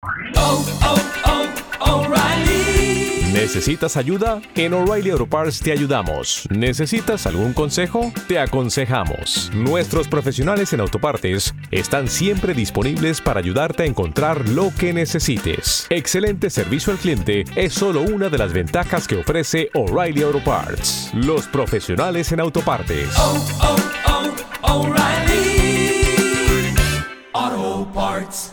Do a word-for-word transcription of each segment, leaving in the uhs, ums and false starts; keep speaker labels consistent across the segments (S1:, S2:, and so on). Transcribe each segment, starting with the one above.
S1: Oh, oh, oh, O'Reilly.
S2: ¿Necesitas ayuda? En O'Reilly Auto Parts te ayudamos. ¿Necesitas algún consejo? Te aconsejamos. Nuestros profesionales en autopartes están siempre disponibles para ayudarte a encontrar lo que necesites. Excelente servicio al cliente es solo una de las ventajas que ofrece O'Reilly Auto Parts. Los profesionales en autopartes.
S1: Oh, oh, oh, O'Reilly Auto Parts.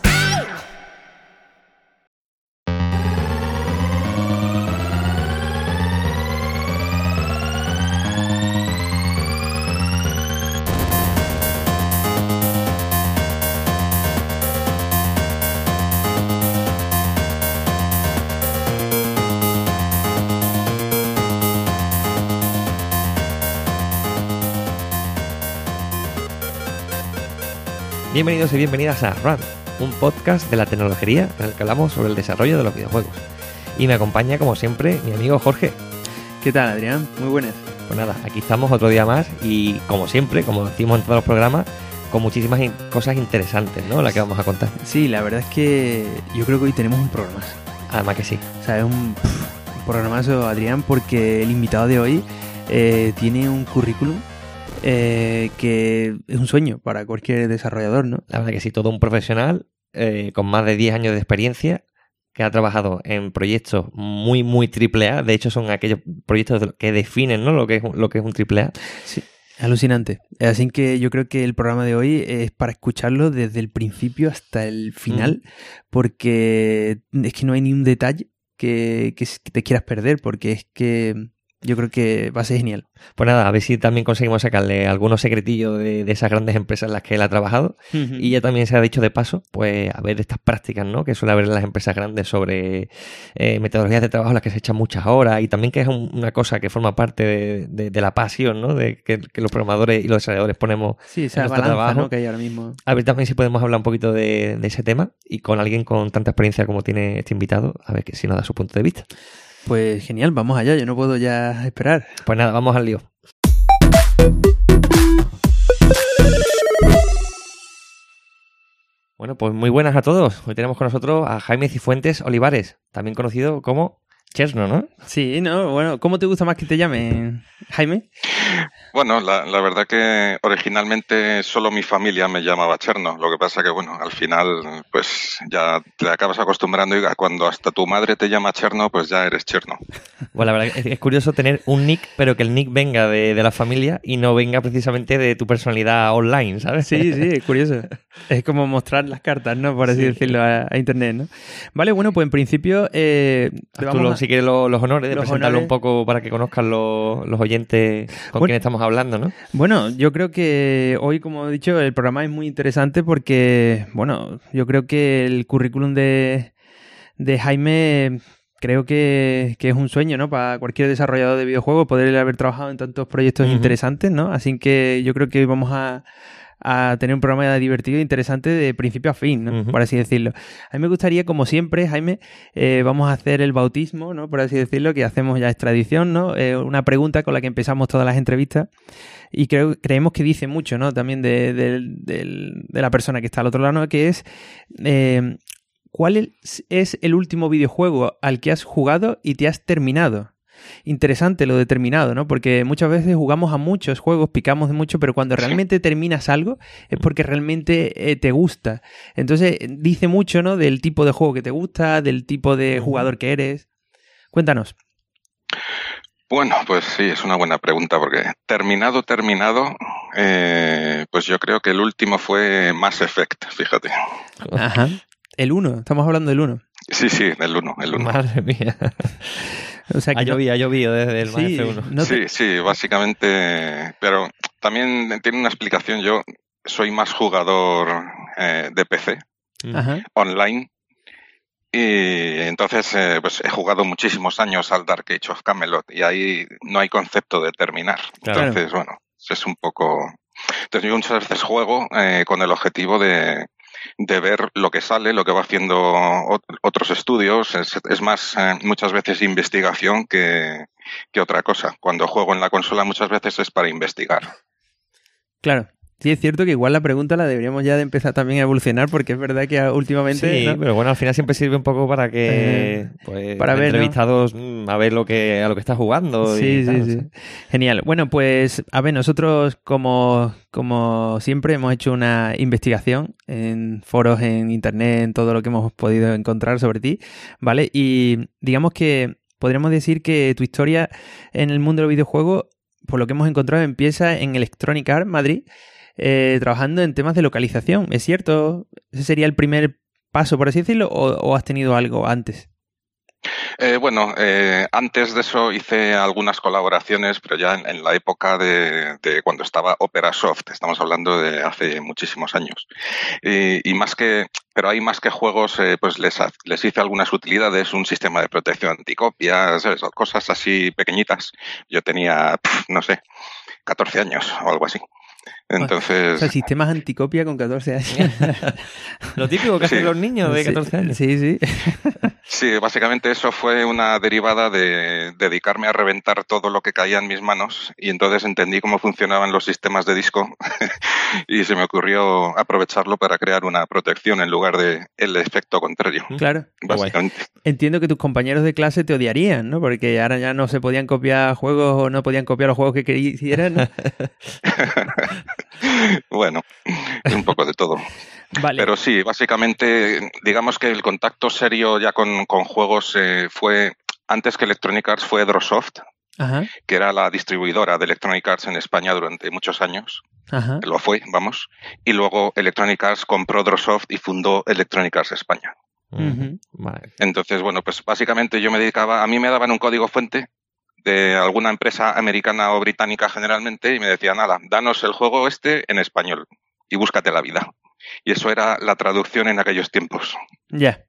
S3: Bienvenidos y bienvenidas a Run, un podcast de la tecnología en el que hablamos sobre el desarrollo de los videojuegos. Y me acompaña, como siempre, mi amigo Jorge.
S4: ¿Qué tal, Adrián? Muy buenas.
S3: Pues nada, aquí estamos otro día más y, como siempre, como decimos en todos los programas, con muchísimas in- cosas interesantes, ¿no? Las que vamos a contar.
S4: Sí, la verdad es que yo creo que hoy tenemos un programazo.
S3: Además que sí.
S4: O sea, es un, pff, un programazo, Adrián, porque el invitado de hoy eh, tiene un currículum eh, que es un sueño para cualquier desarrollador, ¿no?
S3: La verdad que sí, todo un profesional eh, con más de diez años de experiencia que ha trabajado en proyectos muy, muy triple A. De hecho, son aquellos proyectos que definen, ¿no? lo que es, lo que es un triple A.
S4: Sí. Alucinante. Así que yo creo que el programa de hoy es para escucharlo desde el principio hasta el final, mm. porque es que no hay ni un detalle que, que te quieras perder, porque es que yo creo que va a ser genial.
S3: Pues nada, a ver si también conseguimos sacarle algunos secretillos de, de esas grandes empresas en las que él ha trabajado. Uh-huh. Y ya también se ha dicho de paso, pues a ver estas prácticas, ¿no? Que suele haber en las empresas grandes sobre eh, metodologías de trabajo en las que se echan muchas horas y también que es un, una cosa que forma parte de, de, de la pasión, ¿no? De que, que los programadores y los desarrolladores ponemos
S4: sí, esa
S3: en nuestro
S4: balanza,
S3: trabajo,
S4: ¿no? Que hay ahora mismo.
S3: A ver también si podemos hablar un poquito de, de ese tema y con alguien con tanta experiencia como tiene este invitado, a ver que si nos da su punto de vista.
S4: Pues genial, vamos allá, yo no puedo ya esperar.
S3: Pues nada, vamos al lío. Bueno, pues muy buenas a todos. Hoy tenemos con nosotros a Jaime Cifuentes Olivares, también conocido como Cherno, ¿no?
S4: Sí, no, bueno, ¿cómo te gusta más que te llamen, Jaime?
S5: Bueno, la, la verdad que originalmente solo mi familia me llamaba Cherno. Lo que pasa que, bueno, al final, pues ya te acabas acostumbrando y cuando hasta tu madre te llama Cherno, pues ya eres Cherno.
S3: Bueno, la verdad es, es curioso tener un nick, pero que el nick venga de, de la familia y no venga precisamente de tu personalidad online, ¿sabes?
S4: Sí, sí, es curioso. Es como mostrar las cartas, ¿no? Por así sí. decirlo, a, a internet, ¿no? Vale, bueno, pues en principio... Eh,
S3: te vamos lo, a... Si quieres lo, los honores de
S4: los
S3: presentarlo
S4: honores.
S3: un poco para que conozcan los, los oyentes con
S4: bueno,
S3: quien estamos hablando, ¿no?
S4: Bueno, yo creo que hoy, como he dicho, el programa es muy interesante porque, bueno, yo creo que el currículum de, de Jaime creo que, que es un sueño, ¿no? Para cualquier desarrollador de videojuegos poder haber trabajado en tantos proyectos uh-huh. interesantes, ¿no? Así que yo creo que hoy vamos a... a tener un programa divertido e interesante de principio a fin, ¿no? Uh-huh. Por así decirlo. A mí me gustaría, como siempre, Jaime, eh, vamos a hacer el bautismo, ¿no? Por así decirlo, que hacemos ya es tradición, ¿no? Eh, una pregunta con la que empezamos todas las entrevistas y creo, creemos que dice mucho, ¿no? También de, de, de, de la persona que está al otro lado, ¿no? Que es... Eh, ¿cuál es el último videojuego al que has jugado y te has terminado? Interesante lo determinado, ¿no? Porque muchas veces jugamos a muchos juegos, picamos de mucho, pero cuando realmente terminas algo es porque realmente eh, te gusta. Entonces dice mucho, ¿no? Del tipo de juego que te gusta, del tipo de jugador que eres. Cuéntanos.
S5: Bueno, pues sí, es una buena pregunta porque terminado, terminado, eh, pues yo creo que el último fue Mass Effect, fíjate.
S4: Ajá. El uno, estamos hablando del uno.
S5: Sí, sí, el uno, el uno.
S3: Madre mía.
S4: O sea,
S3: ha llovido, no... ha llovido desde el sí, F uno.
S5: No te... Sí, sí, básicamente, pero también tiene una explicación. Yo soy más jugador eh, de P C, Ajá. online, y entonces eh, pues he jugado muchísimos años al Dark Age of Camelot y ahí no hay concepto de terminar. Claro. Entonces, bueno, es un poco... Entonces yo muchas veces juego eh, con el objetivo de... de ver lo que sale, lo que va haciendo otros estudios. Es, es más, eh, muchas veces investigación que, que otra cosa. Cuando juego en la consola muchas veces es para investigar.
S4: Claro. Sí, es cierto que igual la pregunta la deberíamos ya de empezar también a evolucionar, porque es verdad que últimamente...
S3: Sí, ¿no? Pero bueno, al final siempre sirve un poco para que eh, pues,
S4: para ver,
S3: entrevistados ¿no? a ver lo que a lo que está jugando.
S4: Sí,
S3: y
S4: sí,
S3: tal,
S4: sí.
S3: o sea.
S4: Genial. Bueno, pues a ver, nosotros como, como siempre hemos hecho una investigación en foros, en internet, en todo lo que hemos podido encontrar sobre ti, ¿vale? Y digamos que podríamos decir que tu historia en el mundo de los videojuegos, por lo que hemos encontrado, empieza en Electronic Arts Madrid, Eh, trabajando en temas de localización. ¿Es cierto? ¿Ese sería el primer paso, por así decirlo, o, o has tenido algo antes?
S5: Eh, bueno, eh, antes de eso hice algunas colaboraciones, pero ya en, en la época de, de cuando estaba OperaSoft, estamos hablando de hace muchísimos años. Y, y más que, pero hay más que juegos, eh, pues les, les hice algunas utilidades, un sistema de protección anticopia, ¿sabes? Cosas así pequeñitas. Yo tenía, pff, no sé, catorce años o algo así. Entonces...
S4: O sea, sistemas anticopia con catorce años.
S3: Lo típico que
S5: sí.
S3: hacen los niños de catorce años.
S4: Sí, sí.
S5: Sí, básicamente eso fue una derivada de dedicarme a reventar todo lo que caía en mis manos y entonces entendí cómo funcionaban los sistemas de disco y se me ocurrió aprovecharlo para crear una protección en lugar de el efecto contrario.
S4: Claro.
S5: Básicamente.
S4: Entiendo que tus compañeros de clase te odiarían, ¿no? Porque ahora ya no se podían copiar juegos o no podían copiar los juegos que quisieran, ¿no?
S5: Bueno, un poco de todo.
S4: Vale.
S5: Pero sí, básicamente, digamos que el contacto serio ya con, con juegos eh, fue, antes que Electronic Arts fue Drosoft,
S4: Ajá.
S5: que era la distribuidora de Electronic Arts en España durante muchos años.
S4: Ajá.
S5: Lo fue, vamos. Y luego Electronic Arts compró Drosoft y fundó Electronic Arts España.
S4: Uh-huh.
S3: Vale.
S5: Entonces, bueno, pues básicamente yo me dedicaba, a mí me daban un código fuente de alguna empresa americana o británica generalmente y me decían, nada, danos el juego este en español y búscate la vida. Y eso era la traducción en aquellos tiempos.
S4: Ya. Yeah.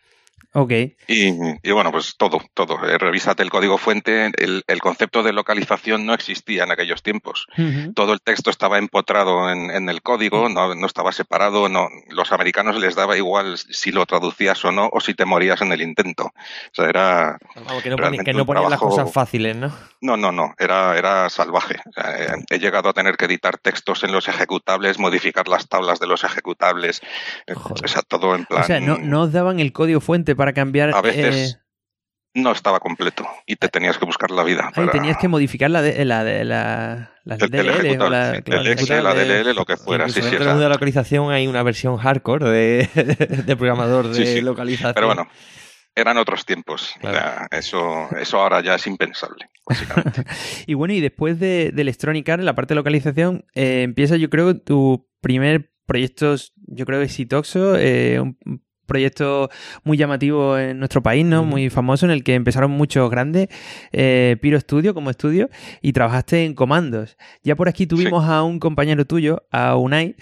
S4: Ok.
S5: Y, y bueno, pues todo, todo. Eh, revísate el código fuente. El, el concepto de localización no existía en aquellos tiempos.
S4: Uh-huh.
S5: Todo el texto estaba empotrado en, en el código, no, no estaba separado. No, los americanos les daba igual si lo traducías o no, o si te morías en el intento. O sea, era...
S3: Vamos, que no, poni, que no ponían trabajo... las cosas fáciles, ¿no?
S5: No, no, no. Era, era salvaje. O sea, eh, he llegado a tener que editar textos en los ejecutables, modificar las tablas de los ejecutables. Joder. O sea, todo en plan...
S4: O sea, no, no os daban el código fuente para cambiar...
S5: A veces...
S4: Eh...
S5: No estaba completo y te tenías que buscar la vida.
S4: Ahí
S5: para...
S4: tenías que modificar la de la, de, la, la
S5: el,
S4: D L L
S5: el
S4: o la,
S5: sí, claro, el Exe, la D L L, lo que fuera. Sí, sí,
S3: dentro
S5: o sea...
S3: de la localización hay una versión hardcore de, de programador de sí, sí. localización.
S5: Pero bueno, eran otros tiempos. Claro. O sea, eso, eso ahora ya es impensable, básicamente.
S4: Y bueno, y después de, de Electronic Arts, la parte de localización, eh, empieza yo creo tu primer proyecto, yo creo exitoso, eh, un proyecto muy llamativo en nuestro país, ¿no? Uh-huh. Muy famoso, en el que empezaron muchos grandes, eh, Pyro Studio como estudio, y trabajaste en Comandos. Ya por aquí tuvimos sí. a un compañero tuyo, a Unai,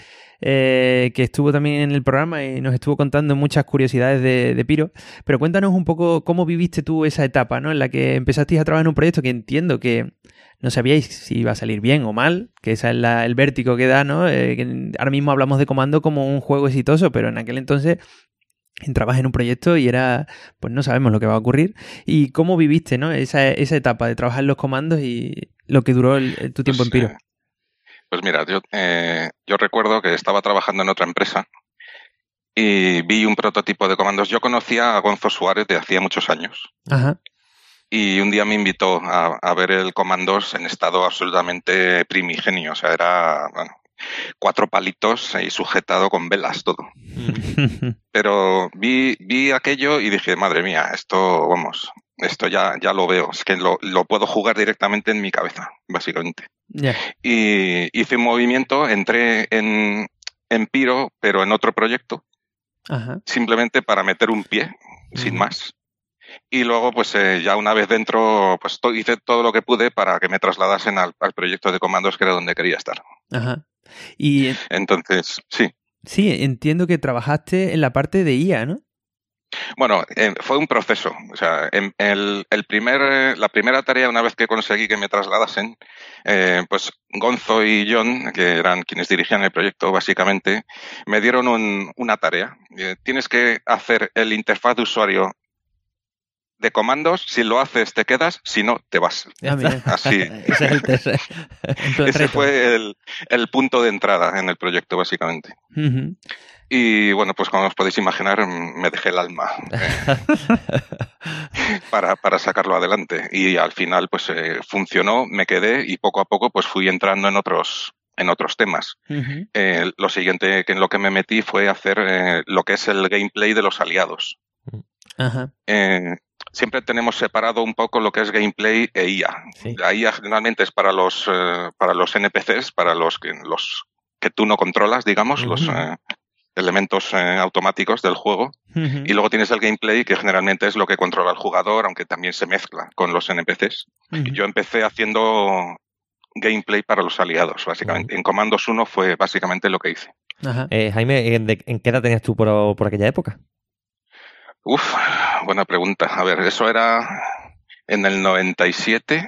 S4: eh, que estuvo también en el programa y nos estuvo contando muchas curiosidades de, de Pyro, pero cuéntanos un poco cómo viviste tú esa etapa, ¿no? En la que empezasteis a trabajar en un proyecto que entiendo que no sabíais si iba a salir bien o mal, que ese es la, el vértigo que da, ¿no? Eh, que ahora mismo hablamos de Comando como un juego exitoso, pero en aquel entonces entrabas en un proyecto y era, pues no sabemos lo que va a ocurrir. ¿Y cómo viviste, ¿no? esa, esa etapa de trabajar en los comandos y lo que duró el, tu tiempo
S5: pues,
S4: en Pyro?
S5: Eh, pues mira, yo, eh, yo recuerdo que estaba trabajando en otra empresa y vi un prototipo de comandos. Yo conocía a Gonzo Suárez de hacía muchos años.
S4: Ajá.
S5: Y un día me invitó a, a ver el comandos en estado absolutamente primigenio. O sea, era... bueno, cuatro palitos y sujetado con velas, todo. Pero vi, vi aquello y dije, madre mía, esto, vamos, esto ya, ya lo veo. Es que lo, lo puedo jugar directamente en mi cabeza, básicamente.
S4: Yeah.
S5: Y hice un movimiento, entré en, en Pyro, pero en otro proyecto,
S4: Ajá.
S5: simplemente para meter un pie, uh-huh. sin más. Y luego, pues eh, ya una vez dentro, pues to- hice todo lo que pude para que me trasladasen al, al proyecto de comandos, que era donde quería estar.
S4: Ajá. Y
S5: entonces, sí.
S4: Sí, entiendo que trabajaste en la parte de I A, ¿no?
S5: Bueno, eh, fue un proceso. O sea, en, el, el primer, eh, la primera tarea, una vez que conseguí que me trasladasen, eh, pues Gonzo y John, que eran quienes dirigían el proyecto, básicamente, me dieron un, una tarea. Eh, tienes que hacer el interfaz de usuario de comandos, si lo haces te quedas, si no te vas.
S4: Ah, mira.
S5: Así.
S4: Ese es el tercer.
S5: Ese fue el, el punto de entrada en el proyecto, básicamente.
S4: Uh-huh.
S5: Y bueno, pues como os podéis imaginar, me dejé el alma eh, para, para sacarlo adelante. Y al final, pues eh, funcionó, me quedé y poco a poco pues fui entrando en otros en otros temas. Uh-huh. Eh, lo siguiente que en lo que me metí fue hacer eh, lo que es el gameplay de los aliados. Uh-huh. Eh, siempre tenemos separado un poco lo que es gameplay e I A. Sí. La I A generalmente es para los eh, para los N P Cs, para los que los que tú no controlas, digamos, uh-huh. los eh, elementos eh, automáticos del juego. Uh-huh. Y luego tienes el gameplay, que generalmente es lo que controla el jugador, aunque también se mezcla con los N P Cs. Uh-huh. Yo empecé haciendo gameplay para los aliados, básicamente. Uh-huh. En Commandos uno fue básicamente lo que hice.
S3: Uh-huh. Eh, Jaime, ¿en, de, ¿en qué edad tenías tú por, por aquella época?
S5: Uf, buena pregunta. A ver, eso era en el noventa y siete,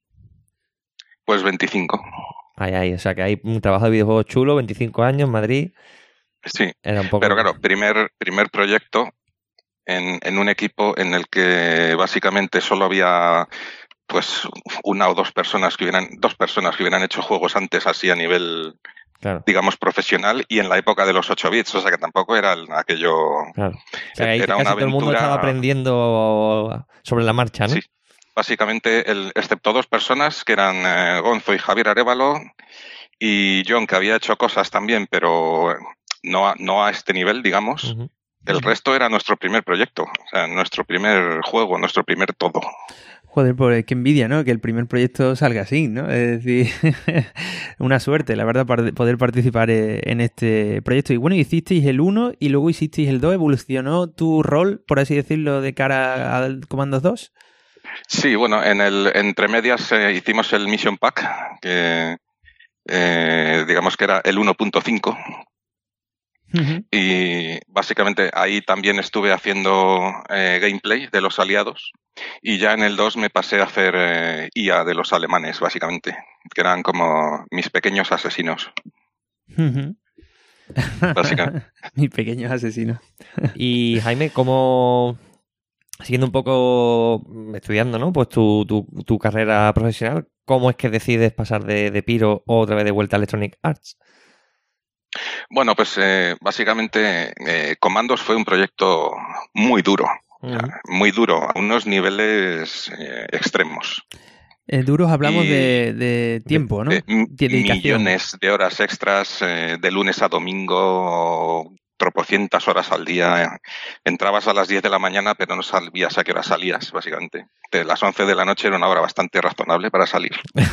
S5: pues veinticinco.
S3: Ay, ay, o sea que hay un trabajo de videojuegos chulo, veinticinco años, Madrid.
S5: Sí, era un poco... pero claro, primer, primer proyecto en, en un equipo en el que básicamente solo había pues una o dos personas que hubieran, dos personas que hubieran hecho juegos antes así a nivel, claro, digamos, profesional, y en la época de los ocho bits, o sea que tampoco era aquello...
S3: Claro. O sea, ahí era casi una aventura... todo el mundo estaba aprendiendo sobre la marcha, ¿no? Sí,
S5: básicamente, el, excepto dos personas, que eran eh, Gonzo y Javier Arévalo, y John, que había hecho cosas también, pero no a, no a este nivel, digamos. Uh-huh. El resto era nuestro primer proyecto, o sea, nuestro primer juego, nuestro primer todo.
S4: Joder, pues qué envidia, ¿no? Que el primer proyecto salga así, ¿no? Es decir, una suerte, la verdad, para poder participar en este proyecto. Y bueno, hicisteis el uno y luego hicisteis el dos. ¿Evolucionó tu rol, por así decirlo, de cara al Commandos dos?
S5: Sí, bueno, en el entre medias eh, hicimos el Mission Pack, que eh, digamos que era el uno punto cinco. Uh-huh. Y básicamente ahí también estuve haciendo eh, gameplay de los aliados, y ya en el dos me pasé a hacer eh, I A de los alemanes, básicamente, que eran como mis pequeños asesinos.
S4: Uh-huh. Básicamente. Mis pequeños asesinos.
S3: Y Jaime, ¿cómo, siguiendo un poco estudiando, ¿no? Pues tu, tu, tu carrera profesional, cómo es que decides pasar de, de Pyro otra vez de vuelta a Electronic Arts?
S5: Bueno, pues eh, básicamente eh, Commandos fue un proyecto muy duro, uh-huh. o sea, muy duro, a unos niveles eh, extremos.
S4: Eh, duros hablamos y, de, de tiempo, ¿no?
S5: De, de millones de horas extras, eh, de lunes a domingo, tropocientas horas al día. Entrabas a las diez de la mañana, pero no sabías a qué hora salías, básicamente. De las once de la noche era una hora bastante razonable para salir.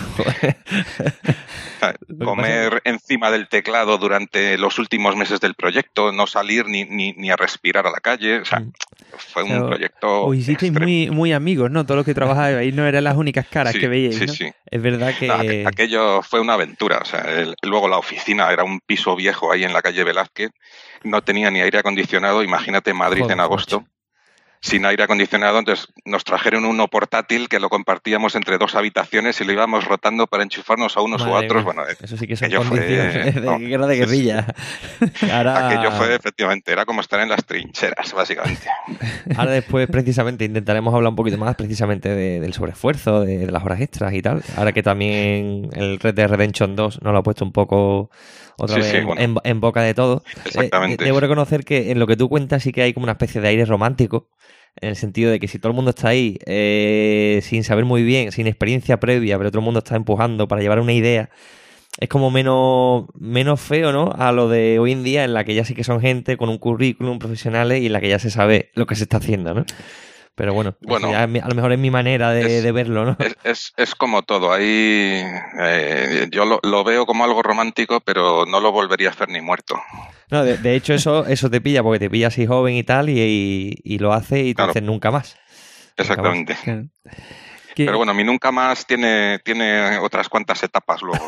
S5: Comer encima del teclado durante los últimos meses del proyecto, no salir ni, ni, ni a respirar a la calle. O sea, fue un pero, proyecto
S4: os hicisteis muy, muy amigos, ¿no? Todos los que trabajáis ahí no eran las únicas caras
S5: sí,
S4: que veíais,
S5: sí,
S4: ¿no?
S5: Sí.
S3: Es verdad que...
S5: No, aquello fue una aventura. O sea, el, luego la oficina era un piso viejo ahí en la calle Velázquez. No tenía ni aire acondicionado. Imagínate Madrid Joder, en agosto. Mucho. Sin aire acondicionado, entonces nos trajeron uno portátil que lo compartíamos entre dos habitaciones y lo íbamos rotando para enchufarnos a unos Madre u otros. Bueno,
S3: eso sí que son condiciones fue, de no, guerra de guerrilla.
S5: Ahora... Aquello fue, efectivamente, era como estar en las trincheras, básicamente.
S3: Ahora después, precisamente, intentaremos hablar un poquito más precisamente de, del sobreesfuerzo, de, de las horas extras y tal. Ahora que también el Red Dead Redemption dos nos lo ha puesto un poco... otra sí, vez sí, en, bueno. en, en boca de todo.
S5: Exactamente.
S3: Eh, debo reconocer que en lo que tú cuentas sí que hay como una especie de aire romántico, en el sentido de que si todo el mundo está ahí eh, sin saber muy bien, sin experiencia previa, pero todo el mundo está empujando para llevar una idea, es como menos, menos feo, ¿no? A lo de hoy en día, en la que ya sí que son gente con un currículum profesionales y en la que ya se sabe lo que se está haciendo, ¿no? Pero bueno,
S5: bueno
S3: ya a lo mejor es mi manera de, es, de verlo, ¿no?
S5: Es, es, es como todo. Ahí eh, yo lo, lo veo como algo romántico, pero no lo volvería a hacer ni muerto.
S3: No, de, de hecho eso eso te pilla, porque te pilla así joven y tal, y, y, y lo hace y te claro. dices nunca más.
S5: Exactamente. Nunca más. ¿Qué? Pero bueno, mi nunca más tiene, tiene otras cuantas etapas luego.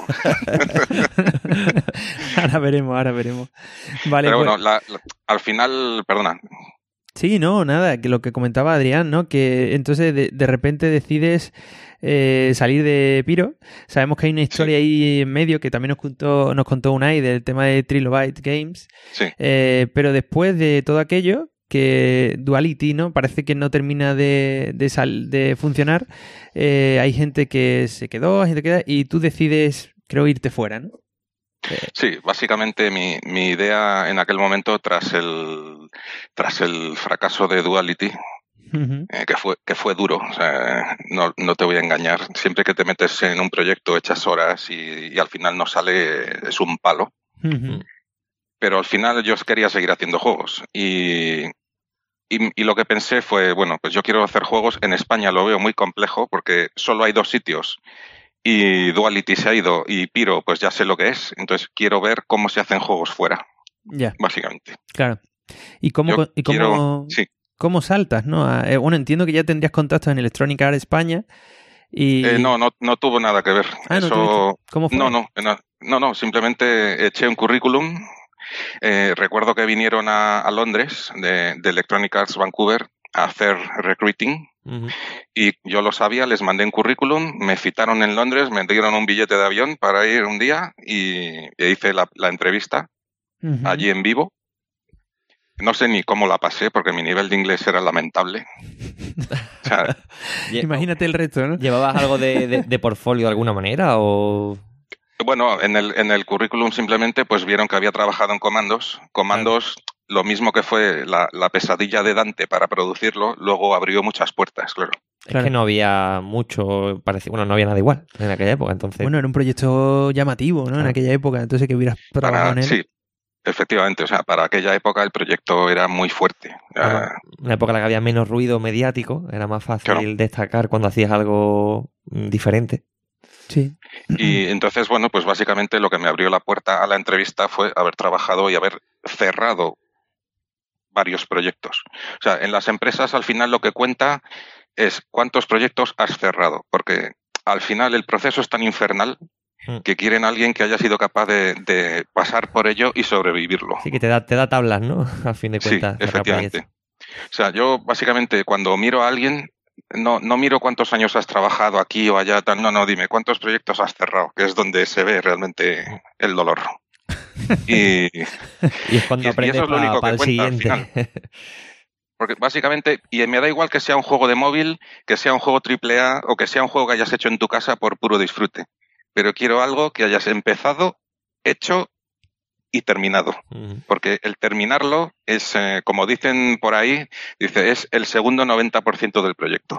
S4: Ahora veremos, ahora veremos. Vale,
S5: pero
S4: pues...
S5: bueno, la, la, al final, perdona...
S4: Sí, no, nada, que lo que comentaba Adrián, ¿no? Que entonces de, de repente decides eh, salir de Pyro. Sabemos que hay una historia sí. ahí en medio que también nos contó, nos contó Unai del tema de Trilobyte Games.
S5: Sí.
S4: Eh, pero después de todo aquello, que Duality, ¿no? Parece que no termina de, de, sal, de funcionar. Eh, hay gente que se quedó, hay gente que queda, y tú decides, creo, irte fuera, ¿no?
S5: Sí, básicamente mi, mi idea en aquel momento, tras el, tras el fracaso de Duality, uh-huh. eh, que fue que fue duro, o sea, no, no te voy a engañar, siempre que te metes en un proyecto echas horas y, y al final no sale, es un palo. Uh-huh. Pero al final yo quería seguir haciendo juegos y, y, y lo que pensé fue, bueno, pues yo quiero hacer juegos. En España lo veo muy complejo porque solo hay dos sitios y Duality se ha ido y Pyro pues ya sé lo que es, entonces quiero ver cómo se hacen juegos fuera,
S4: yeah.
S5: básicamente.
S4: Claro. ¿Y cómo, y cómo,
S5: quiero, sí.
S4: cómo saltas, no? Eh, bueno, entiendo que ya tendrías contactos en Electronic Arts España y...
S5: Eh, no, no, no tuvo nada que ver.
S4: Ah,
S5: Eso...
S4: ¿no ¿Cómo fue?
S5: No, no, no, no, simplemente eché un currículum. Eh, recuerdo que vinieron a, a Londres de, de Electronic Arts Vancouver a hacer recruiting. Uh-huh. Y yo lo sabía, les mandé un currículum, me citaron en Londres, me dieron un billete de avión para ir un día y, y hice la, la entrevista uh-huh. allí en vivo. No sé ni cómo la pasé porque mi nivel de inglés era lamentable. O sea,
S4: imagínate el reto, ¿no?
S3: ¿Llevabas algo de, de, de portfolio de alguna manera o...?
S5: Bueno, en el, en el currículum simplemente pues vieron que había trabajado en Comandos. Comandos, claro. Lo mismo que fue la, la pesadilla de Dante para producirlo, luego abrió muchas puertas, claro.
S3: Es claro. que no había mucho, parecía, bueno, no había nada igual en aquella época, entonces...
S4: Bueno, era un proyecto llamativo, ¿no? Claro. En aquella época, entonces que hubieras trabajado
S5: para,
S4: en él.
S5: Sí, efectivamente, o sea, para aquella época el proyecto era muy fuerte.
S3: Claro. Una época en la que había menos ruido mediático, era más fácil claro. destacar cuando hacías algo diferente.
S4: Sí.
S5: Y entonces, bueno, pues básicamente lo que me abrió la puerta a la entrevista fue haber trabajado y haber cerrado varios proyectos. O sea, en las empresas al final lo que cuenta es cuántos proyectos has cerrado, porque al final el proceso es tan infernal que quieren a alguien que haya sido capaz de, de pasar por ello y sobrevivirlo.
S3: Sí, que te da, te da tablas, ¿no? A fin de cuentas.
S5: Sí, efectivamente. O sea, yo básicamente cuando miro a alguien, no, no miro cuántos años has trabajado aquí o allá, tal, no, no, dime cuántos proyectos has cerrado, que es donde se ve realmente el dolor. Y,
S3: y es cuando aprendes para pa el siguiente.
S5: Porque básicamente, y me da igual que sea un juego de móvil, que sea un juego triple A o que sea un juego que hayas hecho en tu casa por puro disfrute. Pero quiero algo que hayas empezado, hecho y terminado. Uh-huh. Porque el terminarlo es, eh, como dicen por ahí, dice, es el segundo noventa por ciento del proyecto.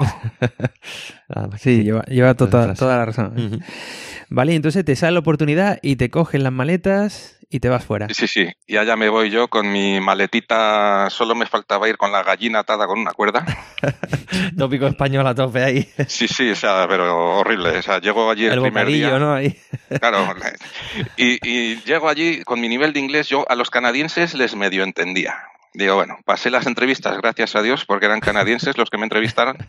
S4: ah, sí, lleva, lleva toda, toda la razón. Uh-huh. Vale, entonces te sale la oportunidad y te cogen las maletas y te vas fuera.
S5: Sí, sí, y allá me voy yo con mi maletita, solo me faltaba ir con la gallina atada con una cuerda.
S3: Tópico español a tope ahí.
S5: Sí, sí, o sea, pero horrible, o sea, llego allí el,
S3: el
S5: primer día.
S3: ¿no? Ahí.
S5: Claro, y, y llego allí con mi nivel de inglés, yo a los canadienses les medio entendía. Digo, bueno, pasé las entrevistas, gracias a Dios, porque eran canadienses los que me entrevistaron.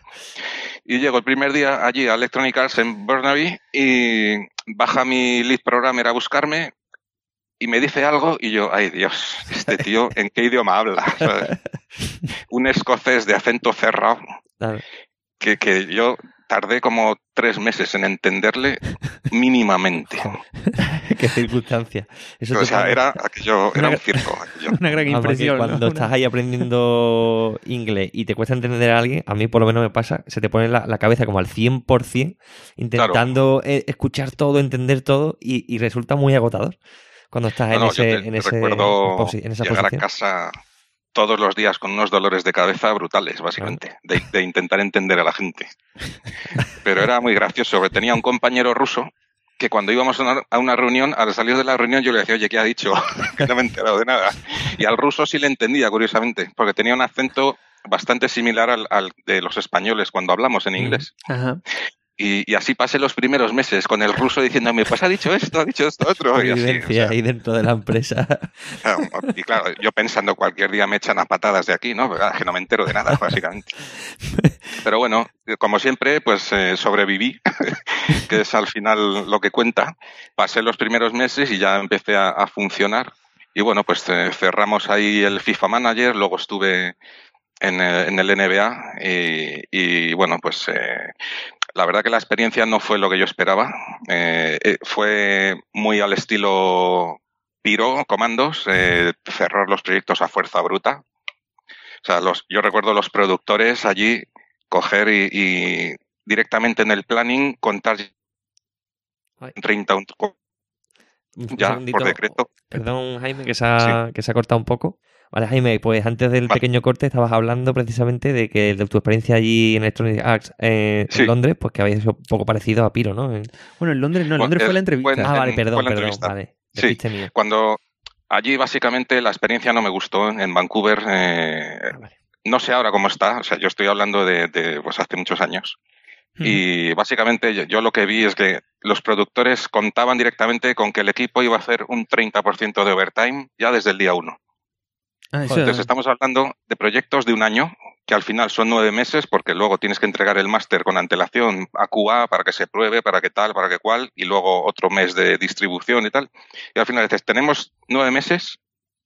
S5: Y llego el primer día allí a Electronic Arts en Burnaby y baja mi lead programmer a buscarme y me dice algo y yo, ay Dios, este tío, ¿en qué idioma habla? ¿Sabes? Un escocés de acento cerrado que, que yo tardé como tres meses en entenderle mínimamente.
S3: Qué circunstancia.
S5: Eso o sea, pone... era, aquello, era una, un circo. Aquello.
S4: Una gran impresión.
S3: Cuando
S4: ¿no?
S3: estás ahí aprendiendo inglés y te cuesta entender a alguien, a mí por lo menos me pasa, se te pone la, la cabeza como al cien por ciento intentando claro. escuchar todo, entender todo y, y resulta muy agotador cuando estás no, en, no, ese, te,
S5: en,
S3: te
S5: ese, recuerdo
S3: en esa
S5: llegar
S3: posición.
S5: A casa todos los días con unos dolores de cabeza brutales, básicamente, de, de intentar entender a la gente. Pero era muy gracioso, porque tenía un compañero ruso que cuando íbamos a una, a una reunión, al salir de la reunión yo le decía, oye, ¿qué ha dicho? Que no me he enterado de nada. Y al ruso sí le entendía, curiosamente, porque tenía un acento bastante similar al, al de los españoles cuando hablamos en inglés.
S4: Ajá.
S5: Y, y así pasé los primeros meses con el ruso diciéndome, pues ha dicho esto, ha dicho esto otro. Y así,
S3: o sea, ahí dentro de la empresa.
S5: Y claro, yo pensando cualquier día me echan a patadas de aquí, ¿no? Que no me entero de nada, básicamente. Pero bueno, como siempre, pues eh, sobreviví, que es al final lo que cuenta. Pasé los primeros meses y ya empecé a, a funcionar. Y bueno, pues eh, cerramos ahí el FIFA Manager, luego estuve en el, en el N B A y, y bueno, pues... Eh, La verdad que la experiencia no fue lo que yo esperaba. Eh, eh, fue muy al estilo Pyro, Comandos, eh, cerrar los proyectos a fuerza bruta. O sea, los, yo recuerdo los productores allí coger y, y directamente en el planning contar treinta un,
S3: un
S5: ya
S3: segundito.
S5: por decreto.
S3: Perdón, Jaime, que se ha, sí. que se ha cortado un poco. Vale, Jaime, pues antes del vale. pequeño corte estabas hablando precisamente de que de tu experiencia allí en Electronic Arts eh, sí. en Londres, pues que había sido un poco parecido a Pyro, ¿no?
S4: Bueno, en Londres no, en Londres bueno, fue la entrevista.
S5: En,
S3: ah, vale, perdón,
S5: la
S3: perdón, vale.
S5: Sí, mío. Cuando allí básicamente la experiencia no me gustó en Vancouver. Eh, ah, vale. No sé ahora cómo está, o sea, yo estoy hablando de, de pues hace muchos años. Uh-huh. Y básicamente yo, yo lo que vi es que los productores contaban directamente con que el equipo iba a hacer un treinta por ciento de overtime ya desde el día uno. Ah, eso... Entonces estamos hablando de proyectos de un año, que al final son nueve meses, porque luego tienes que entregar el máster con antelación a Q A para que se pruebe, para que tal, para que cual, y luego otro mes de distribución y tal. Y al final dices, tenemos nueve meses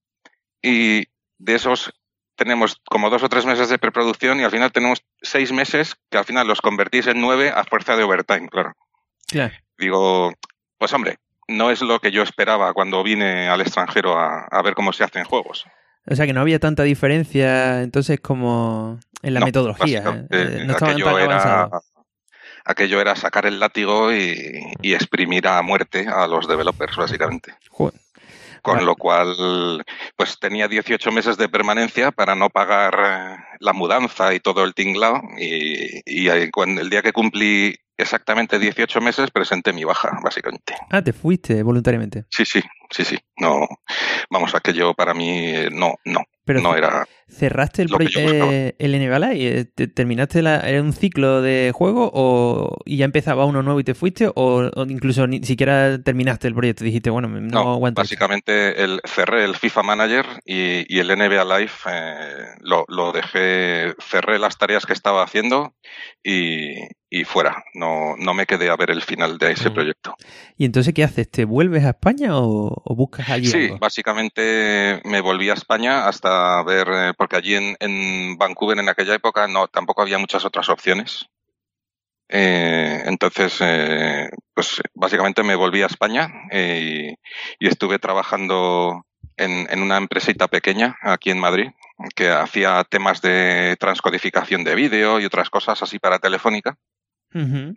S5: y de esos tenemos como dos o tres meses de preproducción y al final tenemos seis meses que al final los convertís en nueve a fuerza de overtime, claro.
S4: Claro.
S5: Digo, pues hombre, no es lo que yo esperaba cuando vine al extranjero a, a ver cómo se hacen juegos.
S4: O sea que no había tanta diferencia entonces como en la no, metodología.
S5: Eh, no estaban tan avanzados. Aquello era sacar el látigo y, y exprimir a muerte a los developers, básicamente.
S4: Joder.
S5: Con vale. lo cual, pues tenía dieciocho meses de permanencia para no pagar la mudanza y todo el tinglao. Y, y cuando, el día que cumplí exactamente dieciocho meses, presenté mi baja, básicamente.
S4: Ah, ¿te fuiste voluntariamente?
S5: Sí, sí, sí, sí. No, vamos, aquello para mí no, no. Pero no era
S4: ¿cerraste el, proye- eh, el N B A Live? ¿Terminaste la, era un ciclo de juego o y ya empezaba uno nuevo y te fuiste? ¿O, o incluso ni siquiera terminaste el proyecto? Dijiste, bueno, no,
S5: no
S4: aguanto.
S5: Básicamente el, cerré el FIFA Manager y, y el N B A Live eh, lo, lo dejé, cerré las tareas que estaba haciendo y, y fuera. No, no me quedé a ver el final de ese mm. proyecto.
S4: ¿Y entonces qué haces? ¿Te vuelves a España o, o buscas allí
S5: Sí,
S4: algo?
S5: Básicamente me volví a España hasta ver, eh, porque allí en, en Vancouver en aquella época no tampoco había muchas otras opciones. Eh, entonces, eh, pues básicamente me volví a España eh, y, y estuve trabajando en, en una empresita pequeña aquí en Madrid que hacía temas de transcodificación de vídeo y otras cosas así para Telefónica.
S4: Uh-huh.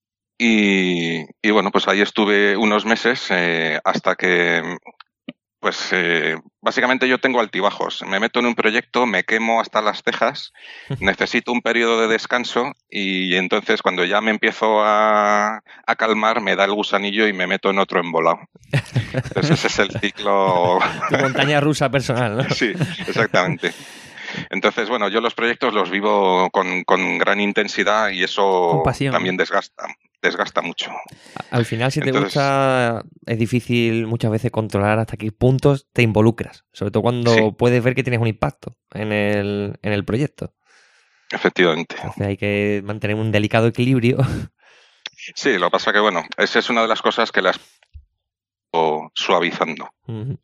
S5: Y, y bueno, pues ahí estuve unos meses eh, hasta que, pues eh, básicamente yo tengo altibajos. Me meto en un proyecto, me quemo hasta las cejas, necesito un periodo de descanso y entonces cuando ya me empiezo a, a calmar me da el gusanillo y me meto en otro embolado. Entonces ese es el ciclo...
S3: Tu montaña rusa personal, ¿no?
S5: Sí, exactamente. Entonces, bueno, yo los proyectos los vivo con, con gran intensidad y eso también desgasta, desgasta mucho.
S3: Al final, si te Entonces, gusta, es difícil muchas veces controlar hasta qué puntos te involucras, sobre todo cuando sí. puedes ver que tienes un impacto en el, en el proyecto.
S5: Efectivamente.
S3: Entonces hay que mantener un delicado equilibrio.
S5: Sí, lo que pasa que, bueno, esa es una de las cosas que las estoy suavizando. Uh-huh.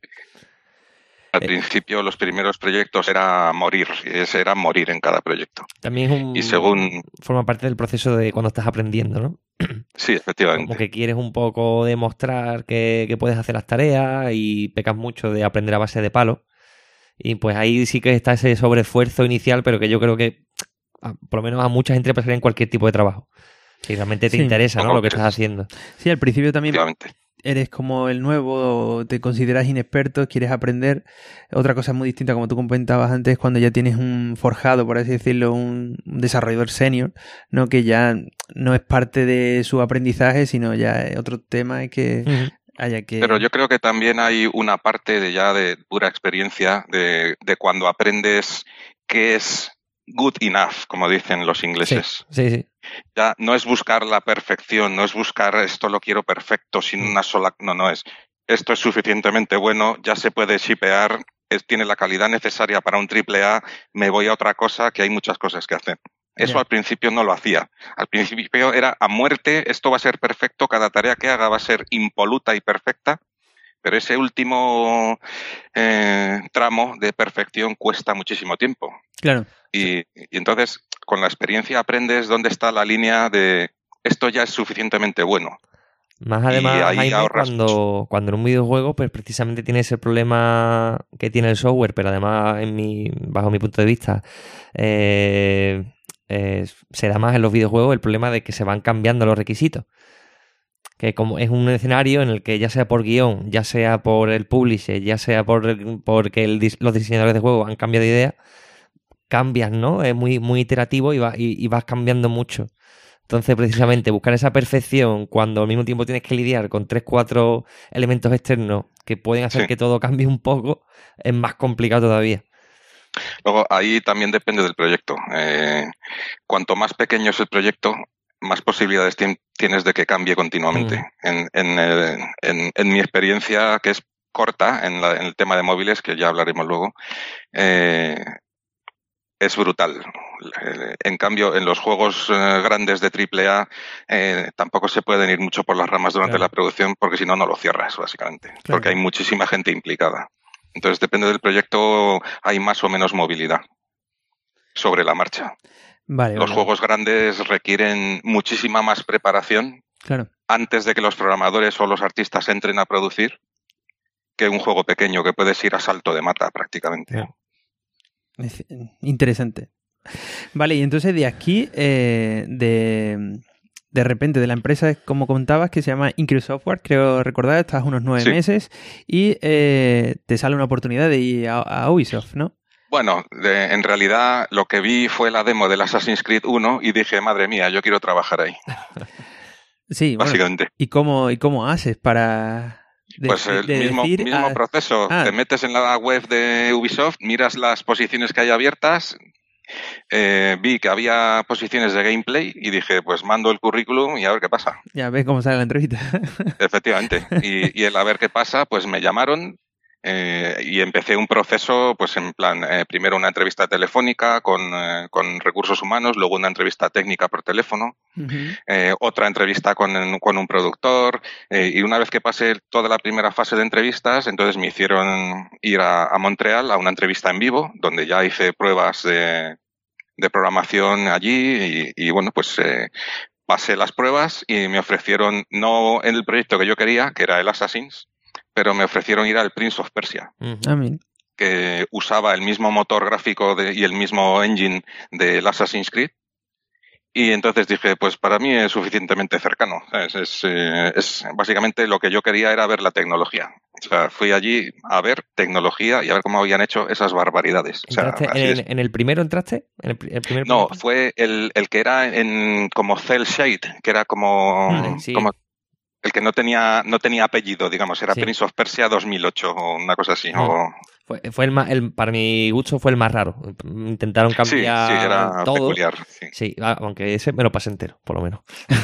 S5: Al principio los primeros proyectos era morir, era morir en cada proyecto.
S3: También es un,
S5: y según
S3: forma parte del proceso de cuando estás aprendiendo, ¿no?
S5: Sí, efectivamente.
S3: Como que quieres un poco demostrar que, que puedes hacer las tareas y pecas mucho de aprender a base de palo. Y pues ahí sí que está ese sobreesfuerzo inicial, pero que yo creo que por lo menos a mucha gente le pasaría en cualquier tipo de trabajo. Si realmente te sí, interesa, ¿no? Lo que estás haciendo.
S4: Sí, al principio también eres como el nuevo, te consideras inexperto, quieres aprender. Otra cosa muy distinta, como tú comentabas antes, cuando ya tienes un forjado, por así decirlo, un desarrollador senior, ¿no? Que ya no es parte de su aprendizaje, sino ya otro tema es que uh-huh. haya que...
S5: Pero yo creo que también hay una parte de ya de pura experiencia de, de cuando aprendes qué es good enough, como dicen los ingleses.
S3: Sí, sí, sí.
S5: Ya no es buscar la perfección, no es buscar esto lo quiero perfecto sin una sola... No, no es. Esto es suficientemente bueno, ya se puede shipear, es, tiene la calidad necesaria para un triple A, me voy a otra cosa, que hay muchas cosas que hacer. Eso yeah. al principio no lo hacía. Al principio era a muerte, esto va a ser perfecto, cada tarea que haga va a ser impoluta y perfecta, pero ese último eh, tramo de perfección cuesta muchísimo tiempo.
S4: Claro.
S5: Y, y entonces, con la experiencia aprendes dónde está la línea de esto ya es suficientemente bueno.
S3: Más además, Jaime, cuando, cuando en un videojuego, pues precisamente tiene ese problema que tiene el software, pero además, en mi, bajo mi punto de vista, eh, eh, se da más en los videojuegos el problema de que se van cambiando los requisitos. Que como es un escenario en el que ya sea por guión, ya sea por el publisher, ya sea por porque el, los diseñadores de juegos han cambiado de idea, cambias, ¿no? Es muy, muy iterativo y, va, y, y vas cambiando mucho. Entonces, precisamente, buscar esa perfección cuando al mismo tiempo tienes que lidiar con tres, cuatro elementos externos que pueden hacer sí. que todo cambie un poco, es más complicado todavía.
S5: Luego, ahí también depende del proyecto. Eh, cuanto más pequeño es el proyecto, más posibilidades tienes de que cambie continuamente. Mm. En, en, el, en, en mi experiencia, que es corta en, la, en el tema de móviles, que ya hablaremos luego, eh, es brutal. En cambio, en los juegos eh, grandes de triple A eh, tampoco se pueden ir mucho por las ramas durante claro. la producción, porque si no, no lo cierras, básicamente. Claro. Porque hay muchísima gente implicada. Entonces, depende del proyecto, hay más o menos movilidad sobre la marcha.
S4: Vale,
S5: los
S4: vale.
S5: juegos grandes requieren muchísima más preparación
S4: claro.
S5: antes de que los programadores o los artistas entren a producir que un juego pequeño que puedes ir a salto de mata prácticamente.
S4: Claro. Es interesante. Vale, y entonces de aquí, eh, de, de repente, de la empresa, como contabas, que se llama Increw Software, creo recordar, estás unos nueve sí. meses y eh, te sale una oportunidad de ir a, a Ubisoft, ¿no?
S5: Bueno, de, en realidad lo que vi fue la demo del Assassin's Creed uno y dije, madre mía, yo quiero trabajar ahí.
S4: Sí, básicamente. Bueno, ¿y cómo, ¿y cómo haces para...? De,
S5: pues el de mismo,
S4: decir,
S5: mismo
S4: ah,
S5: proceso. Ah. Te metes en la web de Ubisoft, miras las posiciones que hay abiertas, eh, vi que había posiciones de gameplay y dije, pues mando el currículum y a ver qué pasa.
S4: Ya ves cómo sale la entrevista.
S5: Efectivamente. Y, y el a ver qué pasa, pues me llamaron eh, y empecé un proceso, pues en plan, eh, primero una entrevista telefónica con, eh, con recursos humanos, luego una entrevista técnica por teléfono, uh-huh. eh, otra entrevista con, con un productor, eh, y una vez que pasé toda la primera fase de entrevistas, entonces me hicieron ir a, a Montreal a una entrevista en vivo, donde ya hice pruebas de, de programación allí y, y bueno, pues eh, pasé las pruebas y me ofrecieron, no en el proyecto que yo quería, que era el Assassin's, pero me ofrecieron ir al Prince of Persia,
S4: uh-huh.
S5: que usaba el mismo motor gráfico de, y el mismo engine del Assassin's Creed. Y entonces dije, pues para mí es suficientemente cercano. Es, es, es básicamente lo que yo quería era ver la tecnología. O sea, fui allí a ver tecnología y a ver cómo habían hecho esas barbaridades. O sea,
S3: en, ¿En el primero entraste? ¿En el, el primer
S5: no, proyecto? Fue el, el que era en como Cell Shade, que era como...
S3: Mm, sí.
S5: como el que no tenía no tenía apellido, digamos, era sí. Prince of Persia dos mil ocho o una cosa así. Mm. O...
S3: Fue, fue el más, el, para mi gusto fue el más raro. Intentaron cambiar
S5: sí, sí, era
S3: todo.
S5: Peculiar, sí.
S3: sí, aunque ese me lo pasé entero, por lo menos.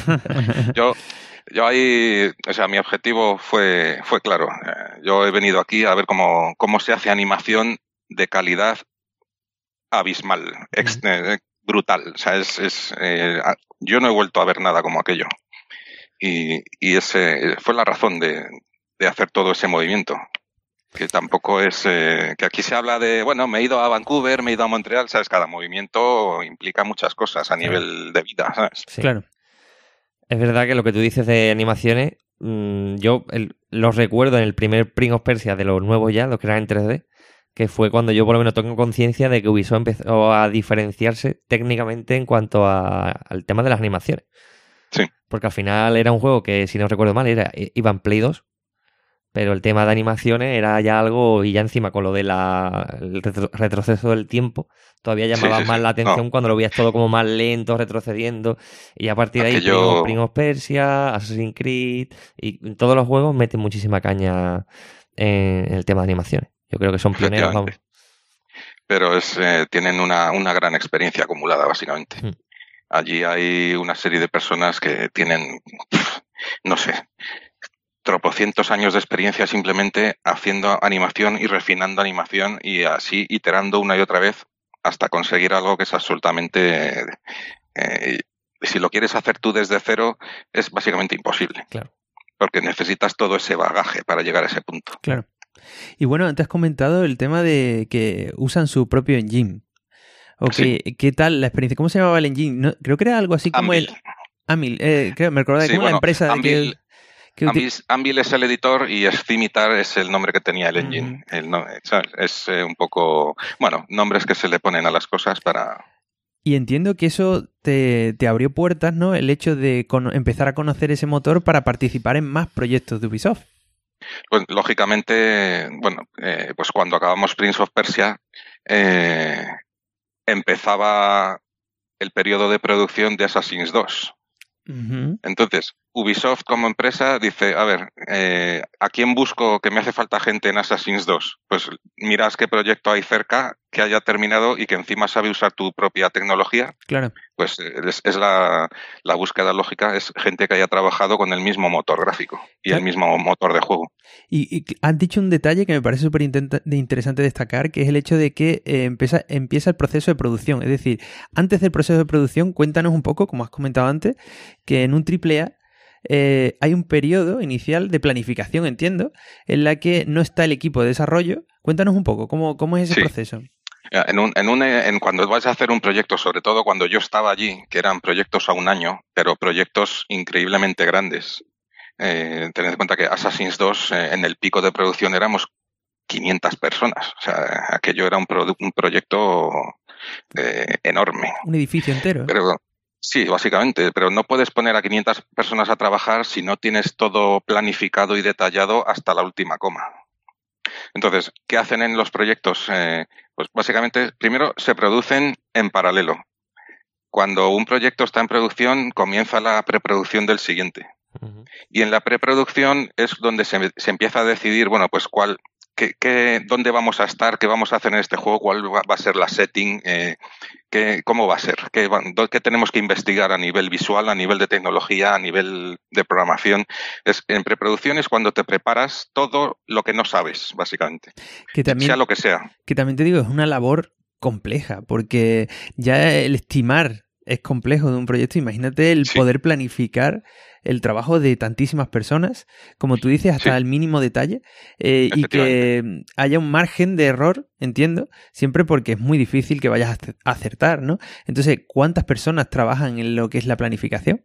S5: yo, yo ahí, o sea, mi objetivo fue, fue claro. Yo he venido aquí a ver cómo, cómo se hace animación de calidad abismal, ex, eh, brutal. O sea, es, es eh, yo no he vuelto a ver nada como aquello. Y, y ese fue la razón de, de hacer todo ese movimiento. Que tampoco es... Eh, que aquí se habla de, bueno, me he ido a Vancouver, me he ido a Montreal, ¿sabes? Cada movimiento implica muchas cosas a sí. nivel de vida, ¿sabes?
S3: Sí. Claro. Es verdad que lo que tú dices de animaciones, mmm, yo el, los recuerdo en el primer Prince of Persia de los nuevos ya, los que eran en tres D, que fue cuando yo por lo menos tengo conciencia de que Ubisoft empezó a diferenciarse técnicamente en cuanto a, al tema de las animaciones.
S5: Sí.
S3: Porque al final era un juego que, si no recuerdo mal, era iba en Play dos, pero el tema de animaciones era ya algo, y ya encima con lo del retro, retroceso del tiempo, todavía llamaba sí, sí, más sí. la atención no. cuando lo veías todo como más lento, retrocediendo, y a partir de ahí Aquello... Prince of Persia, Assassin's Creed, y en todos los juegos meten muchísima caña en, en el tema de animaciones. Yo creo que son pioneros, vamos.
S5: Pero es, eh, tienen una, una gran experiencia acumulada, básicamente. Hmm. Allí hay una serie de personas que tienen, no sé, tropocientos años de experiencia simplemente haciendo animación y refinando animación y así iterando una y otra vez hasta conseguir algo que es absolutamente... Eh, si lo quieres hacer tú desde cero, es básicamente imposible.
S3: Claro.
S5: Porque necesitas todo ese bagaje para llegar a ese punto.
S4: Claro. Y bueno, antes has comentado el tema de que usan su propio engine. Okay. Sí. ¿Qué tal la experiencia? ¿Cómo se llamaba el engine? No, creo que era algo así como
S5: Anvil.
S4: el... Amil. Eh, creo, me acordaba de sí, como bueno, la empresa
S5: Anvil,
S4: que,
S5: Anvil, Anvil es el editor y Scimitar es el nombre que tenía el engine. Mm. El, ¿sabes? Es eh, un poco, bueno, nombres que se le ponen a las cosas para...
S4: Y entiendo que eso te, te abrió puertas, ¿no? El hecho de con, empezar a conocer ese motor para participar en más proyectos de Ubisoft.
S5: Pues lógicamente, bueno, eh, pues cuando acabamos Prince of Persia, eh, empezaba el periodo de producción de Assassin's dos. Uh-huh. Entonces, Ubisoft como empresa dice, a ver, eh, ¿a quién busco que me hace falta gente en Assassin's dos? Pues miras qué proyecto hay cerca que haya terminado y que encima sabe usar tu propia tecnología.
S4: Claro.
S5: Pues es, es la, la búsqueda lógica, es gente que haya trabajado con el mismo motor gráfico y claro. el mismo motor de juego.
S4: Y, y has dicho un detalle que me parece súper interesante destacar, que es el hecho de que eh, empieza, empieza el proceso de producción. Es decir, antes del proceso de producción, cuéntanos un poco, como has comentado antes, que en un triple A eh, hay un periodo inicial de planificación, entiendo, en la que no está el equipo de desarrollo. Cuéntanos un poco, ¿cómo, cómo es ese
S5: sí.
S4: proceso?
S5: En un, en un, en cuando vas a hacer un proyecto, sobre todo cuando yo estaba allí, que eran proyectos a un año, pero proyectos increíblemente grandes. Eh, tened en cuenta que Assassin's dos, eh, en el pico de producción éramos quinientas personas. O sea, aquello era un, pro, un proyecto eh, enorme.
S4: Un edificio entero.
S5: Pero, sí, básicamente, pero no puedes poner a quinientas personas a trabajar si no tienes todo planificado y detallado hasta la última coma. Entonces, ¿qué hacen en los proyectos? Eh, pues básicamente, primero se producen en paralelo. Cuando un proyecto está en producción, comienza la preproducción del siguiente. Uh-huh. Y en la preproducción es donde se, se empieza a decidir, bueno, pues cuál, qué, qué, dónde vamos a estar, qué vamos a hacer en este juego, cuál va, va a ser la setting, eh, qué, cómo va a ser, qué, qué tenemos que investigar a nivel visual, a nivel de tecnología, a nivel de programación. Es, en preproducción es cuando te preparas todo lo que no sabes, básicamente,
S4: que también,
S5: sea lo que sea.
S4: Que también te digo, es una labor compleja, porque ya el estimar es complejo de un proyecto. Imagínate el sí. poder planificar el trabajo de tantísimas personas, como tú dices, hasta sí. el mínimo detalle, eh, y que haya un margen de error, entiendo, siempre porque es muy difícil que vayas a acertar, ¿no? Entonces, ¿cuántas personas trabajan en lo que es la planificación?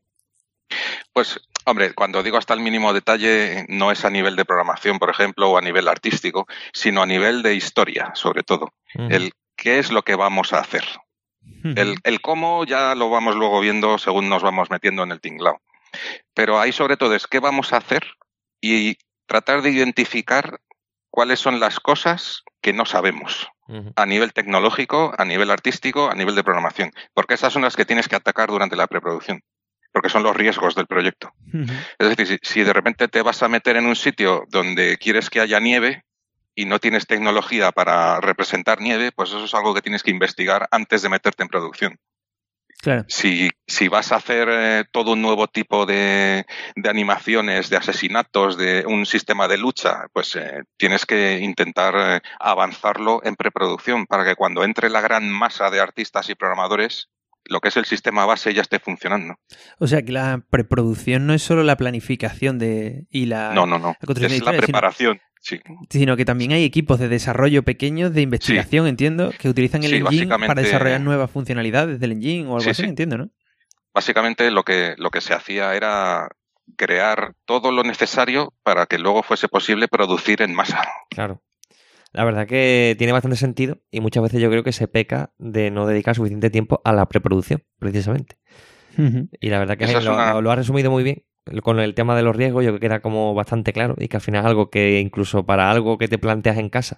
S5: Pues, hombre, cuando digo hasta el mínimo detalle, no es a nivel de programación, por ejemplo, o a nivel artístico, sino a nivel de historia, sobre todo. Uh-huh. El qué es lo que vamos a hacer. Uh-huh. El, el cómo ya lo vamos luego viendo según nos vamos metiendo en el tinglao. Pero ahí sobre todo es qué vamos a hacer y tratar de identificar cuáles son las cosas que no sabemos uh-huh. a nivel tecnológico, a nivel artístico, a nivel de programación. Porque esas son las que tienes que atacar durante la preproducción. Porque son los riesgos del proyecto. Uh-huh. Es decir, si, si de repente te vas a meter en un sitio donde quieres que haya nieve y no tienes tecnología para representar nieve, pues eso es algo que tienes que investigar antes de meterte en producción.
S4: Claro.
S5: Si, si vas a hacer eh, todo un nuevo tipo de, de animaciones, de asesinatos, de un sistema de lucha, pues eh, tienes que intentar eh, avanzarlo en preproducción para que cuando entre la gran masa de artistas y programadores, lo que es el sistema base ya esté funcionando.
S4: O sea que la preproducción no es solo la planificación de y la
S5: No, no, no.
S4: La
S5: es la preparación.
S4: Sino...
S5: Sí.
S4: Sino que también hay equipos de desarrollo pequeños de investigación, sí. entiendo, que utilizan el sí, engine para desarrollar nuevas funcionalidades del engine o algo sí, así, sí. entiendo, ¿no?
S5: Básicamente lo que, lo que se hacía era crear todo lo necesario para que luego fuese posible producir en masa.
S3: Claro. La verdad que tiene bastante sentido y muchas veces yo creo que se peca de no dedicar suficiente tiempo a la preproducción, precisamente. Uh-huh. Y la verdad que lo, una... lo ha resumido muy bien. Con el tema de los riesgos yo creo que queda como bastante claro y que al final es algo que incluso para algo que te planteas en casa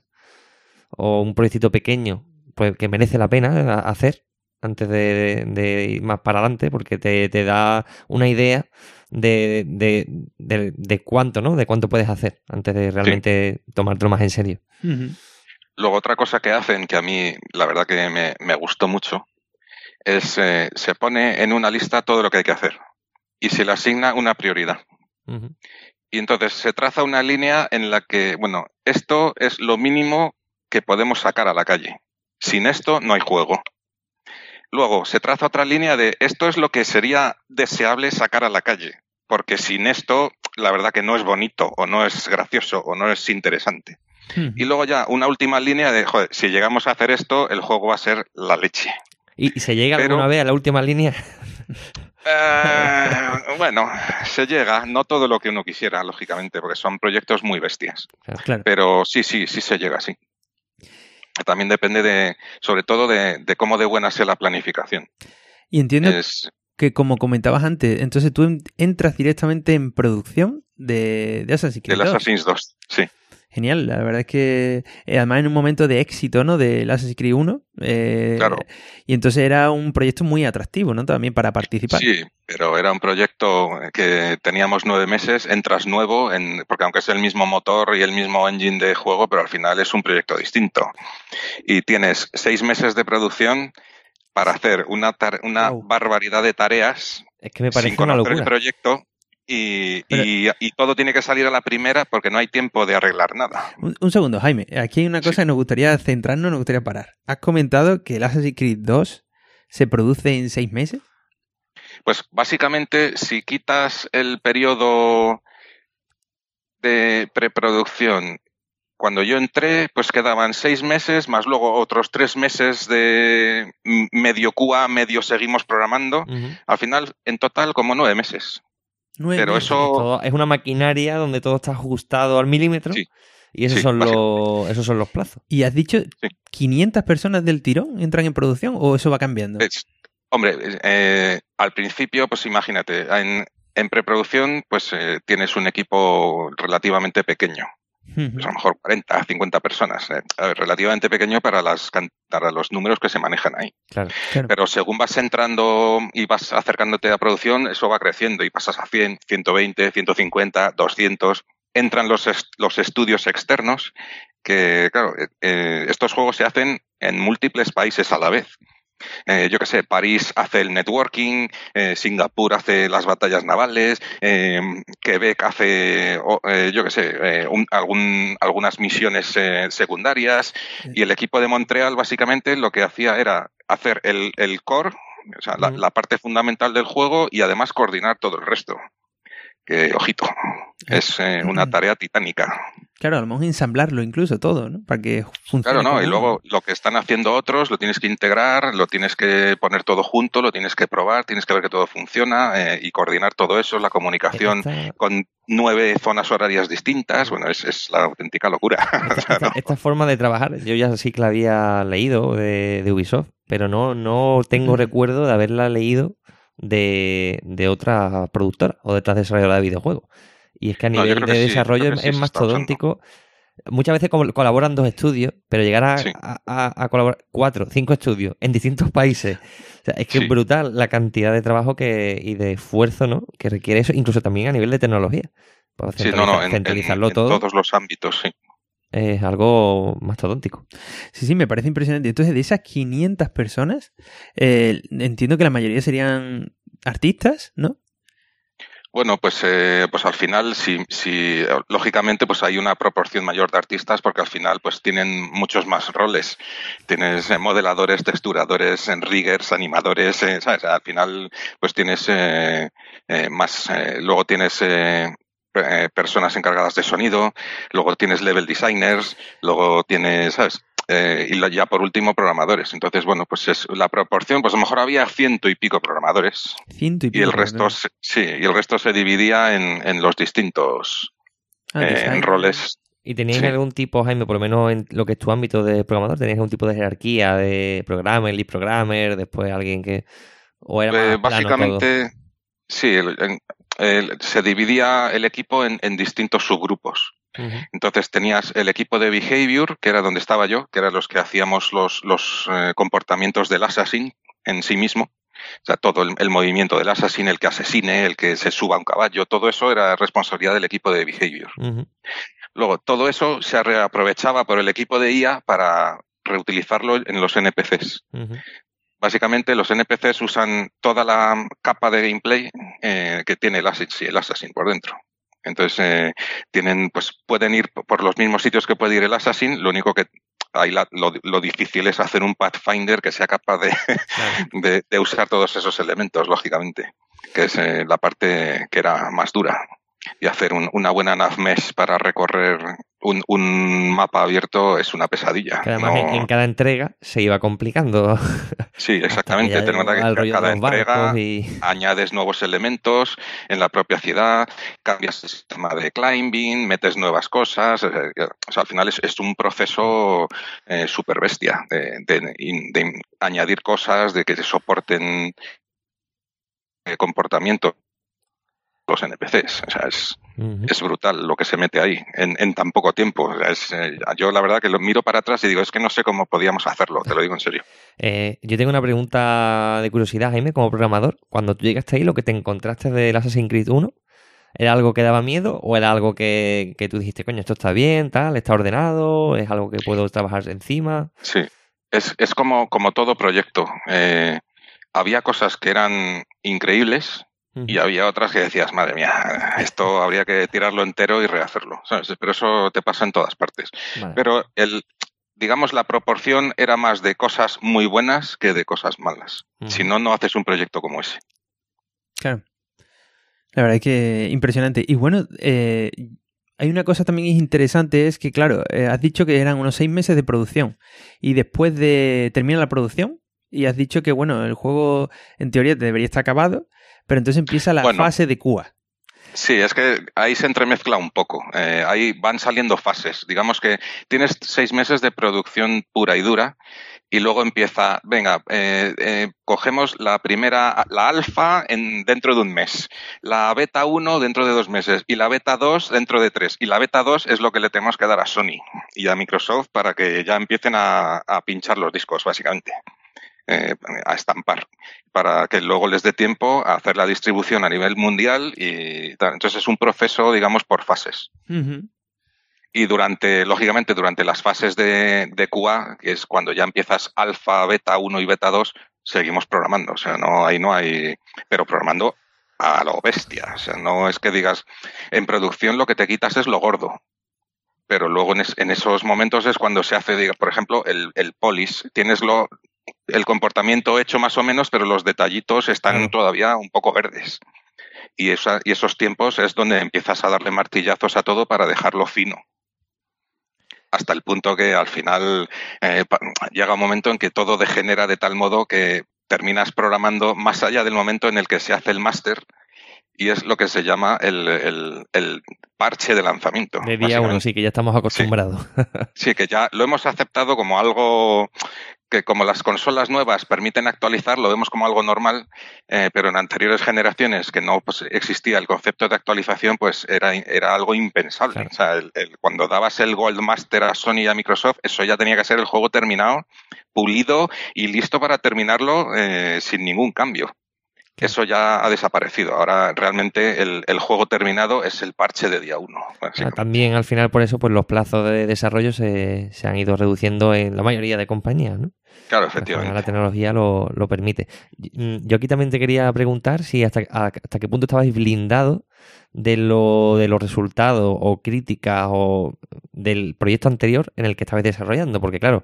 S3: o un proyectito pequeño, pues que merece la pena hacer antes de, de, de ir más para adelante porque te, te da una idea de, de, de, de cuánto, ¿no? De cuánto puedes hacer antes de realmente sí. tomártelo más en serio.
S4: Uh-huh.
S5: Luego otra cosa que hacen que a mí la verdad que me, me gustó mucho es eh, se pone en una lista todo lo que hay que hacer. Y se le asigna una prioridad. Uh-huh. Y entonces se traza una línea en la que, bueno, esto es lo mínimo que podemos sacar a la calle. Sin esto no hay juego. Luego se traza otra línea de esto es lo que sería deseable sacar a la calle. Porque sin esto, la verdad que no es bonito, o no es gracioso, o no es interesante. Uh-huh. Y luego ya una última línea de, joder, si llegamos a hacer esto, el juego va a ser la leche.
S3: ¿Y se llega
S5: Pero,
S3: alguna vez a la última línea?
S5: Eh, bueno, se llega, no todo lo que uno quisiera, lógicamente, porque son proyectos muy bestias.
S4: Claro.
S5: Pero sí, sí, sí se llega, sí. También depende de, sobre todo, de, de cómo de buena sea la planificación.
S4: Y entiendo
S5: es...
S4: que, como comentabas antes, entonces tú entras directamente en producción de, de Assassin's Creed
S5: dos. De Assassin's dos, sí.
S4: Genial, la verdad es que eh, además en un momento de éxito, ¿no? Del Assassin's Creed uno. Eh,
S5: claro.
S4: Y entonces era un proyecto muy atractivo, ¿no? También para participar.
S5: Sí, pero era un proyecto que teníamos nueve meses, entras nuevo, en, porque aunque es el mismo motor y el mismo engine de juego, pero al final es un proyecto distinto. Y tienes seis meses de producción para hacer una, tar- una wow. barbaridad de tareas
S3: es que me parece
S5: sin conocer
S3: una locura.
S5: el proyecto. Y,
S4: Pero,
S5: y, y todo tiene que salir a la primera porque no hay tiempo de arreglar nada.
S4: Un, un segundo, Jaime. Aquí hay una cosa sí. que nos gustaría centrarnos, nos gustaría parar. Has comentado que el Assassin's Creed dos se produce en seis meses.
S5: Pues básicamente, si quitas el periodo de preproducción, cuando yo entré, pues quedaban seis meses, más luego otros tres meses de medio Q A, medio seguimos programando. Uh-huh. Al final, en total, como nueve meses.
S4: Nueve
S5: Pero
S4: meses.
S5: eso
S3: todo, es una maquinaria donde todo está ajustado al milímetro
S5: sí.
S3: y esos,
S5: sí,
S3: son los, esos son los plazos.
S4: ¿Y has dicho
S5: sí.
S4: quinientas personas del tirón entran en producción o eso va cambiando?
S5: Es, hombre, eh, al principio, pues imagínate, en, en preproducción pues eh, tienes un equipo relativamente pequeño. Uh-huh. Pues a lo mejor cuarenta, cincuenta personas. Eh, a ver, relativamente pequeño para, las, para los números que se manejan ahí.
S3: Claro,
S4: claro.
S5: Pero según vas entrando y vas acercándote a producción, eso va creciendo y pasas a cien, ciento veinte, ciento cincuenta, doscientos. Entran los, est- los estudios externos que, claro, eh, estos juegos se hacen en múltiples países a la vez. Eh, yo qué sé, París hace el networking, eh, Singapur hace las batallas navales, eh, Quebec hace, oh, eh, yo qué sé, eh, un, algún, algunas misiones eh, secundarias y el equipo de Montreal básicamente lo que hacía era hacer el, el core, o sea, la, la parte fundamental del juego y además coordinar todo el resto. Que, ojito, es eh, una tarea titánica.
S4: Claro, a lo mejor ensamblarlo incluso todo, ¿no? Para que funcione.
S5: Claro, no,
S4: como
S5: y luego lo que están haciendo otros lo tienes que integrar, lo tienes que poner todo junto, lo tienes que probar, tienes que ver que todo funciona eh, y coordinar todo eso, la comunicación
S3: esta...
S5: con nueve zonas horarias distintas, bueno, es, es la auténtica locura.
S3: Esta, esta, ¿no? esta forma de trabajar, yo ya sí que la había leído de, de Ubisoft, pero no, no tengo uh-huh. recuerdo de haberla leído de, de otra productora o de otras desarrolladoras de videojuegos. Y es que a nivel no, de sí, desarrollo es, sí es mastodóntico. Muchas veces colaboran dos estudios, pero llegar a, sí. a, a, a colaborar cuatro, cinco estudios en distintos países. O sea, es que sí. es brutal la cantidad de trabajo que y de esfuerzo, ¿no? que requiere eso, incluso también a nivel de tecnología. Para
S5: sí, no, no, en, centralizarlo en, todo. En todos los ámbitos, sí.
S3: Es algo mastodóntico.
S4: Sí, sí, me parece impresionante. Entonces, de esas quinientas personas, eh, entiendo que la mayoría serían artistas, ¿no?
S5: Bueno, pues, eh, pues al final, sí, sí, lógicamente, pues hay una proporción mayor de artistas porque al final, pues tienen muchos más roles. Tienes eh, modeladores, texturadores, riggers, animadores, eh, ¿sabes? Al final, pues tienes eh, eh, más. Eh, luego tienes eh, eh, personas encargadas de sonido, luego tienes level designers, luego tienes, ¿sabes? Eh, y ya por último programadores. Entonces, bueno, pues es la proporción, pues a lo mejor había ciento y pico programadores.
S4: Ciento y pico.
S5: Y el resto, se, sí, y el resto se dividía en, en los distintos ah, eh, en roles.
S3: ¿Y teníais
S5: sí.
S3: algún tipo, Jaime, por lo menos en lo que es tu ámbito de programador, teníais algún tipo de jerarquía de programmer, lead programmer, después alguien que... o era más
S5: eh, básicamente,
S3: plano todo?
S5: Sí, el, el, el, se dividía el equipo en, en distintos subgrupos. Uh-huh. Entonces tenías el equipo de Behavior, que era donde estaba yo, que eran los que hacíamos los, los eh, comportamientos del Assassin en sí mismo. O sea, todo el, el movimiento del Assassin, el que asesine, el que se suba a un caballo, todo eso era responsabilidad del equipo de Behavior. Uh-huh. Luego, todo eso se reaprovechaba por el equipo de I A para reutilizarlo en los N P Cs. Uh-huh. Básicamente, los N P Cs usan toda la capa de gameplay eh, que tiene el Assassin, el Assassin por dentro. Entonces, eh, tienen, pues, pueden ir por los mismos sitios que puede ir el Assassin, lo único que ahí la, lo, lo difícil es hacer un Pathfinder que sea capaz de, claro. de, de usar todos esos elementos, lógicamente, que es eh, la parte que era más dura. y hacer un, una buena navmesh para recorrer un, un mapa abierto es una pesadilla.
S3: Que además
S5: no...
S3: en, en cada entrega se iba complicando.
S5: Sí, exactamente. Ten en cuenta que cada entrega y... añades nuevos elementos en la propia ciudad, cambias el sistema de climbing, metes nuevas cosas. O sea, al final es, es un proceso eh, súper bestia de, de, de, de añadir cosas, de que se soporten eh, comportamientos los N P Cs. O sea, es, uh-huh. es brutal lo que se mete ahí en, en tan poco tiempo. O sea, es, eh, yo la verdad que lo miro para atrás y digo, es que no sé cómo podíamos hacerlo, te lo digo en serio.
S3: Eh, yo tengo una pregunta de curiosidad, Jaime, como programador. Cuando tú llegaste ahí, lo que te encontraste del Assassin's Creed uno, ¿era algo que daba miedo o era algo que, que tú dijiste, coño, esto está bien, tal, está ordenado, es algo que puedo trabajar encima?
S5: Sí, es, es como, como todo proyecto. Eh, había cosas que eran increíbles, y había otras que decías, madre mía, esto habría que tirarlo entero y rehacerlo, ¿sabes? Pero eso te pasa en todas partes. Vale. Pero el, digamos, la proporción era más de cosas muy buenas que de cosas malas. Uh-huh. Si no, no haces un proyecto como ese.
S4: Claro. La verdad es que impresionante. Y bueno, eh, hay una cosa también interesante, es que, claro, eh, has dicho que eran unos seis meses de producción. Y después de termina la producción, y has dicho que, bueno, el juego en teoría debería estar acabado, pero entonces empieza la bueno, fase de Q A.
S5: Sí, es que ahí se entremezcla un poco. Eh, ahí van saliendo fases. Digamos que tienes seis meses de producción pura y dura y luego empieza, venga, eh, eh, cogemos la primera, la alfa en, dentro de un mes, la beta uno dentro de dos meses y la beta dos dentro de tres. Y la beta dos es lo que le tenemos que dar a Sony y a Microsoft para que ya empiecen a, a pinchar los discos, básicamente. Eh, a estampar, para que luego les dé tiempo a hacer la distribución a nivel mundial y tal. Entonces es un proceso, digamos, por fases. Uh-huh. Y durante, lógicamente, durante las fases de, de Q A, que es cuando ya empiezas alfa, beta uno y beta dos, seguimos programando. O sea, no, ahí no hay... Pero programando a lo bestia. O sea, no es que digas, en producción lo que te quitas es lo gordo. Pero luego en, es, en esos momentos es cuando se hace, diga, por ejemplo, el, el polish. Tienes lo... el comportamiento hecho más o menos, pero los detallitos están uh-huh. todavía un poco verdes. Y, esa, y esos tiempos es donde empiezas a darle martillazos a todo para dejarlo fino. Hasta el punto que al final eh, llega un momento en que todo degenera de tal modo que terminas programando más allá del momento en el que se hace el máster, y es lo que se llama el, el, el parche de lanzamiento.
S3: De día uno, sí, que ya estamos acostumbrados.
S5: Sí. sí, que ya lo hemos aceptado como algo que, como las consolas nuevas permiten actualizar, lo vemos como algo normal, eh, pero en anteriores generaciones que no pues, existía el concepto de actualización, pues era, era algo impensable. Claro. O sea, el, el, cuando dabas el Gold Master a Sony y a Microsoft, eso ya tenía que ser el juego terminado, pulido y listo para terminarlo eh, sin ningún cambio. Eso ya ha desaparecido. Ahora realmente el, el juego terminado es el parche de día uno.
S3: Ah, también al final por eso pues los plazos de desarrollo se, se han ido reduciendo en la mayoría de compañías, ¿no?
S5: Claro, efectivamente.
S3: La tecnología lo, lo permite. Yo aquí también te quería preguntar si hasta, hasta qué punto estabais blindados de, lo, de los resultados o críticas o del proyecto anterior en el que estabais desarrollando, porque claro,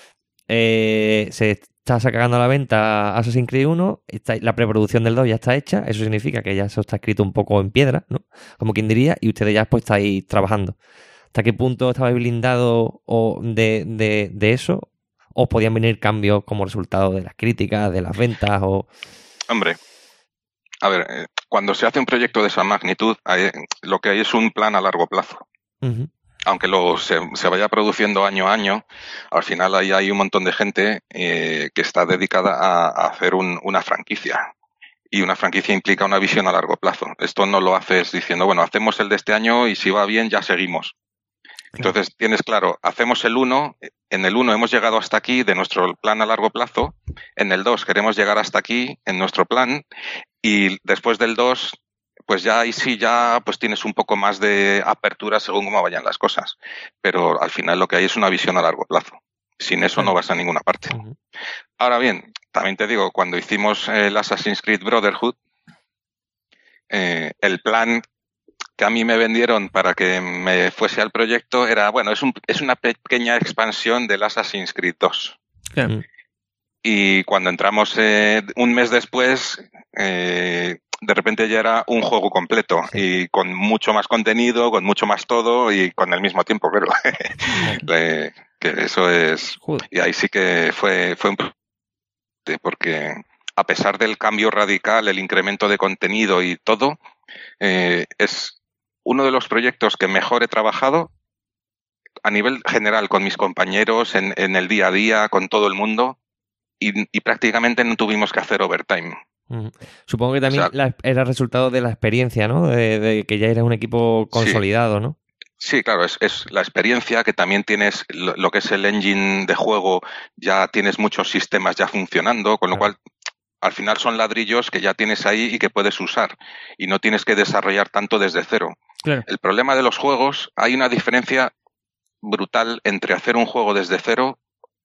S3: eh, se está sacando a la venta Assassin's Creed uno, está, la preproducción del dos ya está hecha, eso significa que ya eso está escrito un poco en piedra, ¿no? Como quien diría, y ustedes ya pues estáis trabajando. ¿Hasta qué punto estabais blindados o de, de, de eso? ¿O podían venir cambios como resultado de las críticas, de las ventas? O...
S5: Hombre, a ver, eh, cuando se hace un proyecto de esa magnitud, hay, lo que hay es un plan a largo plazo. Uh-huh. Aunque lo, se, se vaya produciendo año a año, al final ahí hay un montón de gente eh, que está dedicada a, a hacer un, una franquicia. Y una franquicia implica una visión a largo plazo. Esto no lo haces diciendo, bueno, hacemos el de este año y si va bien ya seguimos. Entonces tienes claro, hacemos el uno, en el uno hemos llegado hasta aquí de nuestro plan a largo plazo, en el dos queremos llegar hasta aquí en nuestro plan y después del dos... pues ya ahí sí ya pues tienes un poco más de apertura según cómo vayan las cosas. Pero al final lo que hay es una visión a largo plazo. Sin eso no vas a ninguna parte. Uh-huh. Ahora bien, también te digo, cuando hicimos el Assassin's Creed Brotherhood, eh, el plan que a mí me vendieron para que me fuese al proyecto era, bueno, es, un, es una pequeña expansión del Assassin's Creed dos. Uh-huh. Y cuando entramos eh, un mes después... Eh, de repente ya era un juego completo sí. y con mucho más contenido, con mucho más todo y con el mismo tiempo, claro. que eso es... Joder. Y ahí sí que fue, fue un... porque a pesar del cambio radical, el incremento de contenido y todo, eh, es uno de los proyectos que mejor he trabajado a nivel general con mis compañeros, en, en el día a día, con todo el mundo, y, y prácticamente no tuvimos que hacer overtime.
S3: Uh-huh. Supongo que también o sea, la, era resultado de la experiencia, ¿no? De, de que ya eras un equipo consolidado,
S5: sí.
S3: ¿no?
S5: Sí, claro, es, es la experiencia, que también tienes lo, lo que es el engine de juego, ya tienes muchos sistemas ya funcionando, con lo claro. cual al final son ladrillos que ya tienes ahí y que puedes usar, y no tienes que desarrollar tanto desde cero. Claro. El problema de los juegos, hay una diferencia brutal entre hacer un juego desde cero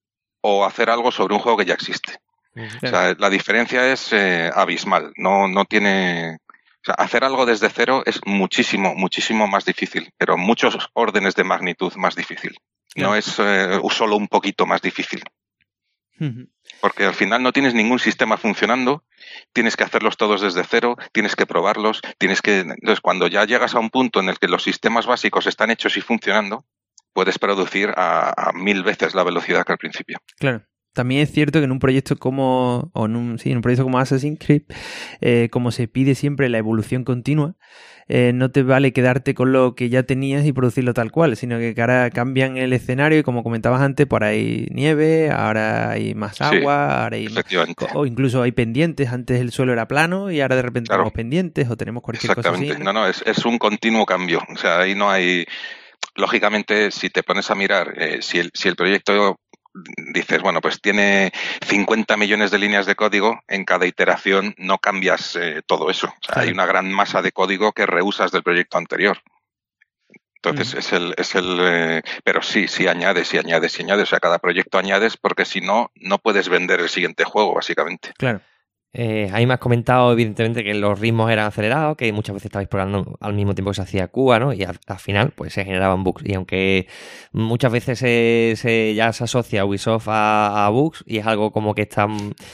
S5: o hacer algo sobre un juego que ya existe. Uh-huh. O sea, la diferencia es eh, abismal, no, no tiene... O sea, hacer algo desde cero es muchísimo, muchísimo más difícil, pero muchos órdenes de magnitud más difícil. Claro. No es eh, solo un poquito más difícil. Uh-huh. Porque al final no tienes ningún sistema funcionando, tienes que hacerlos todos desde cero, tienes que probarlos, tienes que... Entonces, cuando ya llegas a un punto en el que los sistemas básicos están hechos y funcionando, puedes producir a, a mil veces la velocidad que al principio.
S4: Claro. También es cierto que en un proyecto como, o en un, sí, en un proyecto como Assassin's Creed, eh, como se pide siempre la evolución continua, eh, no te vale quedarte con lo que ya tenías y producirlo tal cual, sino que ahora cambian el escenario y, como comentabas antes, por ahí nieve, ahora hay más agua, sí, ahora hay más, o incluso hay pendientes. Antes el suelo era plano y ahora de repente claro. tenemos pendientes o tenemos cualquier cosa así.
S5: Exactamente, no, no, es, es un continuo cambio. O sea, ahí no hay... Lógicamente, si te pones a mirar, eh, si, el, si el proyecto... dices, bueno, pues tiene cincuenta millones de líneas de código, en cada iteración no cambias eh, todo eso. O sea, claro. Hay una gran masa de código que reusas del proyecto anterior. Entonces, mm. es el... es el eh, pero sí, sí añades, sí añades, sí añades. O sea, cada proyecto añades porque si no, no puedes vender el siguiente juego, básicamente.
S3: Claro. Eh, ahí me has comentado, evidentemente, que los ritmos eran acelerados, que muchas veces estabais probando al mismo tiempo que se hacía Cuba, ¿no? Y al, al final, pues se generaban bugs. Y aunque muchas veces se, se, ya se asocia Ubisoft a, a bugs y es algo como que está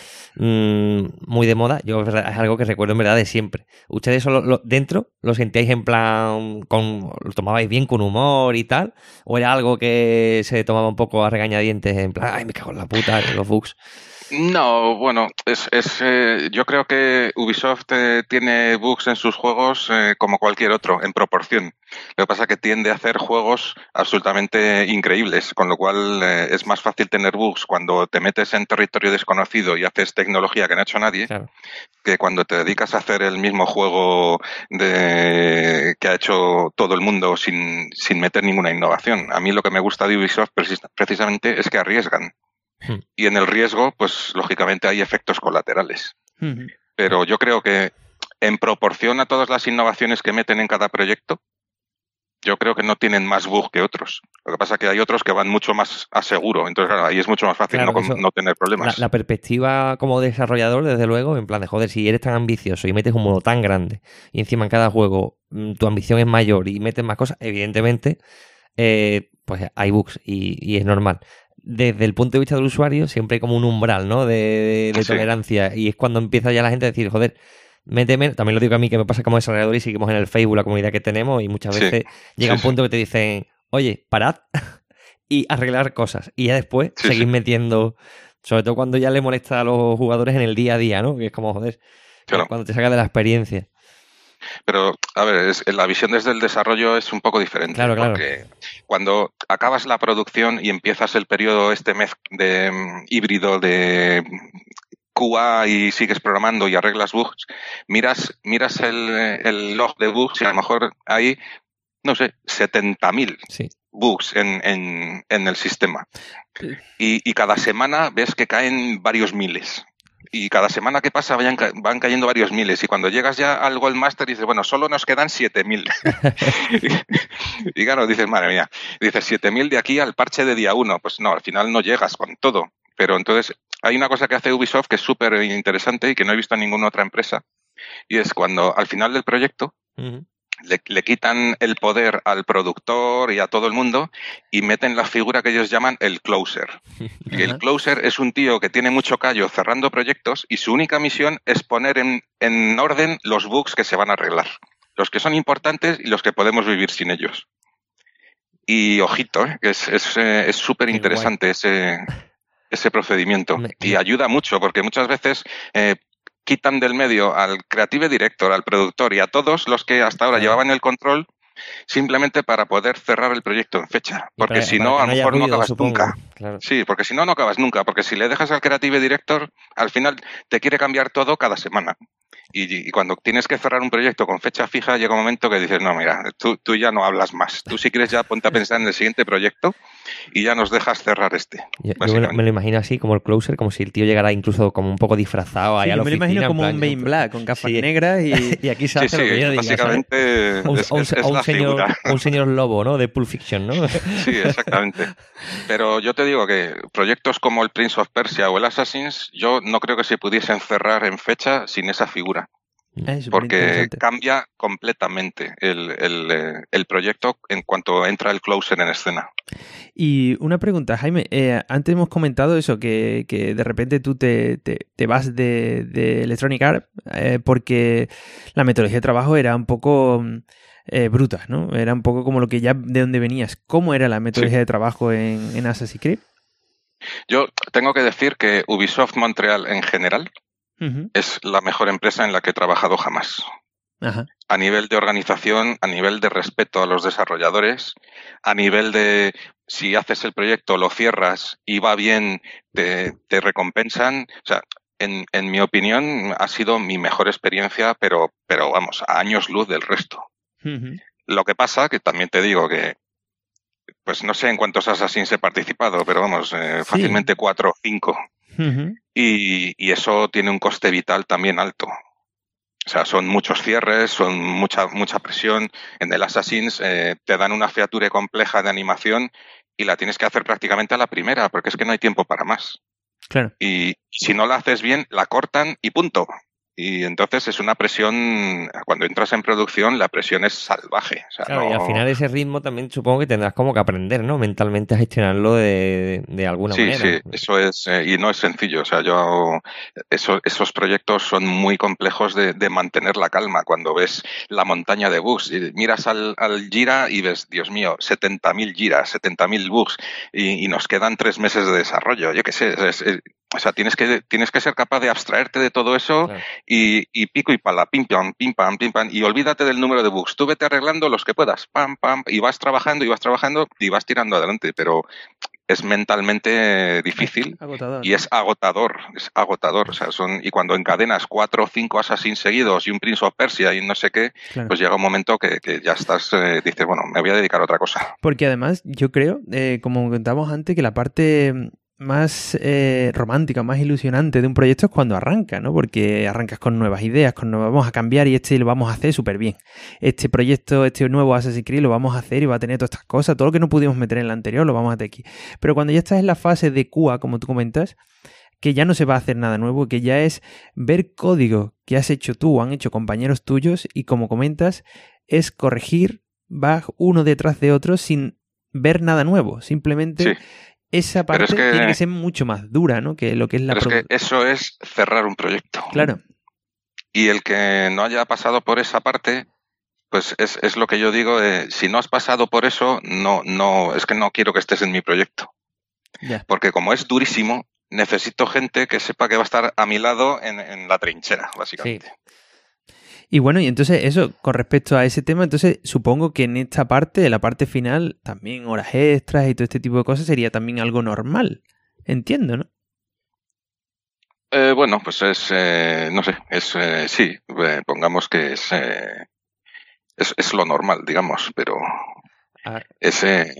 S3: mmm, muy de moda, yo es algo que recuerdo en verdad de siempre. ¿Ustedes solo lo, dentro lo sentíais en plan, con, lo tomabais bien, con humor y tal? ¿O era algo que se tomaba un poco a regañadientes, en plan, ay, me cago en la puta, los bugs?
S5: No, bueno, es, es eh, yo creo que Ubisoft eh, tiene bugs en sus juegos eh, como cualquier otro, en proporción. Lo que pasa es que tiende a hacer juegos absolutamente increíbles, con lo cual eh, es más fácil tener bugs cuando te metes en territorio desconocido y haces tecnología que no ha hecho nadie, claro. que cuando te dedicas a hacer el mismo juego de, que ha hecho todo el mundo sin, sin meter ninguna innovación. A mí lo que me gusta de Ubisoft precis, precisamente es que arriesgan. Y en el riesgo, pues lógicamente hay efectos colaterales. Uh-huh. Pero yo creo que en proporción a todas las innovaciones que meten en cada proyecto, yo creo que no tienen más bug que otros. Lo que pasa es que hay otros que van mucho más a seguro. Entonces, claro, ahí es mucho más fácil claro, no, eso, no tener problemas.
S3: La, la perspectiva como desarrollador, desde luego, en plan de, joder, si eres tan ambicioso y metes un modo tan grande y encima en cada juego tu ambición es mayor y metes más cosas, evidentemente, eh, pues hay bugs y, y es normal. Desde el punto de vista del usuario siempre hay como un umbral, ¿no? De, de, de sí. tolerancia. Y es cuando empieza ya la gente a decir, joder, méteme. También lo digo a mí que me pasa como desarrollador y seguimos en el Facebook, la comunidad que tenemos, y muchas veces sí. llega sí, un punto sí. que te dicen, oye, parad y arreglar cosas. Y ya después sí, seguís sí. metiendo, sobre todo cuando ya le molesta a los jugadores en el día a día, ¿no? Que es como, joder, claro. cuando te saca de la experiencia.
S5: Pero, a ver, es, la visión desde el desarrollo es un poco diferente.
S3: Claro, claro.
S5: Porque cuando acabas la producción y empiezas el periodo este mez de um, híbrido de Q A y sigues programando y arreglas bugs, miras miras el, el log de bugs y a lo mejor hay, no sé, setenta mil sí. bugs en, en, en el sistema. Sí. Y, y cada semana ves que caen varios miles. Y cada semana que pasa vayan, van cayendo varios miles. Y cuando llegas ya al Gold Master dices, bueno, solo nos quedan siete mil. y, y claro, dices, madre mía, dices siete mil de aquí al parche de día uno. Pues no, al final no llegas con todo. Pero entonces hay una cosa que hace Ubisoft que es súper interesante y que no he visto en ninguna otra empresa. Y es cuando al final del proyecto uh-huh. le, le quitan el poder al productor y a todo el mundo y meten la figura que ellos llaman el closer. Y el closer es un tío que tiene mucho callo cerrando proyectos y su única misión es poner en, en orden los bugs que se van a arreglar, los que son importantes y los que podemos vivir sin ellos. Y ojito, ¿eh? es es eh, es súper interesante ese, ese procedimiento. Y ayuda mucho, porque muchas veces eh, quitan del medio al creative director, al productor y a todos los que hasta ahora claro. llevaban el control simplemente para poder cerrar el proyecto en fecha. Porque para, si no, a lo mejor ruido, no acabas supongo. nunca. Claro. Sí, porque si no, no acabas nunca. Porque si le dejas al creative director, al final te quiere cambiar todo cada semana. Y, y cuando tienes que cerrar un proyecto con fecha fija, llega un momento que dices, no, mira, tú, tú ya no hablas más. Tú si quieres ya ponte a pensar en el siguiente proyecto y ya nos dejas cerrar este.
S3: Yo, yo me lo imagino así, como el closer, como si el tío llegara incluso como un poco disfrazado ahí sí, a la
S4: yo me
S3: oficina.
S4: lo imagino como
S3: plan,
S4: un Main Black, con gafas sí. negras y...
S3: y aquí se hace
S5: sí,
S3: lo
S5: sí,
S3: que yo diga.
S5: Básicamente
S3: un,
S5: es,
S3: un,
S5: es, es
S3: un
S5: la
S3: señor,
S5: figura.
S3: Un señor lobo, ¿no? De Pulp Fiction, ¿no?
S5: Sí, exactamente. Pero yo te digo que proyectos como el Prince of Persia o el Assassins, yo no creo que se pudiesen cerrar en fecha sin esa figura. Es porque cambia completamente el, el, el proyecto en cuanto entra el closer en escena.
S4: Y una pregunta, Jaime. Eh, antes hemos comentado eso, que, que de repente tú te, te, te vas de, de Electronic Arts eh, porque la metodología de trabajo era un poco eh, bruta, ¿no? Era un poco como lo que ya de donde venías. ¿Cómo era la metodología sí. de trabajo en, en Assassin's Creed?
S5: Yo tengo que decir que Ubisoft Montreal en general Uh-huh. es la mejor empresa en la que he trabajado jamás. Uh-huh. A nivel de organización, a nivel de respeto a los desarrolladores, a nivel de si haces el proyecto, lo cierras y va bien, te, te recompensan. O sea, en, en mi opinión ha sido mi mejor experiencia, pero, pero vamos, a años luz del resto. Uh-huh. Lo que pasa, que también te digo que pues no sé en cuántos Assassins he participado, pero vamos, eh, sí. fácilmente cuatro o cinco. Uh-huh. Y, y eso tiene un coste vital también alto. O sea, son muchos cierres, son mucha mucha presión. En el Assassins eh, te dan una feature compleja de animación y la tienes que hacer prácticamente a la primera, porque es que no hay tiempo para más.
S4: Claro.
S5: Y si no la haces bien, la cortan y punto. Y entonces es una presión, cuando entras en producción, la presión es salvaje. O sea,
S3: claro,
S5: no...
S3: y al final ese ritmo también supongo que tendrás como que aprender, ¿no? Mentalmente a gestionarlo de, de alguna
S5: sí,
S3: manera.
S5: Sí, sí, eso es, eh, y no es sencillo. O sea, yo, eso, esos proyectos son muy complejos de, de mantener la calma. Cuando ves la montaña de bugs, y miras al, al Jira y ves, Dios mío, setenta mil Jiras, setenta mil bugs, y, y nos quedan tres meses de desarrollo. Yo qué sé, es, es, o sea, tienes que, tienes que ser capaz de abstraerte de todo eso. Claro. Y, y pico y pala, pim pam, pim pam, pim pam, y olvídate del número de bugs. Tú vete arreglando los que puedas, pam, pam, y vas trabajando y vas trabajando y vas tirando adelante, pero es mentalmente difícil
S4: agotador.
S5: Y es agotador, es agotador. O sea, son y cuando encadenas cuatro o cinco Assassins seguidos y un Prince of Persia y no sé qué, claro. pues llega un momento que, que ya estás, eh, dices, bueno, me voy a dedicar a otra cosa.
S4: Porque además yo creo, eh, como contábamos antes, que la parte más eh, romántica, más ilusionante de un proyecto es cuando arranca, ¿no? Porque arrancas con nuevas ideas, con nuevas, vamos a cambiar y este lo vamos a hacer súper bien. Este proyecto, este nuevo Assassin's Creed lo vamos a hacer y va a tener todas estas cosas, todo lo que no pudimos meter en el anterior lo vamos a hacer aquí. Pero cuando ya estás en la fase de Q A, como tú comentas, que ya no se va a hacer nada nuevo, que ya es ver código que has hecho tú o han hecho compañeros tuyos y como comentas, es corregir, va uno detrás de otro sin ver nada nuevo, simplemente... Sí. Esa parte es que, tiene que ser mucho más dura, ¿no? Que lo que es la
S5: pero produ- es que eso es cerrar un proyecto.
S4: Claro.
S5: Y el que no haya pasado por esa parte, pues es, es lo que yo digo, eh, si no has pasado por eso, no, no, es que no quiero que estés en mi proyecto.
S4: Yeah.
S5: Porque como es durísimo, necesito gente que sepa que va a estar a mi lado en, en la trinchera, básicamente.
S4: Sí. Y bueno, y entonces eso, con respecto a ese tema, entonces supongo que en esta parte, en la parte final, también horas extras y todo este tipo de cosas sería también algo normal. Entiendo, ¿no?
S5: Eh, bueno, pues es, eh, no sé, es, eh, sí, eh, pongamos que es, eh, es, es lo normal, digamos, pero ah. es, eh,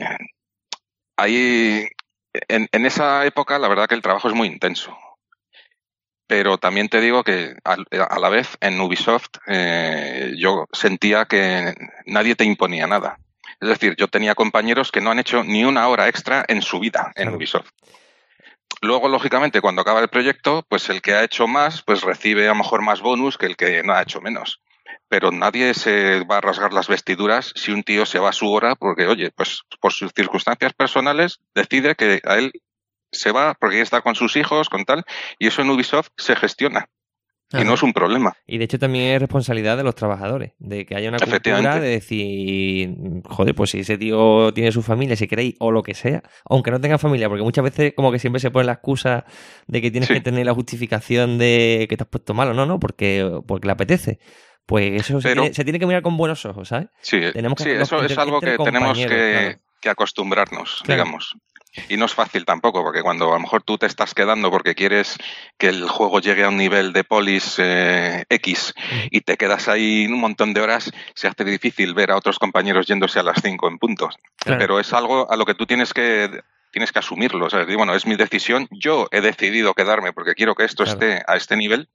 S5: ahí, en, en esa época, la verdad que el trabajo es muy intenso. Pero también te digo que a, a la vez en Ubisoft eh, yo sentía que nadie te imponía nada. Es decir, yo tenía compañeros que no han hecho ni una hora extra en su vida en claro. Ubisoft. Luego, lógicamente, cuando acaba el proyecto, pues el que ha hecho más, pues recibe a lo mejor más bonus que el que no ha hecho menos. pero nadie se va a rasgar las vestiduras si un tío se va a su hora porque, oye, pues por sus circunstancias personales decide que a él se va porque quiere estar con sus hijos, con tal, y eso en Ubisoft se gestiona. Y no es un problema.
S3: Y de hecho también es responsabilidad de los trabajadores, de que haya una cultura de decir, joder, pues si ese tío tiene su familia, si queréis, o lo que sea, aunque no tenga familia, porque muchas veces como que siempre se pone la excusa de que tienes sí. que tener la justificación de que te has puesto malo, no, no, porque, porque le apetece. Pues eso Pero, se, tiene, se tiene que mirar con buenos ojos, ¿sabes?
S5: Sí, tenemos que, sí eso es algo que tenemos que, claro. que acostumbrarnos, claro. digamos. Y no es fácil tampoco, porque cuando a lo mejor tú te estás quedando porque quieres que el juego llegue a un nivel de polis eh, X y te quedas ahí un montón de horas, se hace difícil ver a otros compañeros yéndose a las cinco en puntos. Claro. Pero es algo a lo que tú tienes que tienes que asumirlo. O sea, bueno, es mi decisión, yo he decidido quedarme porque quiero que esto claro. esté a este nivel.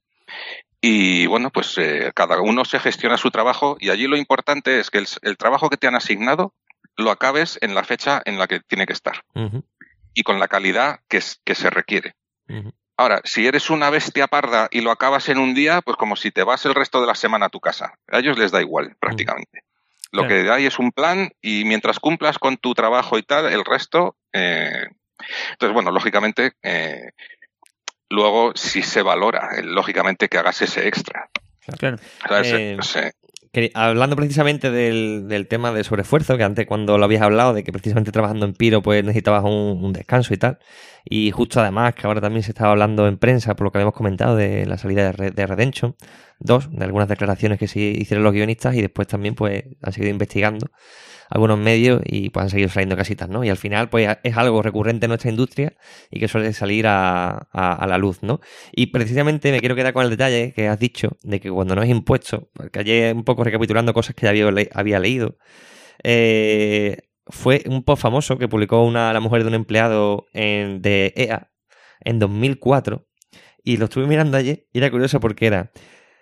S5: Y bueno, pues eh, cada uno se gestiona su trabajo y allí lo importante es que el, el trabajo que te han asignado lo acabes en la fecha en la que tiene que estar uh-huh. y con la calidad que, que se requiere. Uh-huh. Ahora, si eres una bestia parda y lo acabas en un día, pues como si te vas el resto de la semana a tu casa. A ellos les da igual, prácticamente. Uh-huh. Lo claro. que hay es un plan y mientras cumplas con tu trabajo y tal, el resto... Eh... Entonces, bueno, lógicamente, eh... luego sí se valora, eh, lógicamente, que hagas ese extra.
S3: Claro. ¿Sabes? Eh... No sé. Que, hablando precisamente del, del tema de sobreesfuerzo, que antes cuando lo habías hablado, de que precisamente trabajando en Pyro pues necesitabas un, un descanso y tal, y justo además que ahora también se estaba hablando en prensa, por lo que habíamos comentado, de la salida de, Re, de Redemption dos, de algunas declaraciones que sí hicieron los guionistas y después también pues han seguido investigando algunos medios y pues han seguido saliendo casitas, ¿no? Y al final pues es algo recurrente en nuestra industria y que suele salir a, a, a la luz, ¿no? Y precisamente me quiero quedar con el detalle que has dicho de que cuando no es impuesto, porque ayer un poco recapitulando cosas que ya había, le, había leído, eh, fue un post famoso que publicó una, la mujer de un empleado en, de E A en dos mil cuatro y lo estuve mirando ayer y era curioso porque era,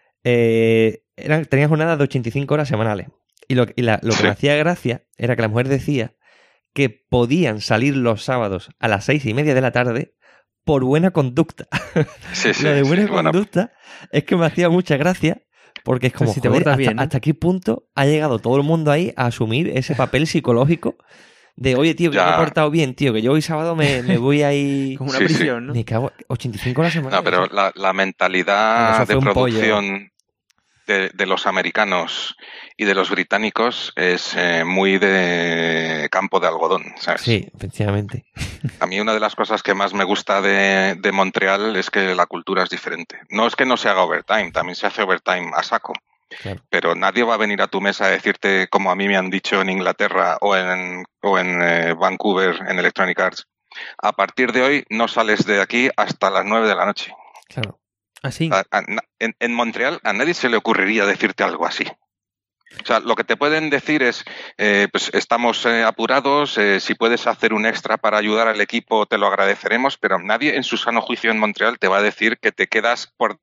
S3: eh, eran, tenía jornadas de ochenta y cinco horas semanales. Y lo, y la, lo que me hacía gracia era que la mujer decía que podían salir los sábados a las seis y media de la tarde por buena conducta.
S5: Sí, sí,
S3: lo de buena
S5: sí,
S3: conducta bueno. es que me hacía mucha gracia porque es como, si joder, hasta, bien, ¿no? hasta qué punto ha llegado todo el mundo ahí a asumir ese papel psicológico de, oye, tío, que ya. me he portado bien, tío, que yo hoy sábado me, me voy ahí...
S4: Como una
S3: sí,
S4: prisión,
S3: sí.
S4: ¿no?
S3: Me cago ochenta y cinco horas semanales.
S5: No, pero la, la mentalidad de producción... De, de los americanos y de los británicos es eh, muy de campo de algodón, ¿sabes?
S3: Sí, efectivamente.
S5: A mí una de las cosas que más me gusta de, de Montreal es que la cultura es diferente. No es que no se haga overtime, también se hace overtime a saco. Claro. Pero nadie va a venir a tu mesa a decirte, como a mí me han dicho en Inglaterra o en, o en eh, Vancouver, en Electronic Arts, a partir de hoy no sales de aquí hasta las nueve de la noche.
S3: Claro.
S4: ¿Así?
S5: A, a, en, en Montreal a nadie se le ocurriría decirte algo así. O sea, lo que te pueden decir es, eh, pues estamos eh, apurados, eh, si puedes hacer un extra para ayudar al equipo te lo agradeceremos, pero nadie en su sano juicio en Montreal te va a decir que te quedas por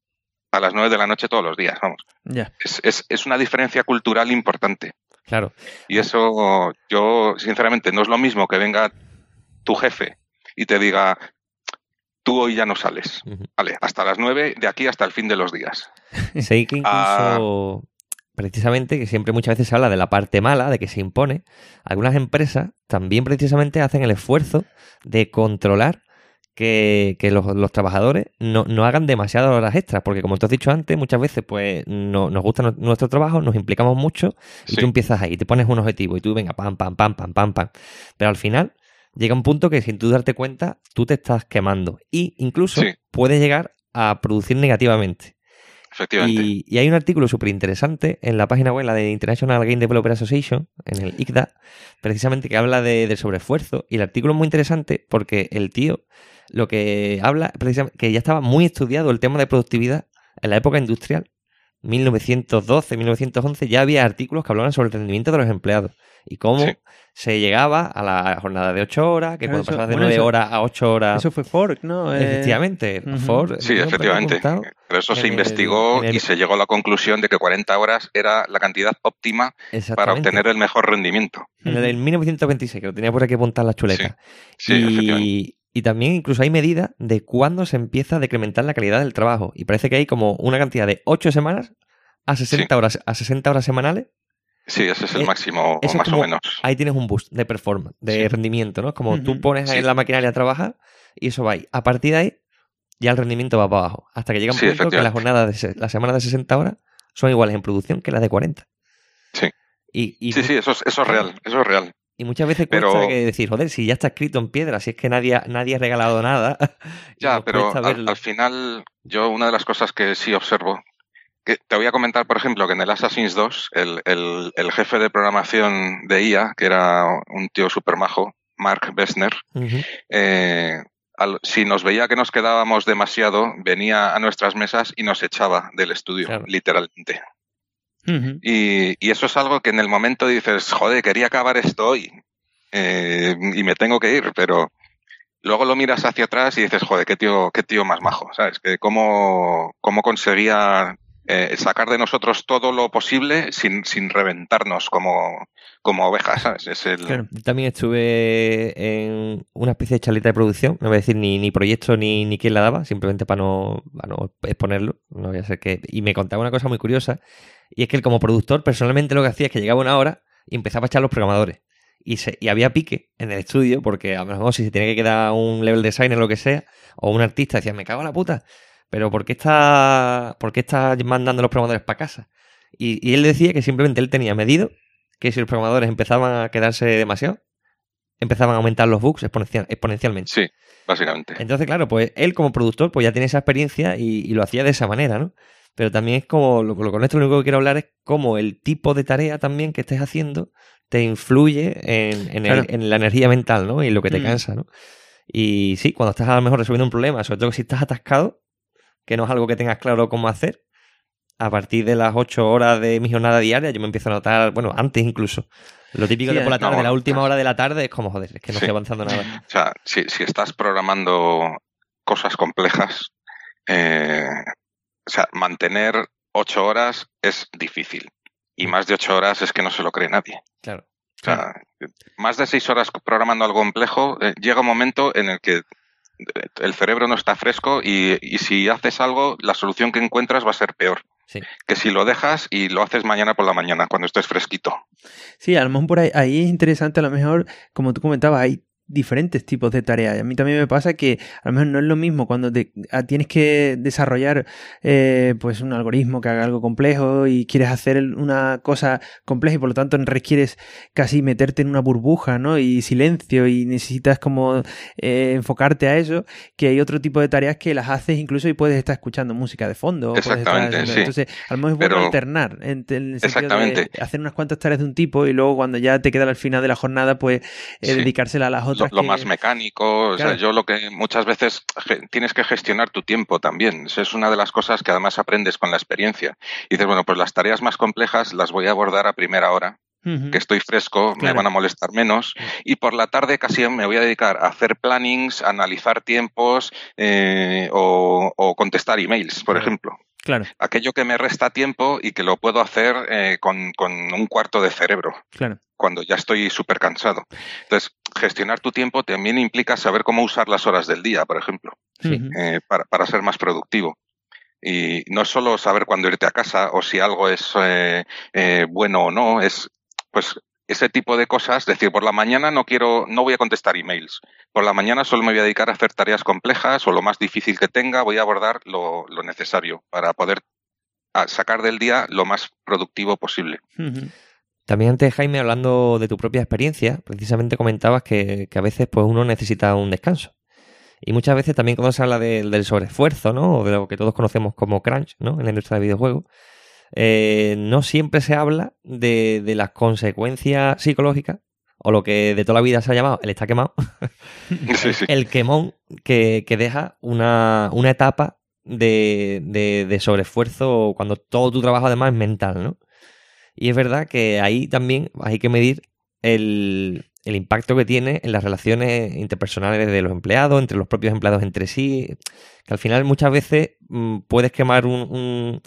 S5: a las nueve de la noche todos los días, vamos.
S4: Yeah.
S5: Es, es, es una diferencia cultural importante.
S3: Claro.
S5: Y eso, yo, sinceramente, no es lo mismo que venga tu jefe y te diga... Tú hoy ya no sales. Uh-huh. Vale, hasta las nueve, de aquí hasta el fin de los días.
S3: Sé que incluso, uh, precisamente, que siempre muchas veces se habla de la parte mala, de que se impone, algunas empresas también precisamente hacen el esfuerzo de controlar que, que los, los trabajadores no, no hagan demasiadas horas extras, porque como tú has dicho antes, muchas veces pues no, nos gusta nuestro trabajo, nos implicamos mucho y sí. tú empiezas ahí, te pones un objetivo y tú venga, pam, pam, pam, pam, pam, pam. Pero al final... llega un punto que sin tú darte cuenta, tú te estás quemando. Y incluso sí. puedes llegar a producir negativamente.
S5: Efectivamente.
S3: Y, y hay un artículo súper interesante en la página web, la de International Game Developer Association, en el I C D A, precisamente que habla de, de sobreesfuerzo. Y el artículo es muy interesante porque el tío lo que habla, precisamente, que ya estaba muy estudiado el tema de productividad en la época industrial. mil novecientos doce, mil novecientos once, ya había artículos que hablaban sobre el rendimiento de los empleados y cómo sí. se llegaba a la jornada de ocho horas, que claro, cuando eso, pasabas de bueno, nueve eso, horas a ocho horas...
S4: Eso fue Ford, ¿no?
S3: Efectivamente,
S4: uh-huh.
S3: Ford...
S5: Sí, efectivamente. Pero eso se
S3: el,
S5: investigó el... y se llegó a la conclusión de que cuarenta horas era la cantidad óptima para obtener el mejor rendimiento.
S3: En el del mil novecientos veintiséis, que lo tenía por aquí apuntar la chuleta.
S5: Sí, sí
S3: y...
S5: efectivamente.
S3: Y también incluso hay medidas de cuándo se empieza a decrementar la calidad del trabajo. Y parece que hay como una cantidad de ocho semanas a sesenta,
S5: Sí.
S3: horas, a sesenta horas semanales.
S5: Sí, ese es el
S3: Eh,
S5: máximo,
S3: eso es
S5: más
S3: como-
S5: o menos.
S3: Ahí tienes un boost de performance, de
S5: Sí.
S3: rendimiento, ¿no? Es como tú
S4: Ujú.
S3: pones
S5: Sí.
S3: en la maquinaria a trabajar y eso va ahí. A partir de ahí, ya el rendimiento va para abajo. Hasta que llega un
S5: Sí,
S3: punto que la
S5: efectivamente.
S3: jornada de se- la semana de sesenta horas son iguales en producción que las de cuarenta.
S5: Sí.
S3: Y, y
S5: Sí,
S3: mu-
S5: sí, eso es, eso es real, eso es real.
S3: Y muchas veces cuesta
S5: Pero-
S3: que decir, joder, si ya está escrito en piedra, si es que nadie, ha- nadie ha regalado nada. y
S5: Ya,
S3: nos
S5: pero
S3: cuesta
S5: al,
S3: verlo.
S5: al final, yo una de las cosas que sí observo, que te voy a comentar, por ejemplo, que en el Assassin's dos, el, el, el jefe de programación de I A, que era un tío súper majo, Mark Bessner,
S3: Ujú.
S5: eh, al- si nos veía que nos quedábamos demasiado, venía a nuestras mesas y nos echaba del estudio,
S3: Claro.
S5: literalmente.
S4: Ujú.
S5: Y, y eso es algo que en el momento dices, joder, quería acabar esto hoy eh, y me tengo que ir, pero luego lo miras hacia atrás y dices, joder, qué tío, qué tío más majo, ¿sabes? Que cómo, cómo conseguía eh, sacar de nosotros todo lo posible sin, sin reventarnos como, como ovejas, ¿sabes? Es el...
S4: Claro.
S3: Yo también estuve en una especie de charlita de producción, no voy a decir ni, ni proyecto ni, ni quién la daba, simplemente para no, para no exponerlo, no voy a ser que... Y me contaba una cosa muy curiosa, y es que él como productor personalmente lo que hacía es que llegaba una hora y empezaba a echar los programadores. Y, se, y había pique en el estudio, porque a lo mejor si se tiene que quedar un level designer o lo que sea, o un artista, decía, me cago en la puta, pero ¿por qué está, por qué está mandando los programadores para casa? Y, y él decía que simplemente él tenía medido que si los programadores empezaban a quedarse demasiado, empezaban a aumentar los bugs exponencial, exponencialmente.
S5: Sí, básicamente.
S3: Entonces, claro, pues él como productor pues ya tiene esa experiencia y, y lo hacía de esa manera, ¿no? Pero también es como, lo, lo con esto lo único que quiero hablar es cómo el tipo de tarea también que estés haciendo te influye en, en,
S4: Claro.
S3: el, en la energía mental, ¿no? Y lo que te
S4: Mm.
S3: cansa, ¿no? Y sí, cuando estás a lo mejor resolviendo un problema, sobre todo si estás atascado, que no es algo que tengas claro cómo hacer, a partir de las ocho horas de mi jornada diaria yo me empiezo a notar, bueno, antes incluso, lo típico
S4: Sí,
S3: de por la
S5: no,
S3: tarde, la
S5: bueno,
S3: última hora de la tarde es como, joder, es que no
S5: sí.
S3: estoy avanzando nada.
S5: O sea, si, si estás programando cosas complejas, eh, o sea, mantener ocho horas es difícil. Y más de ocho horas es que no se lo cree nadie.
S3: Claro.
S5: O sea, más de seis horas programando algo complejo, eh, llega un momento en el que el cerebro no está fresco y, y si haces algo, la solución que encuentras va a ser peor.
S3: Sí.
S5: Que si lo dejas y lo haces mañana por la mañana, cuando estés fresquito.
S4: Sí, a lo mejor por ahí, ahí es interesante, a lo mejor, como tú comentabas, hay diferentes tipos de tareas. Y a mí también me pasa que a lo mejor no es lo mismo cuando te, a, tienes que desarrollar eh, pues un algoritmo que haga algo complejo y quieres hacer una cosa compleja y por lo tanto requieres casi meterte en una burbuja, ¿no? Y silencio y necesitas como eh, enfocarte a eso, que hay otro tipo de tareas que las haces incluso y puedes estar escuchando música de fondo. Puedes estar
S5: Exactamente,
S4: haciendo-
S5: sí.
S4: Entonces, a lo mejor es bueno
S5: Pero-
S4: alternar en, en el sentido
S5: Exactamente.
S4: de hacer unas cuantas tareas de un tipo y luego cuando ya te queda al final de la jornada, pues eh,
S5: Sí.
S4: dedicársela a las
S5: Lo,
S4: otras.
S5: lo
S4: que...
S5: más mecánico, o
S4: Claro.
S5: sea, yo lo que muchas veces ge- tienes que gestionar tu tiempo también. Esa es una de las cosas que además aprendes con la experiencia. Y dices, bueno, pues las tareas más complejas las voy a abordar a primera hora,
S4: Ujú.
S5: que estoy fresco, me
S4: Claro.
S5: van a molestar menos, y por la tarde casi me voy a dedicar a hacer plannings, a analizar tiempos eh, o, o contestar emails, por
S3: Claro.
S5: ejemplo.
S4: Claro,
S5: Aquello que me resta tiempo y que lo puedo hacer eh, con, con un cuarto de cerebro,
S4: claro.
S5: cuando ya estoy súper cansado. Entonces, gestionar tu tiempo también implica saber cómo usar las horas del día, por ejemplo,
S3: Sí.
S4: Ujú.
S5: eh, para, para ser más productivo. Y no es solo saber cuándo irte a casa o si algo es eh, eh, bueno o no, es pues ese tipo de cosas, decir, por la mañana no quiero, no voy a contestar emails. Por la mañana solo me voy a dedicar a hacer tareas complejas o lo más difícil que tenga, voy a abordar lo, lo necesario para poder a, sacar del día lo más productivo posible.
S4: Ujú.
S3: También antes, Jaime, hablando de tu propia experiencia, precisamente comentabas que, que a veces pues uno necesita un descanso. Y muchas veces también cuando se habla de- del sobreesfuerzo, ¿no? O de lo que todos conocemos como crunch, ¿no? En la industria de videojuegos, eh, no siempre se habla de, de las consecuencias psicológicas o lo que de toda la vida se ha llamado el está quemado,
S5: Sí, sí.
S3: el quemón que, que deja una, una etapa de, de, de sobreesfuerzo cuando todo tu trabajo además es mental, ¿no? Y es verdad que ahí también hay que medir el, el impacto que tiene en las relaciones interpersonales de los empleados, entre los propios empleados entre sí, que al final muchas veces mmm, puedes quemar un... un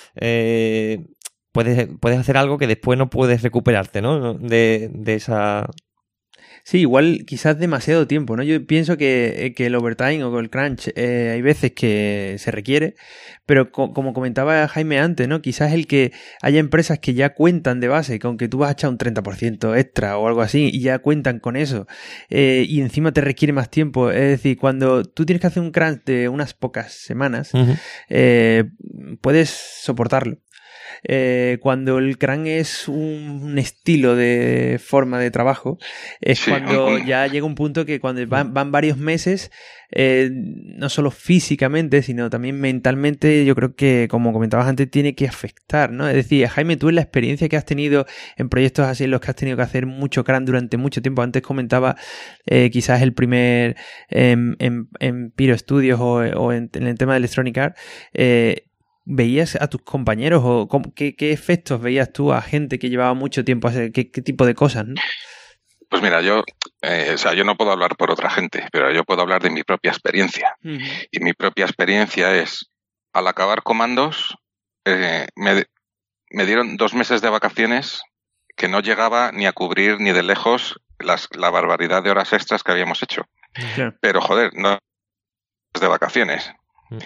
S3: eh, puedes, puedes hacer algo que después no puedes recuperarte, ¿no? De, de esa...
S4: Sí, igual quizás demasiado tiempo, ¿no? Yo pienso que, que el overtime o el crunch eh, hay veces que se requiere, pero co- como comentaba Jaime antes, ¿no? Quizás el que haya empresas que ya cuentan de base, que aunque tú vas a echar un treinta por ciento extra o algo así, y ya cuentan con eso, eh, y encima te requiere más tiempo. Es decir, cuando tú tienes que hacer un crunch de unas pocas semanas, uh-huh. eh, puedes soportarlo. Eh, cuando el crunch es un estilo de forma de trabajo, es sí, cuando un... ya llega un punto que cuando van, van varios meses, eh, no solo físicamente, sino también mentalmente, yo creo que, como comentabas antes, tiene que afectar, ¿no? Es decir, Jaime, tú en la experiencia que has tenido en proyectos así en los que has tenido que hacer mucho crunch durante mucho tiempo, antes comentaba eh, quizás el primer en, en, en Pyro Studios o, o en, en el tema de Electronic Arts, eh, ¿veías a tus compañeros o cómo, qué, qué efectos veías tú a gente que llevaba mucho tiempo a hacer qué, qué tipo de cosas, ¿no?
S5: Pues mira, yo, eh, o sea, yo no puedo hablar por otra gente, pero yo puedo hablar de mi propia experiencia. Uh-huh. Y mi propia experiencia es, al acabar comandos, eh, me, me dieron dos meses de vacaciones que no llegaba ni a cubrir ni de lejos las, la barbaridad de horas extras que habíamos hecho. Uh-huh. Pero joder, no de vacaciones. Uh-huh.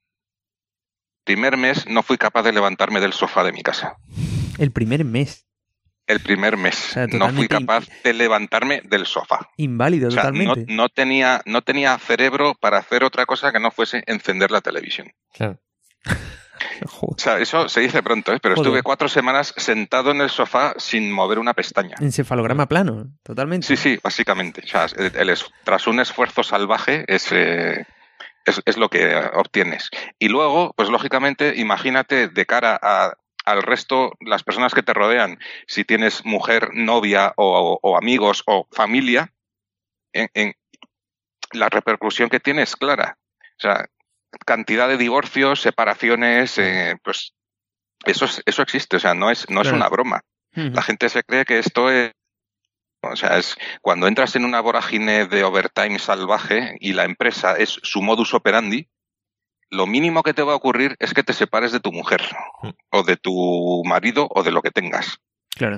S5: Primer mes no fui capaz de levantarme del sofá de mi casa.
S4: ¿El primer mes?
S5: El primer mes. O sea, no fui capaz de levantarme del sofá.
S4: Inválido, o sea, totalmente.
S5: No, no, tenía, no tenía cerebro para hacer otra cosa que no fuese encender la televisión. Claro. O sea, eso se dice pronto, ¿eh? Pero Joder. Estuve cuatro semanas sentado en el sofá sin mover una pestaña.
S4: Encefalograma plano, totalmente.
S5: Sí, sí, básicamente. O sea, el, el, tras un esfuerzo salvaje es... Eh, Es, es lo que obtienes. Y luego, pues lógicamente, imagínate de cara a, al resto, las personas que te rodean, si tienes mujer, novia o, o amigos o familia, en, en la repercusión que tiene es clara. O sea, cantidad de divorcios, separaciones, eh, pues eso, es, eso existe. O sea, no es, no es una broma. Uh-huh. La gente se cree que esto es... O sea, es cuando entras en una vorágine de overtime salvaje y la empresa es su modus operandi, lo mínimo que te va a ocurrir es que te separes de tu mujer o de tu marido o de lo que tengas.
S4: Claro.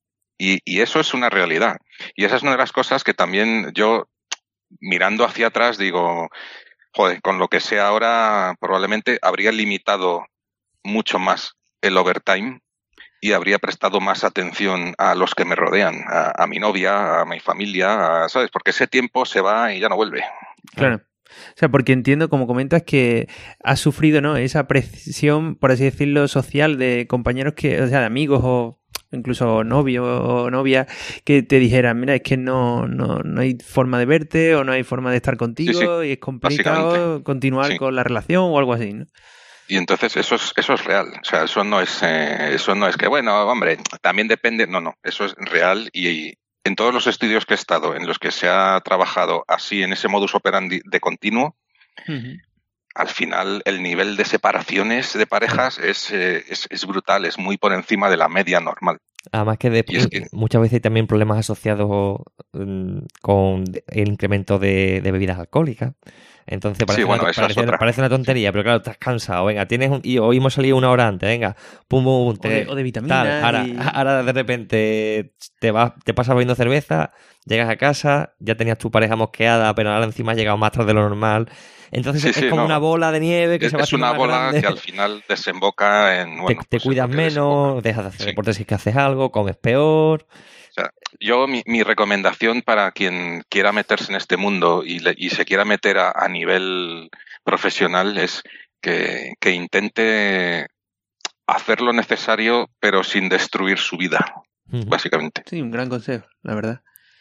S5: Y, y eso es una realidad. Y esa es una de las cosas que también yo, mirando hacia atrás, digo, joder, con lo que sé ahora probablemente habría limitado mucho más el overtime y habría prestado más atención a los que me rodean, a, a mi novia, a mi familia, a, ¿sabes? Porque ese tiempo se va y ya no vuelve.
S4: Claro. O sea, porque entiendo, como comentas, que has sufrido, ¿no? Esa presión, por así decirlo, social de compañeros que, o sea, de amigos o incluso novio o novia que te dijeran, mira, es que no, no, no hay forma de verte o no hay forma de estar contigo sí, sí. y es complicado continuar sí. con la relación o algo así, ¿no?
S5: Y entonces eso es eso es real, o sea, eso no es eh, eso no es que bueno, hombre, también depende, no, no, eso es real y, y en todos los estudios que he estado en los que se ha trabajado así en ese modus operandi de continuo, uh-huh. al final el nivel de separaciones de parejas es, eh, es es brutal, es muy por encima de la media normal.
S3: Además que, de, es que muchas veces hay también problemas asociados um, con el incremento de, de bebidas alcohólicas. Entonces parece, sí, bueno, una, parece, es parece una tontería, pero claro, estás cansado, venga, tienes un, y hoy hemos salido una hora antes, venga, pum, pum, te,
S4: o, de, o de vitaminas.
S3: Ahora,
S4: y...
S3: ahora de repente te vas, te pasas bebiendo cerveza, llegas a casa, ya tenías tu pareja mosqueada, pero ahora encima has llegado más tarde de lo normal. Entonces sí, es sí, como no. una bola de nieve que
S5: es,
S3: se va
S5: es una
S3: más
S5: bola
S3: grande.
S5: Que al final desemboca en... Bueno,
S3: te, te
S5: pues
S3: cuidas menos, desemboca. dejas de hacer sí. deportes si es que haces algo, comes peor...
S5: O sea, yo, mi, mi recomendación para quien quiera meterse en este mundo y, le, y se quiera meter a, a nivel profesional es que, que intente hacer lo necesario pero sin destruir su vida, uh-huh. básicamente.
S4: Sí, un gran consejo, la verdad.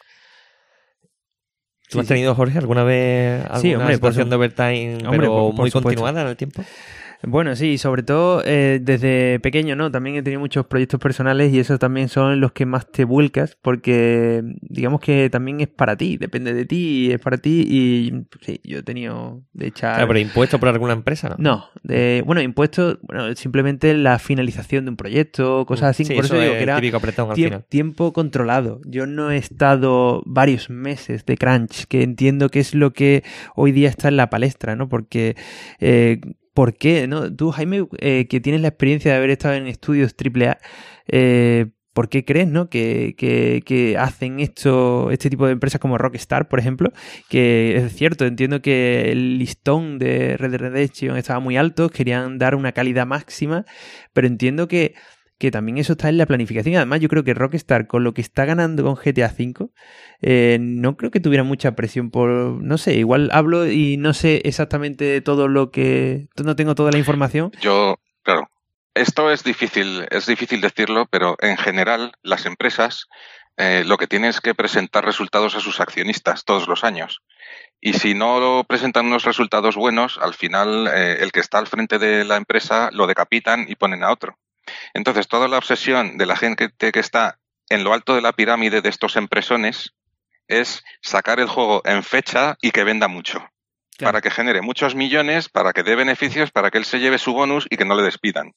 S3: ¿Tú sí, has tenido, Jorge, alguna vez alguna sí, hombre, situación de overtime hombre, pero por, por muy supuesto. continuada en el tiempo?
S4: Bueno, sí, sobre todo eh, desde pequeño, ¿no? También he tenido muchos proyectos personales y esos también son los que más te vuelcas porque digamos que también es para ti, depende de ti, es para ti y sí, yo he tenido de echar...
S3: Claro, pero impuesto por alguna empresa, ¿no?
S4: No, de, bueno, impuestos, bueno, simplemente la finalización de un proyecto, cosas así,
S3: sí,
S4: por eso,
S3: eso
S4: digo que era
S3: típico apretón al
S4: tie-
S3: final.
S4: tiempo controlado. Yo no he estado varios meses de crunch, que entiendo que es lo que hoy día está en la palestra, ¿no? Porque... Eh, ¿Por qué? ¿No? Tú, Jaime, eh, que tienes la experiencia de haber estado en estudios triple A, eh, ¿por qué crees, ¿no? que, que, que hacen esto, este tipo de empresas como Rockstar, por ejemplo? Que es cierto, entiendo que el listón de Red Dead Redemption estaba muy alto, querían dar una calidad máxima, pero entiendo que, que también eso está en la planificación. Y además yo creo que Rockstar, con lo que está ganando con G T A cinco, eh, no creo que tuviera mucha presión por... No sé, igual hablo y no sé exactamente todo lo que... No tengo toda la información.
S5: Yo, claro. Esto es difícil, es difícil decirlo, pero en general las empresas eh, lo que tienen es que presentar resultados a sus accionistas todos los años. Y si no presentan unos resultados buenos, al final eh, el que está al frente de la empresa lo decapitan y ponen a otro. Entonces, toda la obsesión de la gente que está en lo alto de la pirámide de estos empresones es sacar el juego en fecha y que venda mucho. Claro. Para que genere muchos millones, para que dé beneficios, para que él se lleve su bonus y que no le despidan.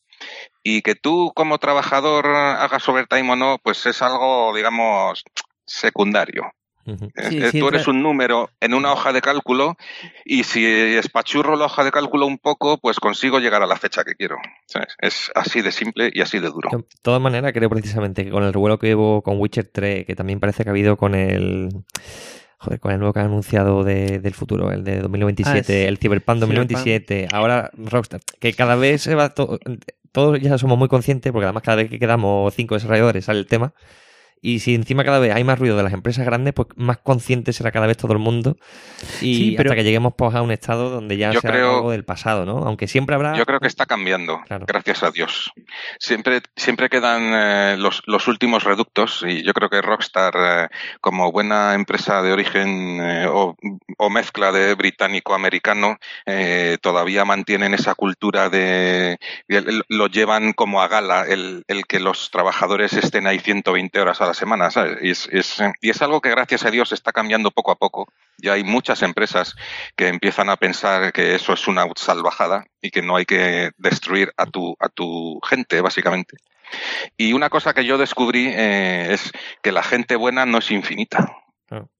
S5: Y que tú como trabajador hagas overtime o no, pues es algo, digamos, secundario. Uh-huh. Sí, es, sí, tú eres un número en una hoja de cálculo y si espachurro la hoja de cálculo un poco, pues consigo llegar a la fecha que quiero. ¿Sabes? Es así de simple y así de duro.
S3: De todas maneras, creo precisamente que con el revuelo que hubo con Witcher tres, que también parece que ha habido con el... Joder, con el nuevo que han anunciado de, del futuro, el de dos mil veintisiete, ah, es, el Cyberpunk dos mil veintisiete, Cyberpunk. Ahora Rockstar, que cada vez se va todo, todos ya somos muy conscientes, porque además cada vez que quedamos cinco desarrolladores sale el tema, y si encima cada vez hay más ruido de las empresas grandes, pues más consciente será cada vez todo el mundo, y sí, pero hasta que lleguemos pues, a un estado donde ya sea creo, algo del pasado, ¿no? Aunque siempre habrá...
S5: Yo creo que está cambiando, claro. Gracias a Dios. Siempre, siempre quedan eh, los, los últimos reductos, y yo creo que Rockstar, eh, como buena empresa de origen eh, o, o mezcla de británico-americano, eh, todavía mantienen esa cultura de... Lo llevan como a gala, el, el que los trabajadores estén ahí ciento veinte horas a la semana, ¿sabes? Y es, es, y es algo que gracias a Dios está cambiando poco a poco. Ya hay muchas empresas que empiezan a pensar que eso es una salvajada y que no hay que destruir a tu, a tu gente, básicamente. Y una cosa que yo descubrí eh, es que la gente buena no es infinita. Oh.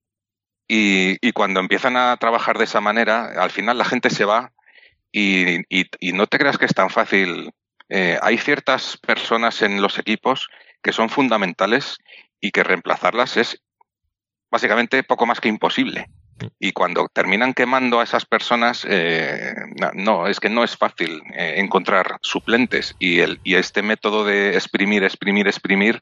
S5: Y, y cuando empiezan a trabajar de esa manera, al final la gente se va y, y, y no te creas que es tan fácil. Eh, hay ciertas personas en los equipos que son fundamentales y que reemplazarlas es básicamente poco más que imposible. Y cuando terminan quemando a esas personas, eh, no, es que no es fácil eh, encontrar suplentes. Y, el, y este método de exprimir, exprimir, exprimir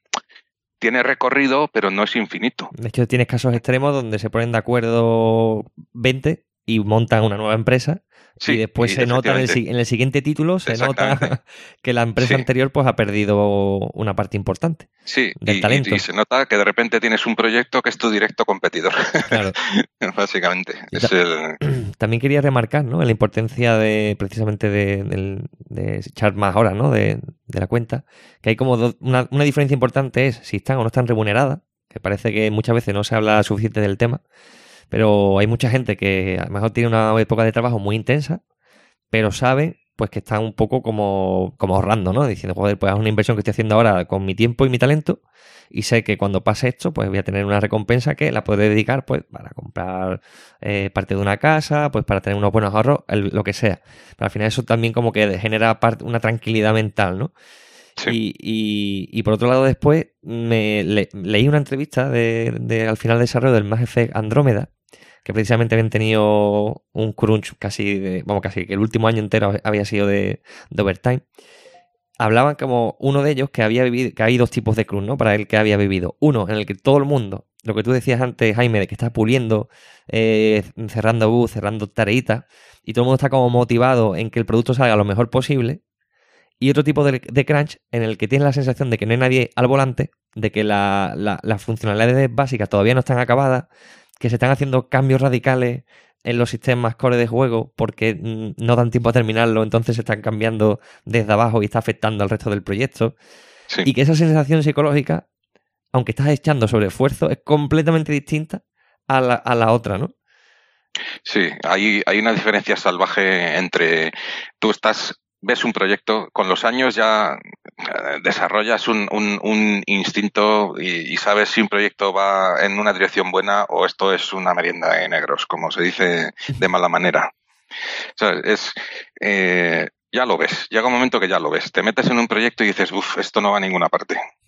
S5: tiene recorrido, pero no es infinito.
S3: De hecho, tienes casos extremos donde se ponen de acuerdo veinte y montan una nueva empresa. Sí, y después y se nota en el, en el siguiente título, se nota que la empresa sí. anterior pues ha perdido una parte importante
S5: sí,
S3: del
S5: y,
S3: talento.
S5: Y, y se nota que de repente tienes un proyecto que es tu directo competidor. Claro. Básicamente. Es
S3: ta-
S5: el...
S3: También quería remarcar, ¿no?, la importancia de precisamente de, de, de echar más horas, ¿no?, de, de la cuenta. Que hay como do, una, una diferencia importante es si están o no están remuneradas, que parece que muchas veces no se habla suficiente del tema. Pero hay mucha gente que a lo mejor tiene una época de trabajo muy intensa, pero sabe pues que están un poco como, como ahorrando, ¿no? Diciendo, joder, pues es una inversión que estoy haciendo ahora con mi tiempo y mi talento y sé que cuando pase esto, pues voy a tener una recompensa que la podré dedicar pues para comprar eh, parte de una casa, pues para tener unos buenos ahorros, el, lo que sea. Pero al final eso también como que genera parte, una tranquilidad mental, ¿no? Sí. Y, y, y por otro lado después me le, leí una entrevista de, de al final del desarrollo del Mass Effect Andrómeda, que precisamente habían tenido un crunch casi, de, vamos, casi que el último año entero había sido de, de overtime. Hablaban como uno de ellos que había vivido, que hay dos tipos de crunch, ¿no? Para el que había vivido. Uno en el que todo el mundo, lo que tú decías antes, Jaime, de que está puliendo, eh, cerrando bugs, cerrando tareitas, y todo el mundo está como motivado en que el producto salga lo mejor posible. Y otro tipo de, de crunch en el que tienes la sensación de que no hay nadie al volante, de que la, la, las funcionalidades básicas todavía no están acabadas, que se están haciendo cambios radicales en los sistemas core de juego porque no dan tiempo a terminarlo, entonces se están cambiando desde abajo y está afectando al resto del proyecto. Sí. Y que esa sensación psicológica, aunque estás echando sobre esfuerzo, es completamente distinta a la, a la otra, ¿no?
S5: Sí, hay, hay una diferencia salvaje entre tú estás... ves un proyecto, con los años ya desarrollas un, un, un instinto y, y sabes si un proyecto va en una dirección buena o esto es una merienda de negros, como se dice de mala manera. O sea, es, eh, ya lo ves, llega un momento que ya lo ves. Te metes en un proyecto y dices, uff, esto no va a ninguna parte.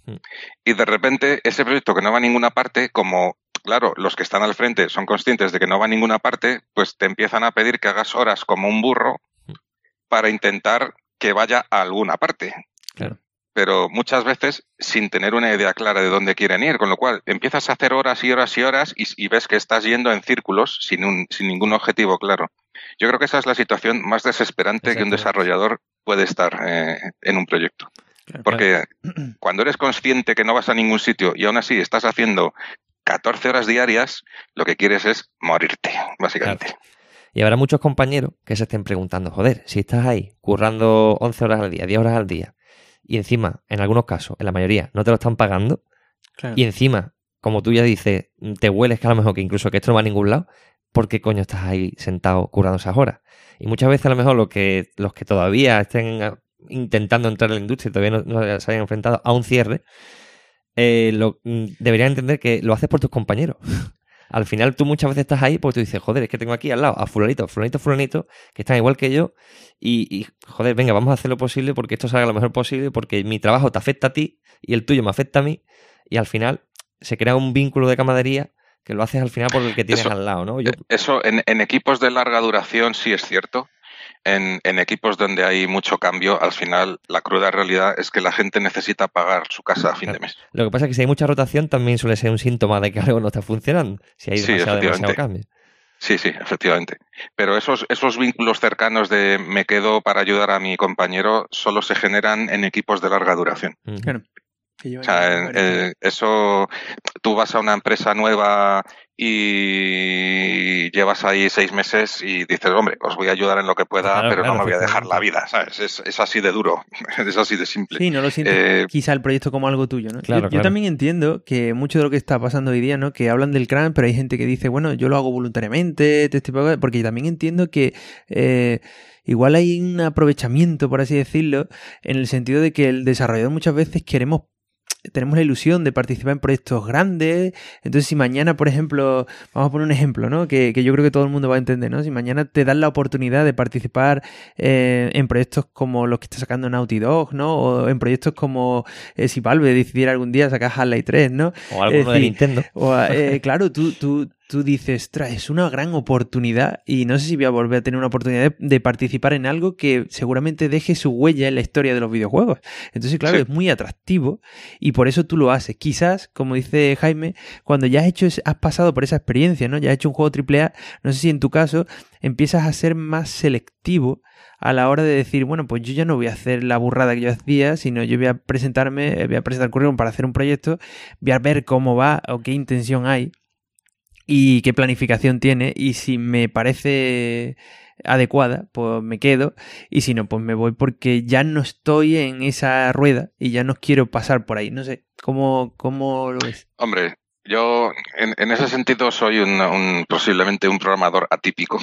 S5: Mm. Y de repente ese proyecto que no va a ninguna parte, como, claro, los que están al frente son conscientes de que no va a ninguna parte, pues te empiezan a pedir que hagas horas como un burro para intentar que vaya a alguna parte.
S3: Claro.
S5: Pero muchas veces sin tener una idea clara de dónde quieren ir, con lo cual empiezas a hacer horas y horas y horas y, y ves que estás yendo en círculos sin, un, sin ningún objetivo claro. Yo creo que esa es la situación más desesperante que un desarrollador puede estar eh, en un proyecto. Claro, Porque claro. cuando eres consciente que no vas a ningún sitio y aún así estás haciendo catorce horas diarias, lo que quieres es morirte, básicamente.
S3: Claro. Y habrá muchos compañeros que se estén preguntando, joder, si estás ahí currando once horas al día, diez horas al día, y encima, en algunos casos, en la mayoría, no te lo están pagando, claro. y encima, como tú ya dices, te hueles que a lo mejor que incluso que esto no va a ningún lado, ¿por qué coño estás ahí sentado currando esas horas? Y muchas veces a lo mejor lo que, los que todavía estén intentando entrar en la industria y todavía no, no se hayan enfrentado a un cierre, eh, lo, deberían entender que lo haces por tus compañeros. Al final tú muchas veces estás ahí porque tú dices, joder, es que tengo aquí al lado a fulanito, fulanito, fulanito, que están igual que yo y, y, joder, venga, vamos a hacer lo posible porque esto salga lo mejor posible porque mi trabajo te afecta a ti y el tuyo me afecta a mí y al final se crea un vínculo de camaradería que lo haces al final por el que tienes
S5: eso,
S3: al lado, ¿no? Yo...
S5: Eso en, en equipos de larga duración sí es cierto. En, en equipos donde hay mucho cambio, al final la cruda realidad es que la gente necesita pagar su casa a fin
S3: claro.
S5: de mes.
S3: Lo que pasa es que si hay mucha rotación también suele ser un síntoma de que algo no está funcionando, si hay demasiado,
S5: sí,
S3: demasiado cambio.
S5: Sí, sí, efectivamente. Pero esos, esos vínculos cercanos de me quedo para ayudar a mi compañero solo se generan en equipos de larga duración.
S3: Uh-huh.
S4: Claro.
S5: O sea, eh, eso, tú vas a una empresa nueva y llevas ahí seis meses y dices, hombre, os voy a ayudar en lo que pueda, claro, pero claro, no me voy a dejar la vida, ¿sabes? Es, es así de duro, es así de simple.
S4: Sí, no lo sientes eh, quizá el proyecto como algo tuyo, ¿no?
S3: Claro,
S4: yo,
S3: claro.
S4: yo también entiendo que mucho de lo que está pasando hoy día, ¿no? Que hablan del crunch, pero hay gente que dice, bueno, yo lo hago voluntariamente, este tipo de cosas, porque también entiendo que... Eh, igual hay un aprovechamiento, por así decirlo, en el sentido de que el desarrollador muchas veces queremos tenemos la ilusión de participar en proyectos grandes. Entonces, si mañana, por ejemplo, vamos a poner un ejemplo, ¿no? Que, que yo creo que todo el mundo va a entender, ¿no? Si mañana te dan la oportunidad de participar eh, en proyectos como los que está sacando Naughty Dog, ¿no? O en proyectos como eh, si Valve decidiera algún día sacar Half-Life tres, ¿no?
S3: O alguno decir, de Nintendo.
S4: O, eh, claro, tú... tú Tú dices, tras, es una gran oportunidad y no sé si voy a volver a tener una oportunidad de, de participar en algo que seguramente deje su huella en la historia de los videojuegos. Entonces, claro, sí. es muy atractivo y por eso tú lo haces. Quizás, como dice Jaime, cuando ya has hecho, has pasado por esa experiencia, ¿no? Ya has hecho un juego triple A, no sé si en tu caso empiezas a ser más selectivo a la hora de decir, bueno, pues yo ya no voy a hacer la burrada que yo hacía, sino yo voy a presentarme, voy a presentar currículum para hacer un proyecto, voy a ver cómo va o qué intención hay y qué planificación tiene, y si me parece adecuada, pues me quedo, y si no, pues me voy porque ya no estoy en esa rueda y ya no quiero pasar por ahí. No sé, ¿cómo, cómo lo ves?
S5: Hombre, yo en, en ese sentido soy un, un posiblemente un programador atípico.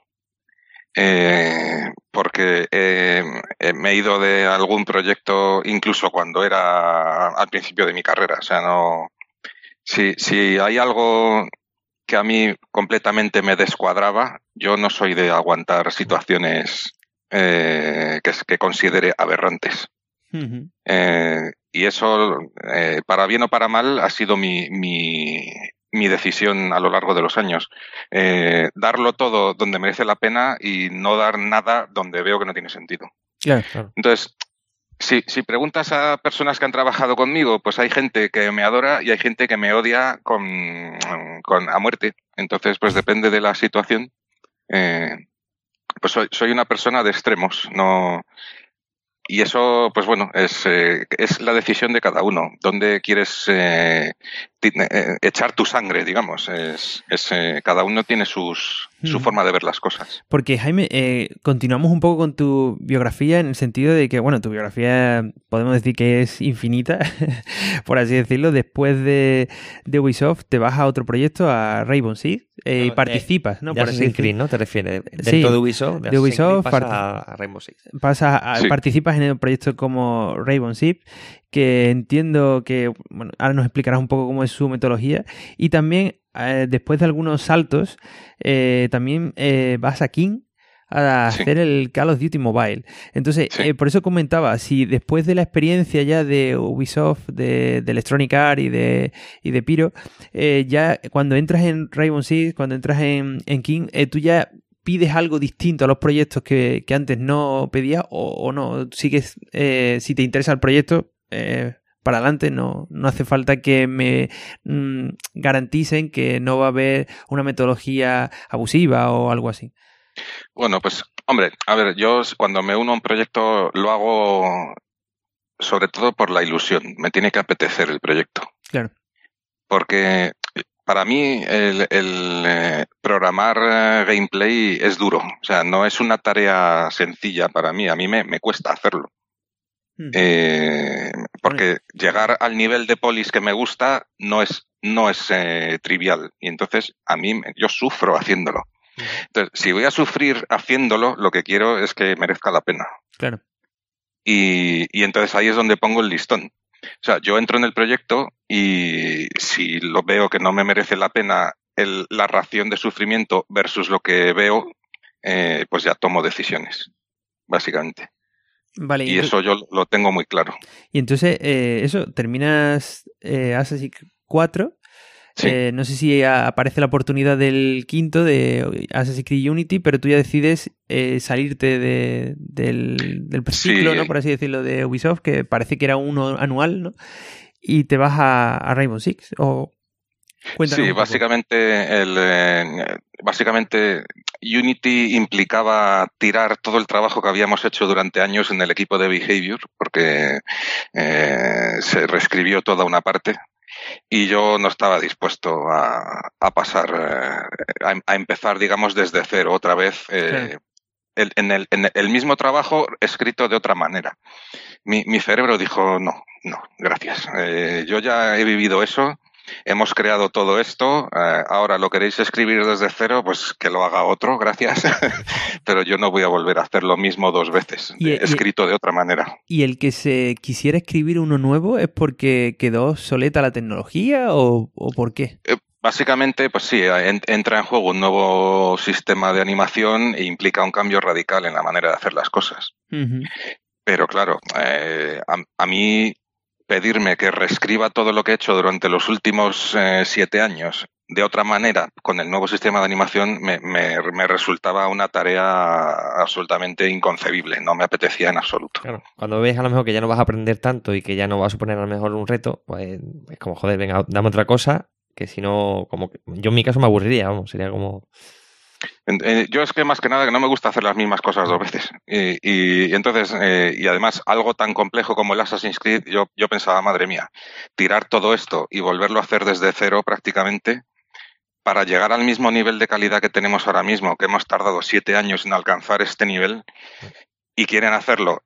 S5: Eh, porque eh, eh, me he ido de algún proyecto incluso cuando era al principio de mi carrera. O sea, no... Si, si hay algo que a mí completamente me descuadraba, yo no soy de aguantar situaciones eh, que, que considere aberrantes. Uh-huh. Eh, y eso, eh, para bien o para mal, ha sido mi, mi, mi decisión a lo largo de los años. Eh, darlo todo donde merece la pena y no dar nada donde veo que no tiene sentido.
S3: Yeah, claro.
S5: Entonces, Si, si preguntas a personas que han trabajado conmigo, pues hay gente que me adora y hay gente que me odia con, con a muerte. Entonces, pues depende de la situación. Eh, pues soy, soy una persona de extremos, no. Y eso, pues bueno, es, eh, es la decisión de cada uno. ¿Dónde quieres eh, eh, echar tu sangre, digamos? Es, es eh, cada uno tiene sus, su forma de ver las cosas.
S4: Porque, Jaime, eh, continuamos un poco con tu biografía en el sentido de que, bueno, tu biografía podemos decir que es infinita, por así decirlo. Después de, de Ubisoft te vas a otro proyecto, a Rainbow Six, eh, no, y participas, ¿no?
S3: De
S4: por
S3: Assassin's Creed, ¿no? ¿Te refieres? Dentro
S4: sí,
S3: de Ubisoft, de,
S4: de Ubisoft
S3: pasa a, a Rainbow Six.
S4: Pasa a,
S5: sí.
S4: Participas en proyectos como Rainbow Six, que entiendo que, bueno, ahora nos explicarás un poco cómo es su metodología, y también eh, después de algunos saltos eh, también eh, vas a King a
S5: Sí.
S4: hacer el Call of Duty Mobile. Entonces,
S5: Sí.
S4: eh, por eso comentaba, si después de la experiencia ya de Ubisoft, de, de Electronic Arts y de, y de Pyro, eh, ya cuando entras en Rainbow Six, cuando entras en, en King, eh, tú ya pides algo distinto a los proyectos que, que antes no pedías o, o no, sigues, eh, si te interesa el proyecto, eh, para adelante, no, no hace falta que me mmm, garanticen que no va a haber una metodología abusiva o algo así.
S5: Bueno, pues, hombre, a ver, yo cuando me uno a un proyecto lo hago sobre todo por la ilusión. Me tiene que apetecer el proyecto.
S4: Claro.
S5: Porque para mí el, el eh, programar eh, gameplay es duro. O sea, no es una tarea sencilla para mí. A mí me, me cuesta hacerlo. Mm. Eh, porque bueno. llegar al nivel de polis que me gusta no es, no es eh, trivial. Y entonces a mí, yo sufro haciéndolo. Entonces, si voy a sufrir haciéndolo, lo que quiero es que merezca la pena.
S4: Claro.
S5: Y, y entonces ahí es donde pongo el listón. O sea, yo entro en el proyecto y si lo veo que no me merece la pena el, la ración de sufrimiento versus lo que veo, eh, pues ya tomo decisiones, básicamente.
S4: Vale,
S5: y eso yo lo tengo muy claro.
S4: Y entonces, eh, eso, terminas eh, Assassin's Creed cuatro. Sí. Eh, no sé si aparece la oportunidad del quinto de Assassin's Creed Unity, pero tú ya decides eh, salirte de, del, del ciclo, sí. ¿no? Por así decirlo, de Ubisoft, que parece que era uno anual, ¿no? Y te vas a, a Rainbow Six, o
S5: sí, básicamente el eh, básicamente Unity implicaba tirar todo el trabajo que habíamos hecho durante años en el equipo de Behavior, porque eh, se reescribió toda una parte. Y yo no estaba dispuesto a, a pasar, eh, a, a empezar, digamos, desde cero otra vez, eh, sí. el, en, el, en el mismo trabajo escrito de otra manera. Mi, mi cerebro dijo, no, no, gracias. Eh, yo ya he vivido eso, hemos creado todo esto, eh, ahora lo queréis escribir desde cero, pues que lo haga otro, gracias. Pero yo no voy a volver a hacer lo mismo dos veces,
S4: y,
S5: escrito
S4: y,
S5: de otra manera.
S4: ¿Y el que se quisiera escribir uno nuevo es porque quedó obsoleta la tecnología o, o por qué?
S5: Eh, Básicamente, pues sí, en, entra en juego un nuevo sistema de animación e implica un cambio radical en la manera de hacer las cosas. Uh-huh. Pero claro, eh, a, a mí pedirme que reescriba todo lo que he hecho durante los últimos eh, siete años de otra manera con el nuevo sistema de animación me, me, me resultaba una tarea absolutamente inconcebible, no me apetecía en absoluto.
S3: Claro, cuando ves a lo mejor que ya no vas a aprender tanto y que ya no va a suponer a lo mejor un reto, pues es como, joder, venga, dame otra cosa, que si no, como que yo en mi caso me aburriría, vamos, sería como...
S5: Yo es que más que nada que no me gusta hacer las mismas cosas dos veces. Y, y, y entonces, eh, y además algo tan complejo como el Assassin's Creed, yo, yo pensaba, madre mía, tirar todo esto y volverlo a hacer desde cero prácticamente para llegar al mismo nivel de calidad que tenemos ahora mismo, que hemos tardado siete años en alcanzar este nivel, y quieren hacerlo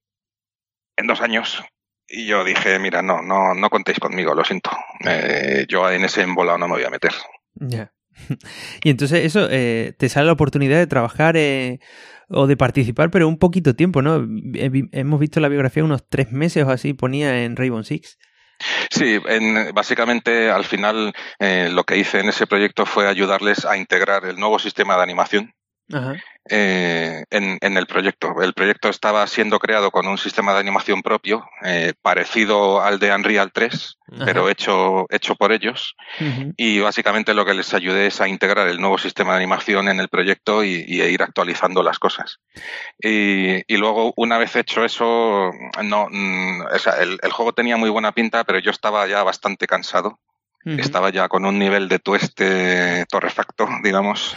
S5: en dos años. Y yo dije, mira, no, no, no contéis conmigo, lo siento. Eh, yo en ese embolado no me voy a meter.
S4: Ya. Yeah. Y entonces eso, eh, te sale la oportunidad de trabajar eh, o de participar, pero un poquito tiempo, ¿no? Hemos visto la biografía unos tres meses o así, ponía en Rainbow Six.
S5: Sí, en, básicamente al final eh, lo que hice en ese proyecto fue ayudarles a integrar el nuevo sistema de animación. Ajá. Eh, en, en el proyecto. El proyecto estaba siendo creado con un sistema de animación propio, eh, parecido al de Unreal tres, Ajá. pero hecho, hecho por ellos. Uh-huh. Y básicamente lo que les ayudé es a integrar el nuevo sistema de animación en el proyecto y, y ir actualizando las cosas. Y, y luego, una vez hecho eso, no, mm, o sea, el, el juego tenía muy buena pinta, pero yo estaba ya bastante cansado. Uh-huh. Estaba ya con un nivel de tueste torrefacto, digamos.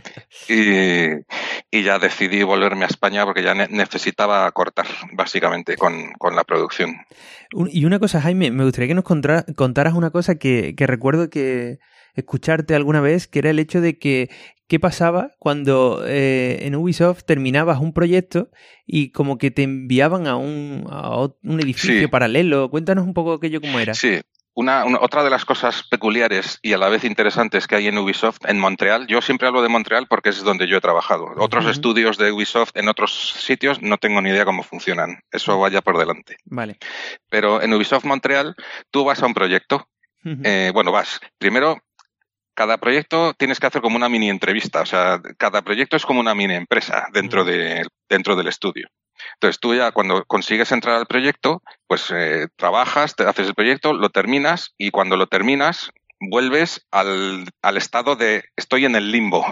S5: Y, y ya decidí volverme a España porque ya ne- necesitaba cortar, básicamente, con, con la producción.
S4: Y una cosa, Jaime, me gustaría que nos contra- contaras una cosa que, que recuerdo que escucharte alguna vez, que era el hecho de que qué pasaba cuando eh, en Ubisoft terminabas un proyecto y como que te enviaban a un, a un edificio sí. paralelo. Cuéntanos un poco aquello cómo era.
S5: Sí. Una, una, otra de las cosas peculiares y a la vez interesantes que hay en Ubisoft, en Montreal, yo siempre hablo de Montreal porque es donde yo he trabajado. Otros uh-huh. estudios de Ubisoft en otros sitios no tengo ni idea cómo funcionan. Eso vaya por delante.
S4: Vale.
S5: Pero en Ubisoft Montreal tú vas a un proyecto. Uh-huh. Eh, bueno, vas. Primero, cada proyecto tienes que hacer como una mini entrevista. O sea, cada proyecto es como una mini empresa dentro, de, dentro del estudio. Entonces, tú ya cuando consigues entrar al proyecto, pues eh, trabajas, te haces el proyecto, lo terminas y cuando lo terminas vuelves al, al estado de estoy en el limbo.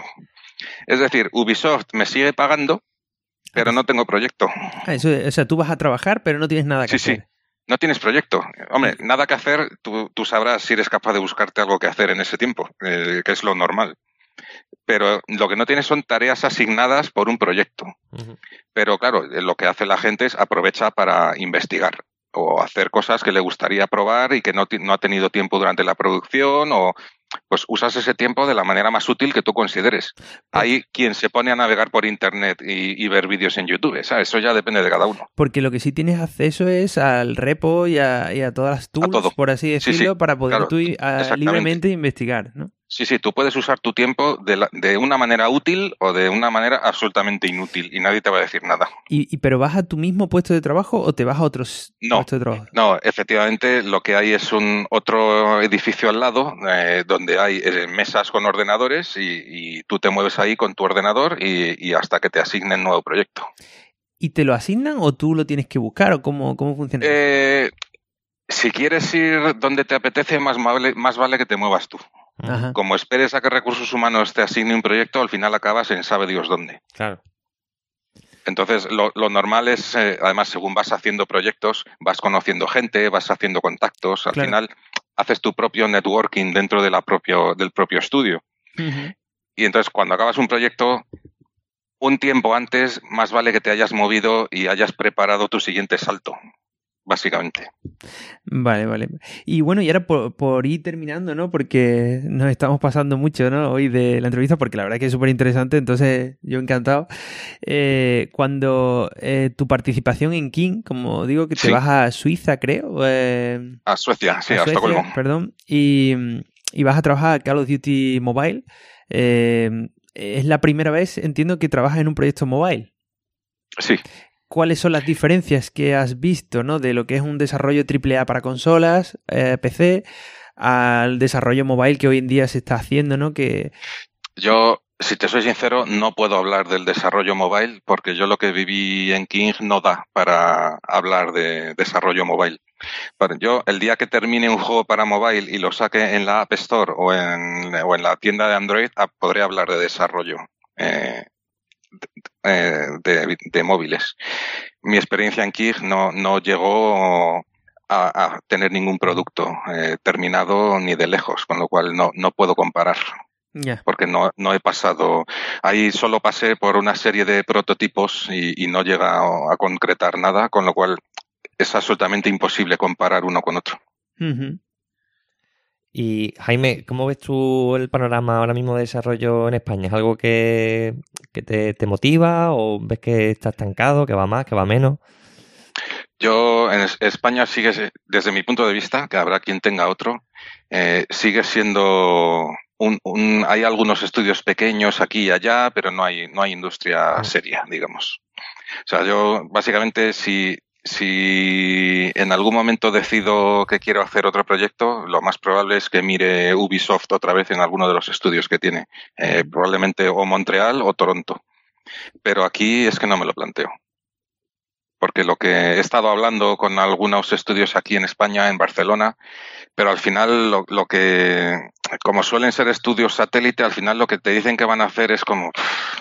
S5: Es decir, Ubisoft me sigue pagando, pero no tengo proyecto.
S4: Ah, eso, o sea, tú vas a trabajar, pero no tienes nada que
S5: sí,
S4: hacer.
S5: Sí, no tienes proyecto. Hombre, nada que hacer, tú, tú sabrás si eres capaz de buscarte algo que hacer en ese tiempo, eh, que es lo normal. Pero lo que no tienes son tareas asignadas por un proyecto. Uh-huh. Pero claro, lo que hace la gente es aprovecha para investigar o hacer cosas que le gustaría probar y que no, no ha tenido tiempo durante la producción, o pues usas ese tiempo de la manera más útil que tú consideres. Hay quien se pone a navegar por internet y, y ver vídeos en YouTube, ¿sabes? Eso ya depende de cada uno.
S4: Porque lo que sí tienes acceso es al repo y a, y a todas las tools, por así decirlo, sí, sí, para poder claro, tú a, libremente investigar, ¿no?
S5: Sí, sí, tú puedes usar tu tiempo de, la, de una manera útil o de una manera absolutamente inútil y nadie te va a decir nada.
S4: ¿Y, y pero vas a tu mismo puesto de trabajo o te vas a otros
S5: no,
S4: puestos de trabajo?
S5: No, efectivamente lo que hay es un otro edificio al lado eh, donde hay eh, mesas con ordenadores y, y tú te mueves ahí con tu ordenador y, y hasta que te asignen nuevo proyecto.
S4: ¿Y te lo asignan o tú lo tienes que buscar o cómo, cómo funciona
S5: eh, eso? Si quieres ir donde te apetece, más vale, más vale que te muevas tú. Ajá. Como esperes a que Recursos Humanos te asigne un proyecto, al final acabas en sabe Dios dónde.
S3: Claro.
S5: Entonces, lo, lo normal es, eh, además, según vas haciendo proyectos, vas conociendo gente, vas haciendo contactos, al claro. final haces tu propio networking dentro de la propio, del propio estudio. Uh-huh. Y entonces, cuando acabas un proyecto, un tiempo antes, más vale que te hayas movido y hayas preparado tu siguiente salto. Básicamente.
S4: Vale, vale. Y bueno, y ahora por, por ir terminando, ¿no? Porque nos estamos pasando mucho, ¿no? Hoy de la entrevista, porque la verdad es que es súper interesante, entonces yo encantado. Eh, cuando eh, tu participación en King, como digo, que te sí. vas a Suiza, creo. Eh,
S5: a Suecia, sí,
S4: a,
S5: a Estocolmo.
S4: Perdón. Y, y vas a trabajar a Call of Duty Mobile. Eh, es la primera vez, entiendo, que trabajas en un proyecto mobile.
S5: Sí.
S4: ¿Cuáles son las diferencias que has visto, ¿no? De lo que es un desarrollo triple A para consolas, eh, P C, al desarrollo mobile que hoy en día se está haciendo, ¿no? Que...
S5: Yo, si te soy sincero, no puedo hablar del desarrollo mobile porque yo lo que viví en King no da para hablar de desarrollo mobile. Yo, el día que termine un juego para mobile y lo saque en la App Store o en, o en la tienda de Android, podré hablar de desarrollo. Eh, De, de, de móviles. Mi experiencia en King no, no llegó a, a tener ningún producto eh, terminado ni de lejos, con lo cual no, no puedo comparar. Yeah. Porque no, no he pasado... Ahí solo pasé por una serie de prototipos y, y no llega a, a concretar nada, con lo cual es absolutamente imposible comparar uno con otro.
S4: Uh-huh.
S3: Y Jaime, ¿cómo ves tú el panorama ahora mismo de desarrollo en España? ¿Es algo que, que te, te motiva o ves que está estancado, que va más, que va menos?
S5: Yo, en España sigue, desde mi punto de vista, que habrá quien tenga otro, eh, sigue siendo un, un, hay algunos estudios pequeños aquí y allá, pero no hay, no hay industria seria, digamos. O sea, yo básicamente si Si en algún momento decido que quiero hacer otro proyecto, lo más probable es que mire Ubisoft otra vez en alguno de los estudios que tiene. Eh, probablemente o Montreal o Toronto. Pero aquí es que no me lo planteo. Porque lo que he estado hablando con algunos estudios aquí en España, en Barcelona, pero al final lo, lo que, como suelen ser estudios satélite, al final lo que te dicen que van a hacer es como,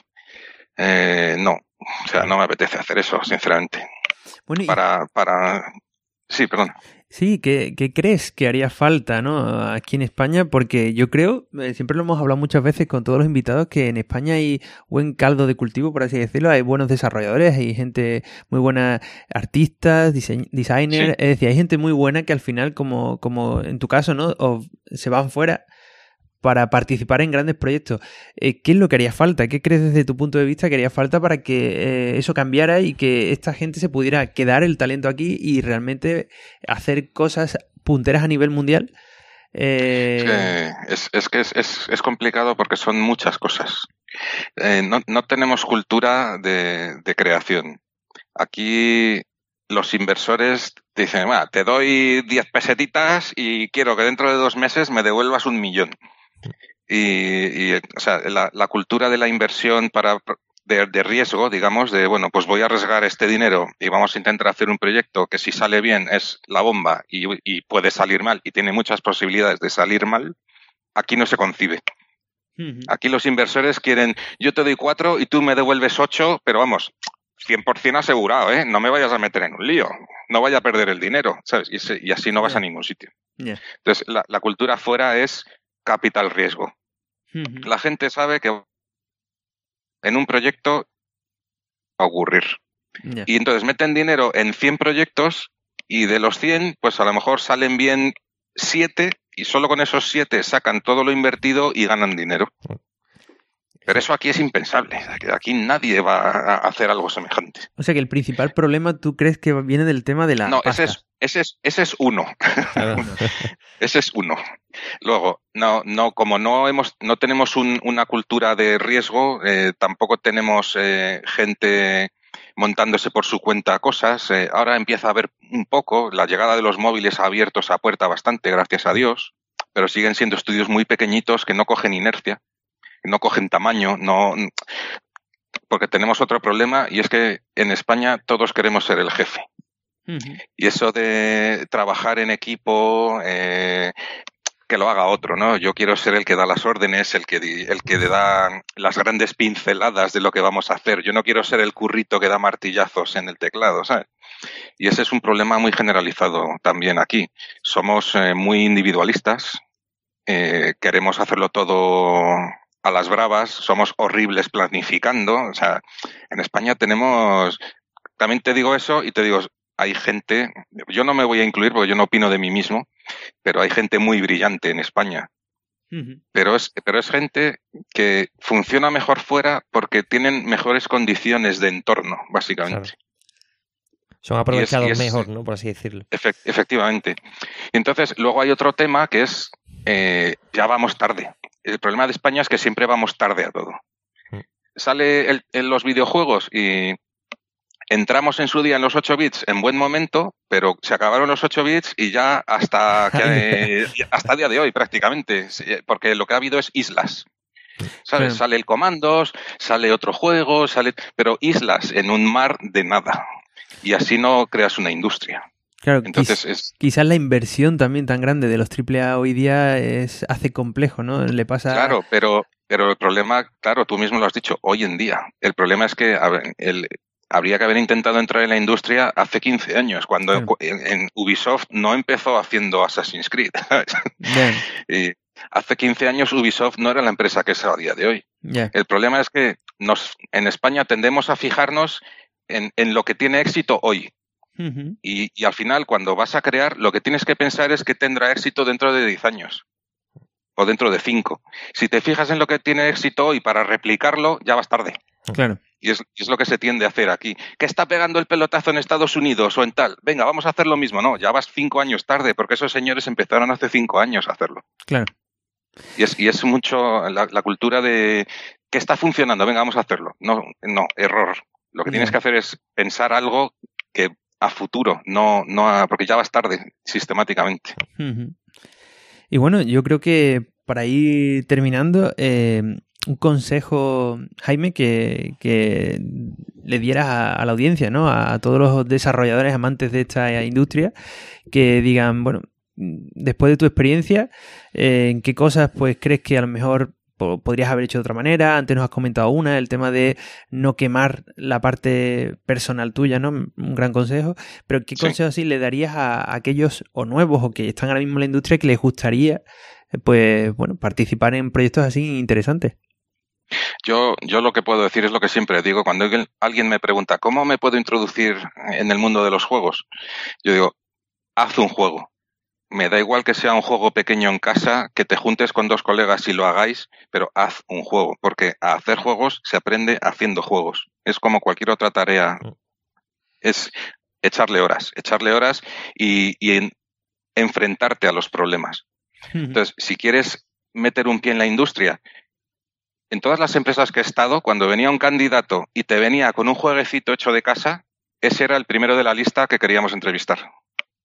S5: eh, no, o sea, no me apetece hacer eso, sinceramente.
S4: Bueno, y...
S5: para, para... Sí, perdón.
S4: Sí, ¿qué, ¿qué crees que haría falta, ¿no? Aquí en España? Porque yo creo, eh, siempre lo hemos hablado muchas veces con todos los invitados, que en España hay buen caldo de cultivo, por así decirlo. Hay buenos desarrolladores, hay gente muy buena, artistas, dise- designers, sí. Es decir, hay gente muy buena que al final, como, como en tu caso, ¿no? O se van fuera para participar en grandes proyectos. Eh, ¿Qué es lo que haría falta? ¿Qué crees desde tu punto de vista que haría falta para que eh, eso cambiara y que esta gente se pudiera quedar el talento aquí y realmente hacer cosas punteras a nivel mundial?
S5: Eh... Es, es que es, es, es complicado porque son muchas cosas. Eh, no, no tenemos cultura de, de creación. Aquí los inversores te dicen, bueno, te doy diez pesetitas y quiero que dentro de dos meses me devuelvas un millón. Y, y o sea, la, la cultura de la inversión para de, de riesgo, digamos, de, bueno, pues voy a arriesgar este dinero y vamos a intentar hacer un proyecto que si sale bien es la bomba y, y puede salir mal y tiene muchas posibilidades de salir mal, aquí no se concibe. Uh-huh. Aquí los inversores quieren, yo te doy cuatro y tú me devuelves ocho, pero vamos, cien por ciento asegurado, ¿eh? No me vayas a meter en un lío, no vaya a perder el dinero, ¿sabes? Y, se, y así no vas yeah. a ningún sitio. Yeah. Entonces, la, la cultura fuera es capital riesgo. Uh-huh. La gente sabe que en un proyecto va a ocurrir. Yeah. Y entonces meten dinero en cien proyectos y de los cien, pues a lo mejor salen bien siete y solo con esos siete sacan todo lo invertido y ganan dinero. Pero eso aquí es impensable. Aquí nadie va a hacer algo semejante.
S4: O sea que el principal problema tú crees que viene del tema de la
S5: No,
S4: pasta.
S5: ese es, ese es, ese es uno. Claro. Ese es uno. Luego, no, no, como no hemos, no tenemos un, una cultura de riesgo, eh, tampoco tenemos eh, gente montándose por su cuenta cosas. Eh, ahora empieza a haber un poco, la llegada de los móviles ha abierto esa puerta bastante, gracias a Dios, pero siguen siendo estudios muy pequeñitos que no cogen inercia, no cogen tamaño, no, porque tenemos otro problema y es que en España todos queremos ser el jefe. Uh-huh. Y eso de trabajar en equipo, eh, que lo haga otro, ¿no? Yo quiero ser el que da las órdenes, el que, el que da las grandes pinceladas de lo que vamos a hacer. Yo no quiero ser el currito que da martillazos en el teclado, ¿sabes? Y ese es un problema muy generalizado también aquí. Somos eh, muy individualistas, eh, queremos hacerlo todo a las bravas, somos horribles planificando. O sea, en España tenemos, también te digo eso y te digo, hay gente, yo no me voy a incluir porque yo no opino de mí mismo, pero hay gente muy brillante en España. Uh-huh. Pero es, pero es gente que funciona mejor fuera porque tienen mejores condiciones de entorno, básicamente.
S3: Claro. Son aprovechados y es, y es, mejor, ¿no? Por así decirlo.
S5: Efect, efectivamente. Y entonces, luego hay otro tema que es, eh, ya vamos tarde. El problema de España es que siempre vamos tarde a todo. Uh-huh. Sale el, en los videojuegos y entramos en su día en los ocho bits en buen momento, pero se acabaron los ocho bits y ya hasta que, hasta el día de hoy prácticamente, porque lo que ha habido es islas. ¿Sabes? Sí. Sale el Comandos, sale otro juego, sale, pero islas en un mar de nada. Y así no creas una industria.
S4: Claro, entonces quiz, es, quizás la inversión también tan grande de los triple A hoy día es, hace complejo, ¿no? Le pasa.
S5: Claro, pero, pero el problema, claro, tú mismo lo has dicho, hoy en día. El problema es que a ver, el habría que haber intentado entrar en la industria hace quince años, cuando sí. en, en Ubisoft no empezó haciendo Assassin's Creed. Y hace quince años Ubisoft no era la empresa que es a día de hoy. Yeah. El problema es que nos, en España tendemos a fijarnos en, en lo que tiene éxito hoy. Uh-huh. Y, y al final, cuando vas a crear, lo que tienes que pensar es que tendrá éxito dentro de diez años. O dentro de cinco. Si te fijas en lo que tiene éxito hoy para replicarlo, ya vas tarde.
S4: Claro.
S5: Y es, es lo que se tiende a hacer aquí. ¿Qué está pegando el pelotazo en Estados Unidos o en tal? Venga, vamos a hacer lo mismo. No, ya vas cinco años tarde, porque esos señores empezaron hace cinco años a hacerlo.
S4: Claro.
S5: Y es, y es mucho la, la cultura de ¿qué está funcionando? Venga, vamos a hacerlo. No, no, error. Lo que yeah. tienes que hacer es pensar algo que a futuro, no, no a, porque ya vas tarde, sistemáticamente.
S4: Uh-huh. Y bueno, yo creo que para ir terminando, eh, un consejo, Jaime, que, que le dieras a, a la audiencia, ¿no? A, a todos los desarrolladores amantes de esta industria, que digan, bueno, después de tu experiencia, eh, ¿en qué cosas pues crees que a lo mejor po- podrías haber hecho de otra manera? Antes nos has comentado una, el tema de no quemar la parte personal tuya, ¿no? Un gran consejo. Pero ¿qué sí. consejo así le darías a, a aquellos o nuevos o que están ahora mismo en la industria que les gustaría, pues, bueno, participar en proyectos así interesantes?
S5: Yo, yo lo que puedo decir es lo que siempre digo. Cuando alguien me pregunta ¿cómo me puedo introducir en el mundo de los juegos? Yo digo, haz un juego. Me da igual que sea un juego pequeño en casa, que te juntes con dos colegas y lo hagáis, pero haz un juego, porque a hacer juegos se aprende haciendo juegos. Es como cualquier otra tarea. Es echarle horas, echarle horas y, y en, enfrentarte a los problemas. Entonces, si quieres meter un pie en la industria, en todas las empresas que he estado, cuando venía un candidato y te venía con un jueguecito hecho de casa, ese era el primero de la lista que queríamos entrevistar.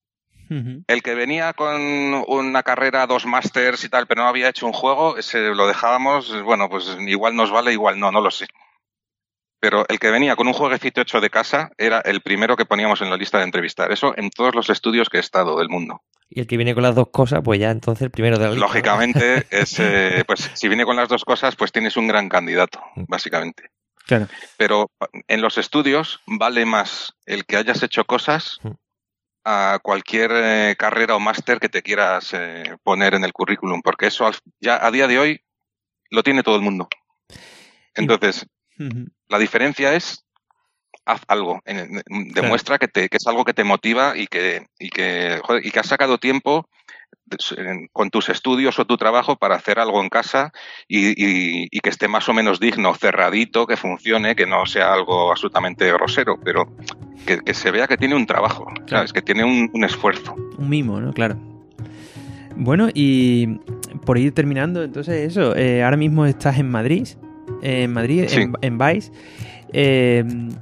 S5: Uh-huh. El que venía con una carrera, dos másters y tal, pero no había hecho un juego, ese lo dejábamos, bueno, pues igual nos vale, igual no, no lo sé. Pero el que venía con un jueguecito hecho de casa era el primero que poníamos en la lista de entrevistar. Eso en todos los estudios que he estado del mundo.
S3: Y el que viene con las dos cosas, pues ya entonces el primero de la lista.
S5: Lógicamente, ¿no? es, eh, pues si viene con las dos cosas, pues tienes un gran candidato, básicamente.
S4: Claro.
S5: Pero en los estudios vale más el que hayas hecho cosas a cualquier eh, carrera o máster que te quieras eh, poner en el currículum, porque eso ya a día de hoy lo tiene todo el mundo. Entonces, uh-huh. la diferencia es haz algo, demuestra claro. que, te, que es algo que te motiva y que, y que, joder, y que has sacado tiempo con tus estudios o tu trabajo para hacer algo en casa y, y, y que esté más o menos digno, cerradito, que funcione, que no sea algo absolutamente grosero, pero que, que se vea que tiene un trabajo, claro. ¿sabes? Que tiene un, un esfuerzo.
S4: Un mimo, ¿no? Claro. Bueno, y por ir terminando, entonces eso, eh, ahora mismo estás en Madrid, eh, en Madrid, sí. en, en Vice. Eh,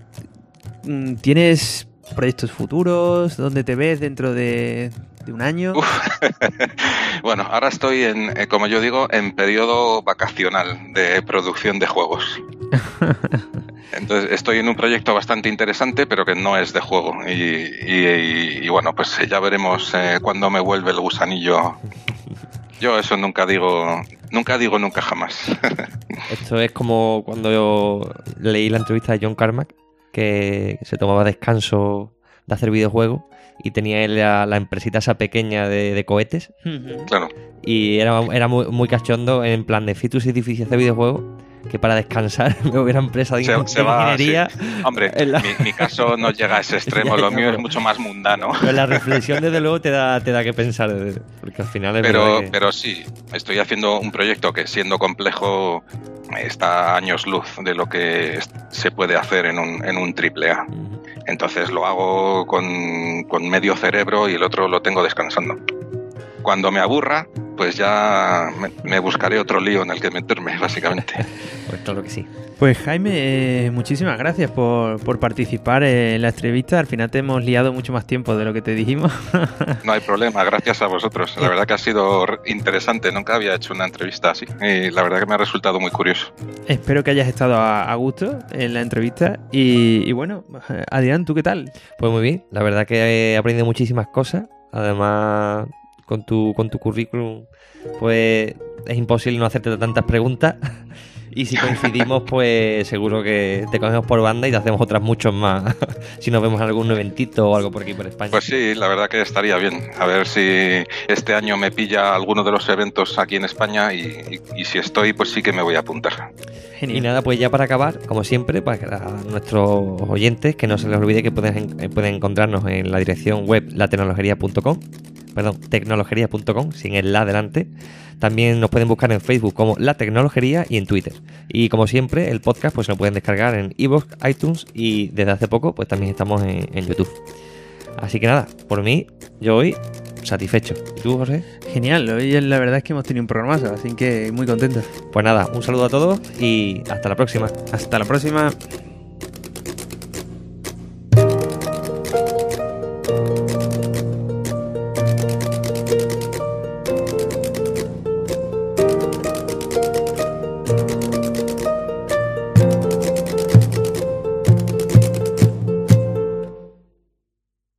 S4: ¿Tienes proyectos futuros? ¿Dónde te ves dentro de, de un año?
S5: Bueno, ahora estoy, en, eh, como yo digo, en periodo vacacional de producción de juegos. Entonces estoy en un proyecto bastante interesante, pero que no es de juego. Y, y, y, y bueno, pues ya veremos eh, cuándo me vuelve el gusanillo. Yo eso nunca digo, nunca digo nunca jamás.
S3: Esto es como cuando yo leí la entrevista de John Carmack, que se tomaba descanso de hacer videojuegos y tenía la, la empresita esa pequeña de, de cohetes.
S5: Claro.
S3: Y era, era muy, muy cachondo en plan de Fitus es difícil hacer videojuegos, que para descansar me hubiera empresa de,
S5: se,
S3: de
S5: se va,
S3: ingeniería.
S5: Sí. Hombre, la... mi, mi caso no llega a ese extremo, lo mío es mucho más mundano.
S3: Pero la reflexión desde luego te da, te da que pensar, porque al final es
S5: pero,
S3: que...
S5: pero sí, estoy haciendo un proyecto que siendo complejo está a años luz de lo que se puede hacer en un, en un triple A. Uh-huh. Entonces lo hago con, con medio cerebro y el otro lo tengo descansando. Cuando me aburra, pues ya me, me buscaré otro lío en el que meterme, básicamente.
S3: Pues claro que sí.
S4: Pues Jaime, eh, muchísimas gracias por, por participar en la entrevista. Al final te hemos liado mucho más tiempo de lo que te dijimos.
S5: No hay problema, gracias a vosotros. La verdad que ha sido interesante. Nunca había hecho una entrevista así y la verdad que me ha resultado muy curioso.
S4: Espero que hayas estado a, a gusto en la entrevista. Y, y bueno, Adrián, ¿tú qué tal?
S3: Pues muy bien. La verdad que he aprendido muchísimas cosas. Además... Con tu, con tu currículum, pues es imposible no hacerte tantas preguntas. Y si coincidimos, pues seguro que te cogemos por banda y te hacemos otras muchos más. Si nos vemos en algún eventito o algo por aquí por España.
S5: Pues sí, la verdad que estaría bien. A ver si este año me pilla alguno de los eventos aquí en España y, y, y si estoy, pues sí que me voy a apuntar.
S3: Genial. Y nada, pues ya para acabar, como siempre, para nuestros oyentes, que no se les olvide que pueden, pueden encontrarnos en la dirección web la tecnologería punto com. Perdón, tecnologería punto com, sin el la delante. También nos pueden buscar en Facebook como La Tecnologería y en Twitter. Y como siempre, el podcast pues lo pueden descargar en iVoox, iTunes y desde hace poco pues también estamos en, en YouTube. Así que nada, por mí, yo hoy satisfecho. ¿Y tú, José?
S4: Genial, hoy la verdad es que hemos tenido un programazo, así que muy contentos.
S3: Pues nada, un saludo a todos y hasta la próxima.
S4: Hasta la próxima.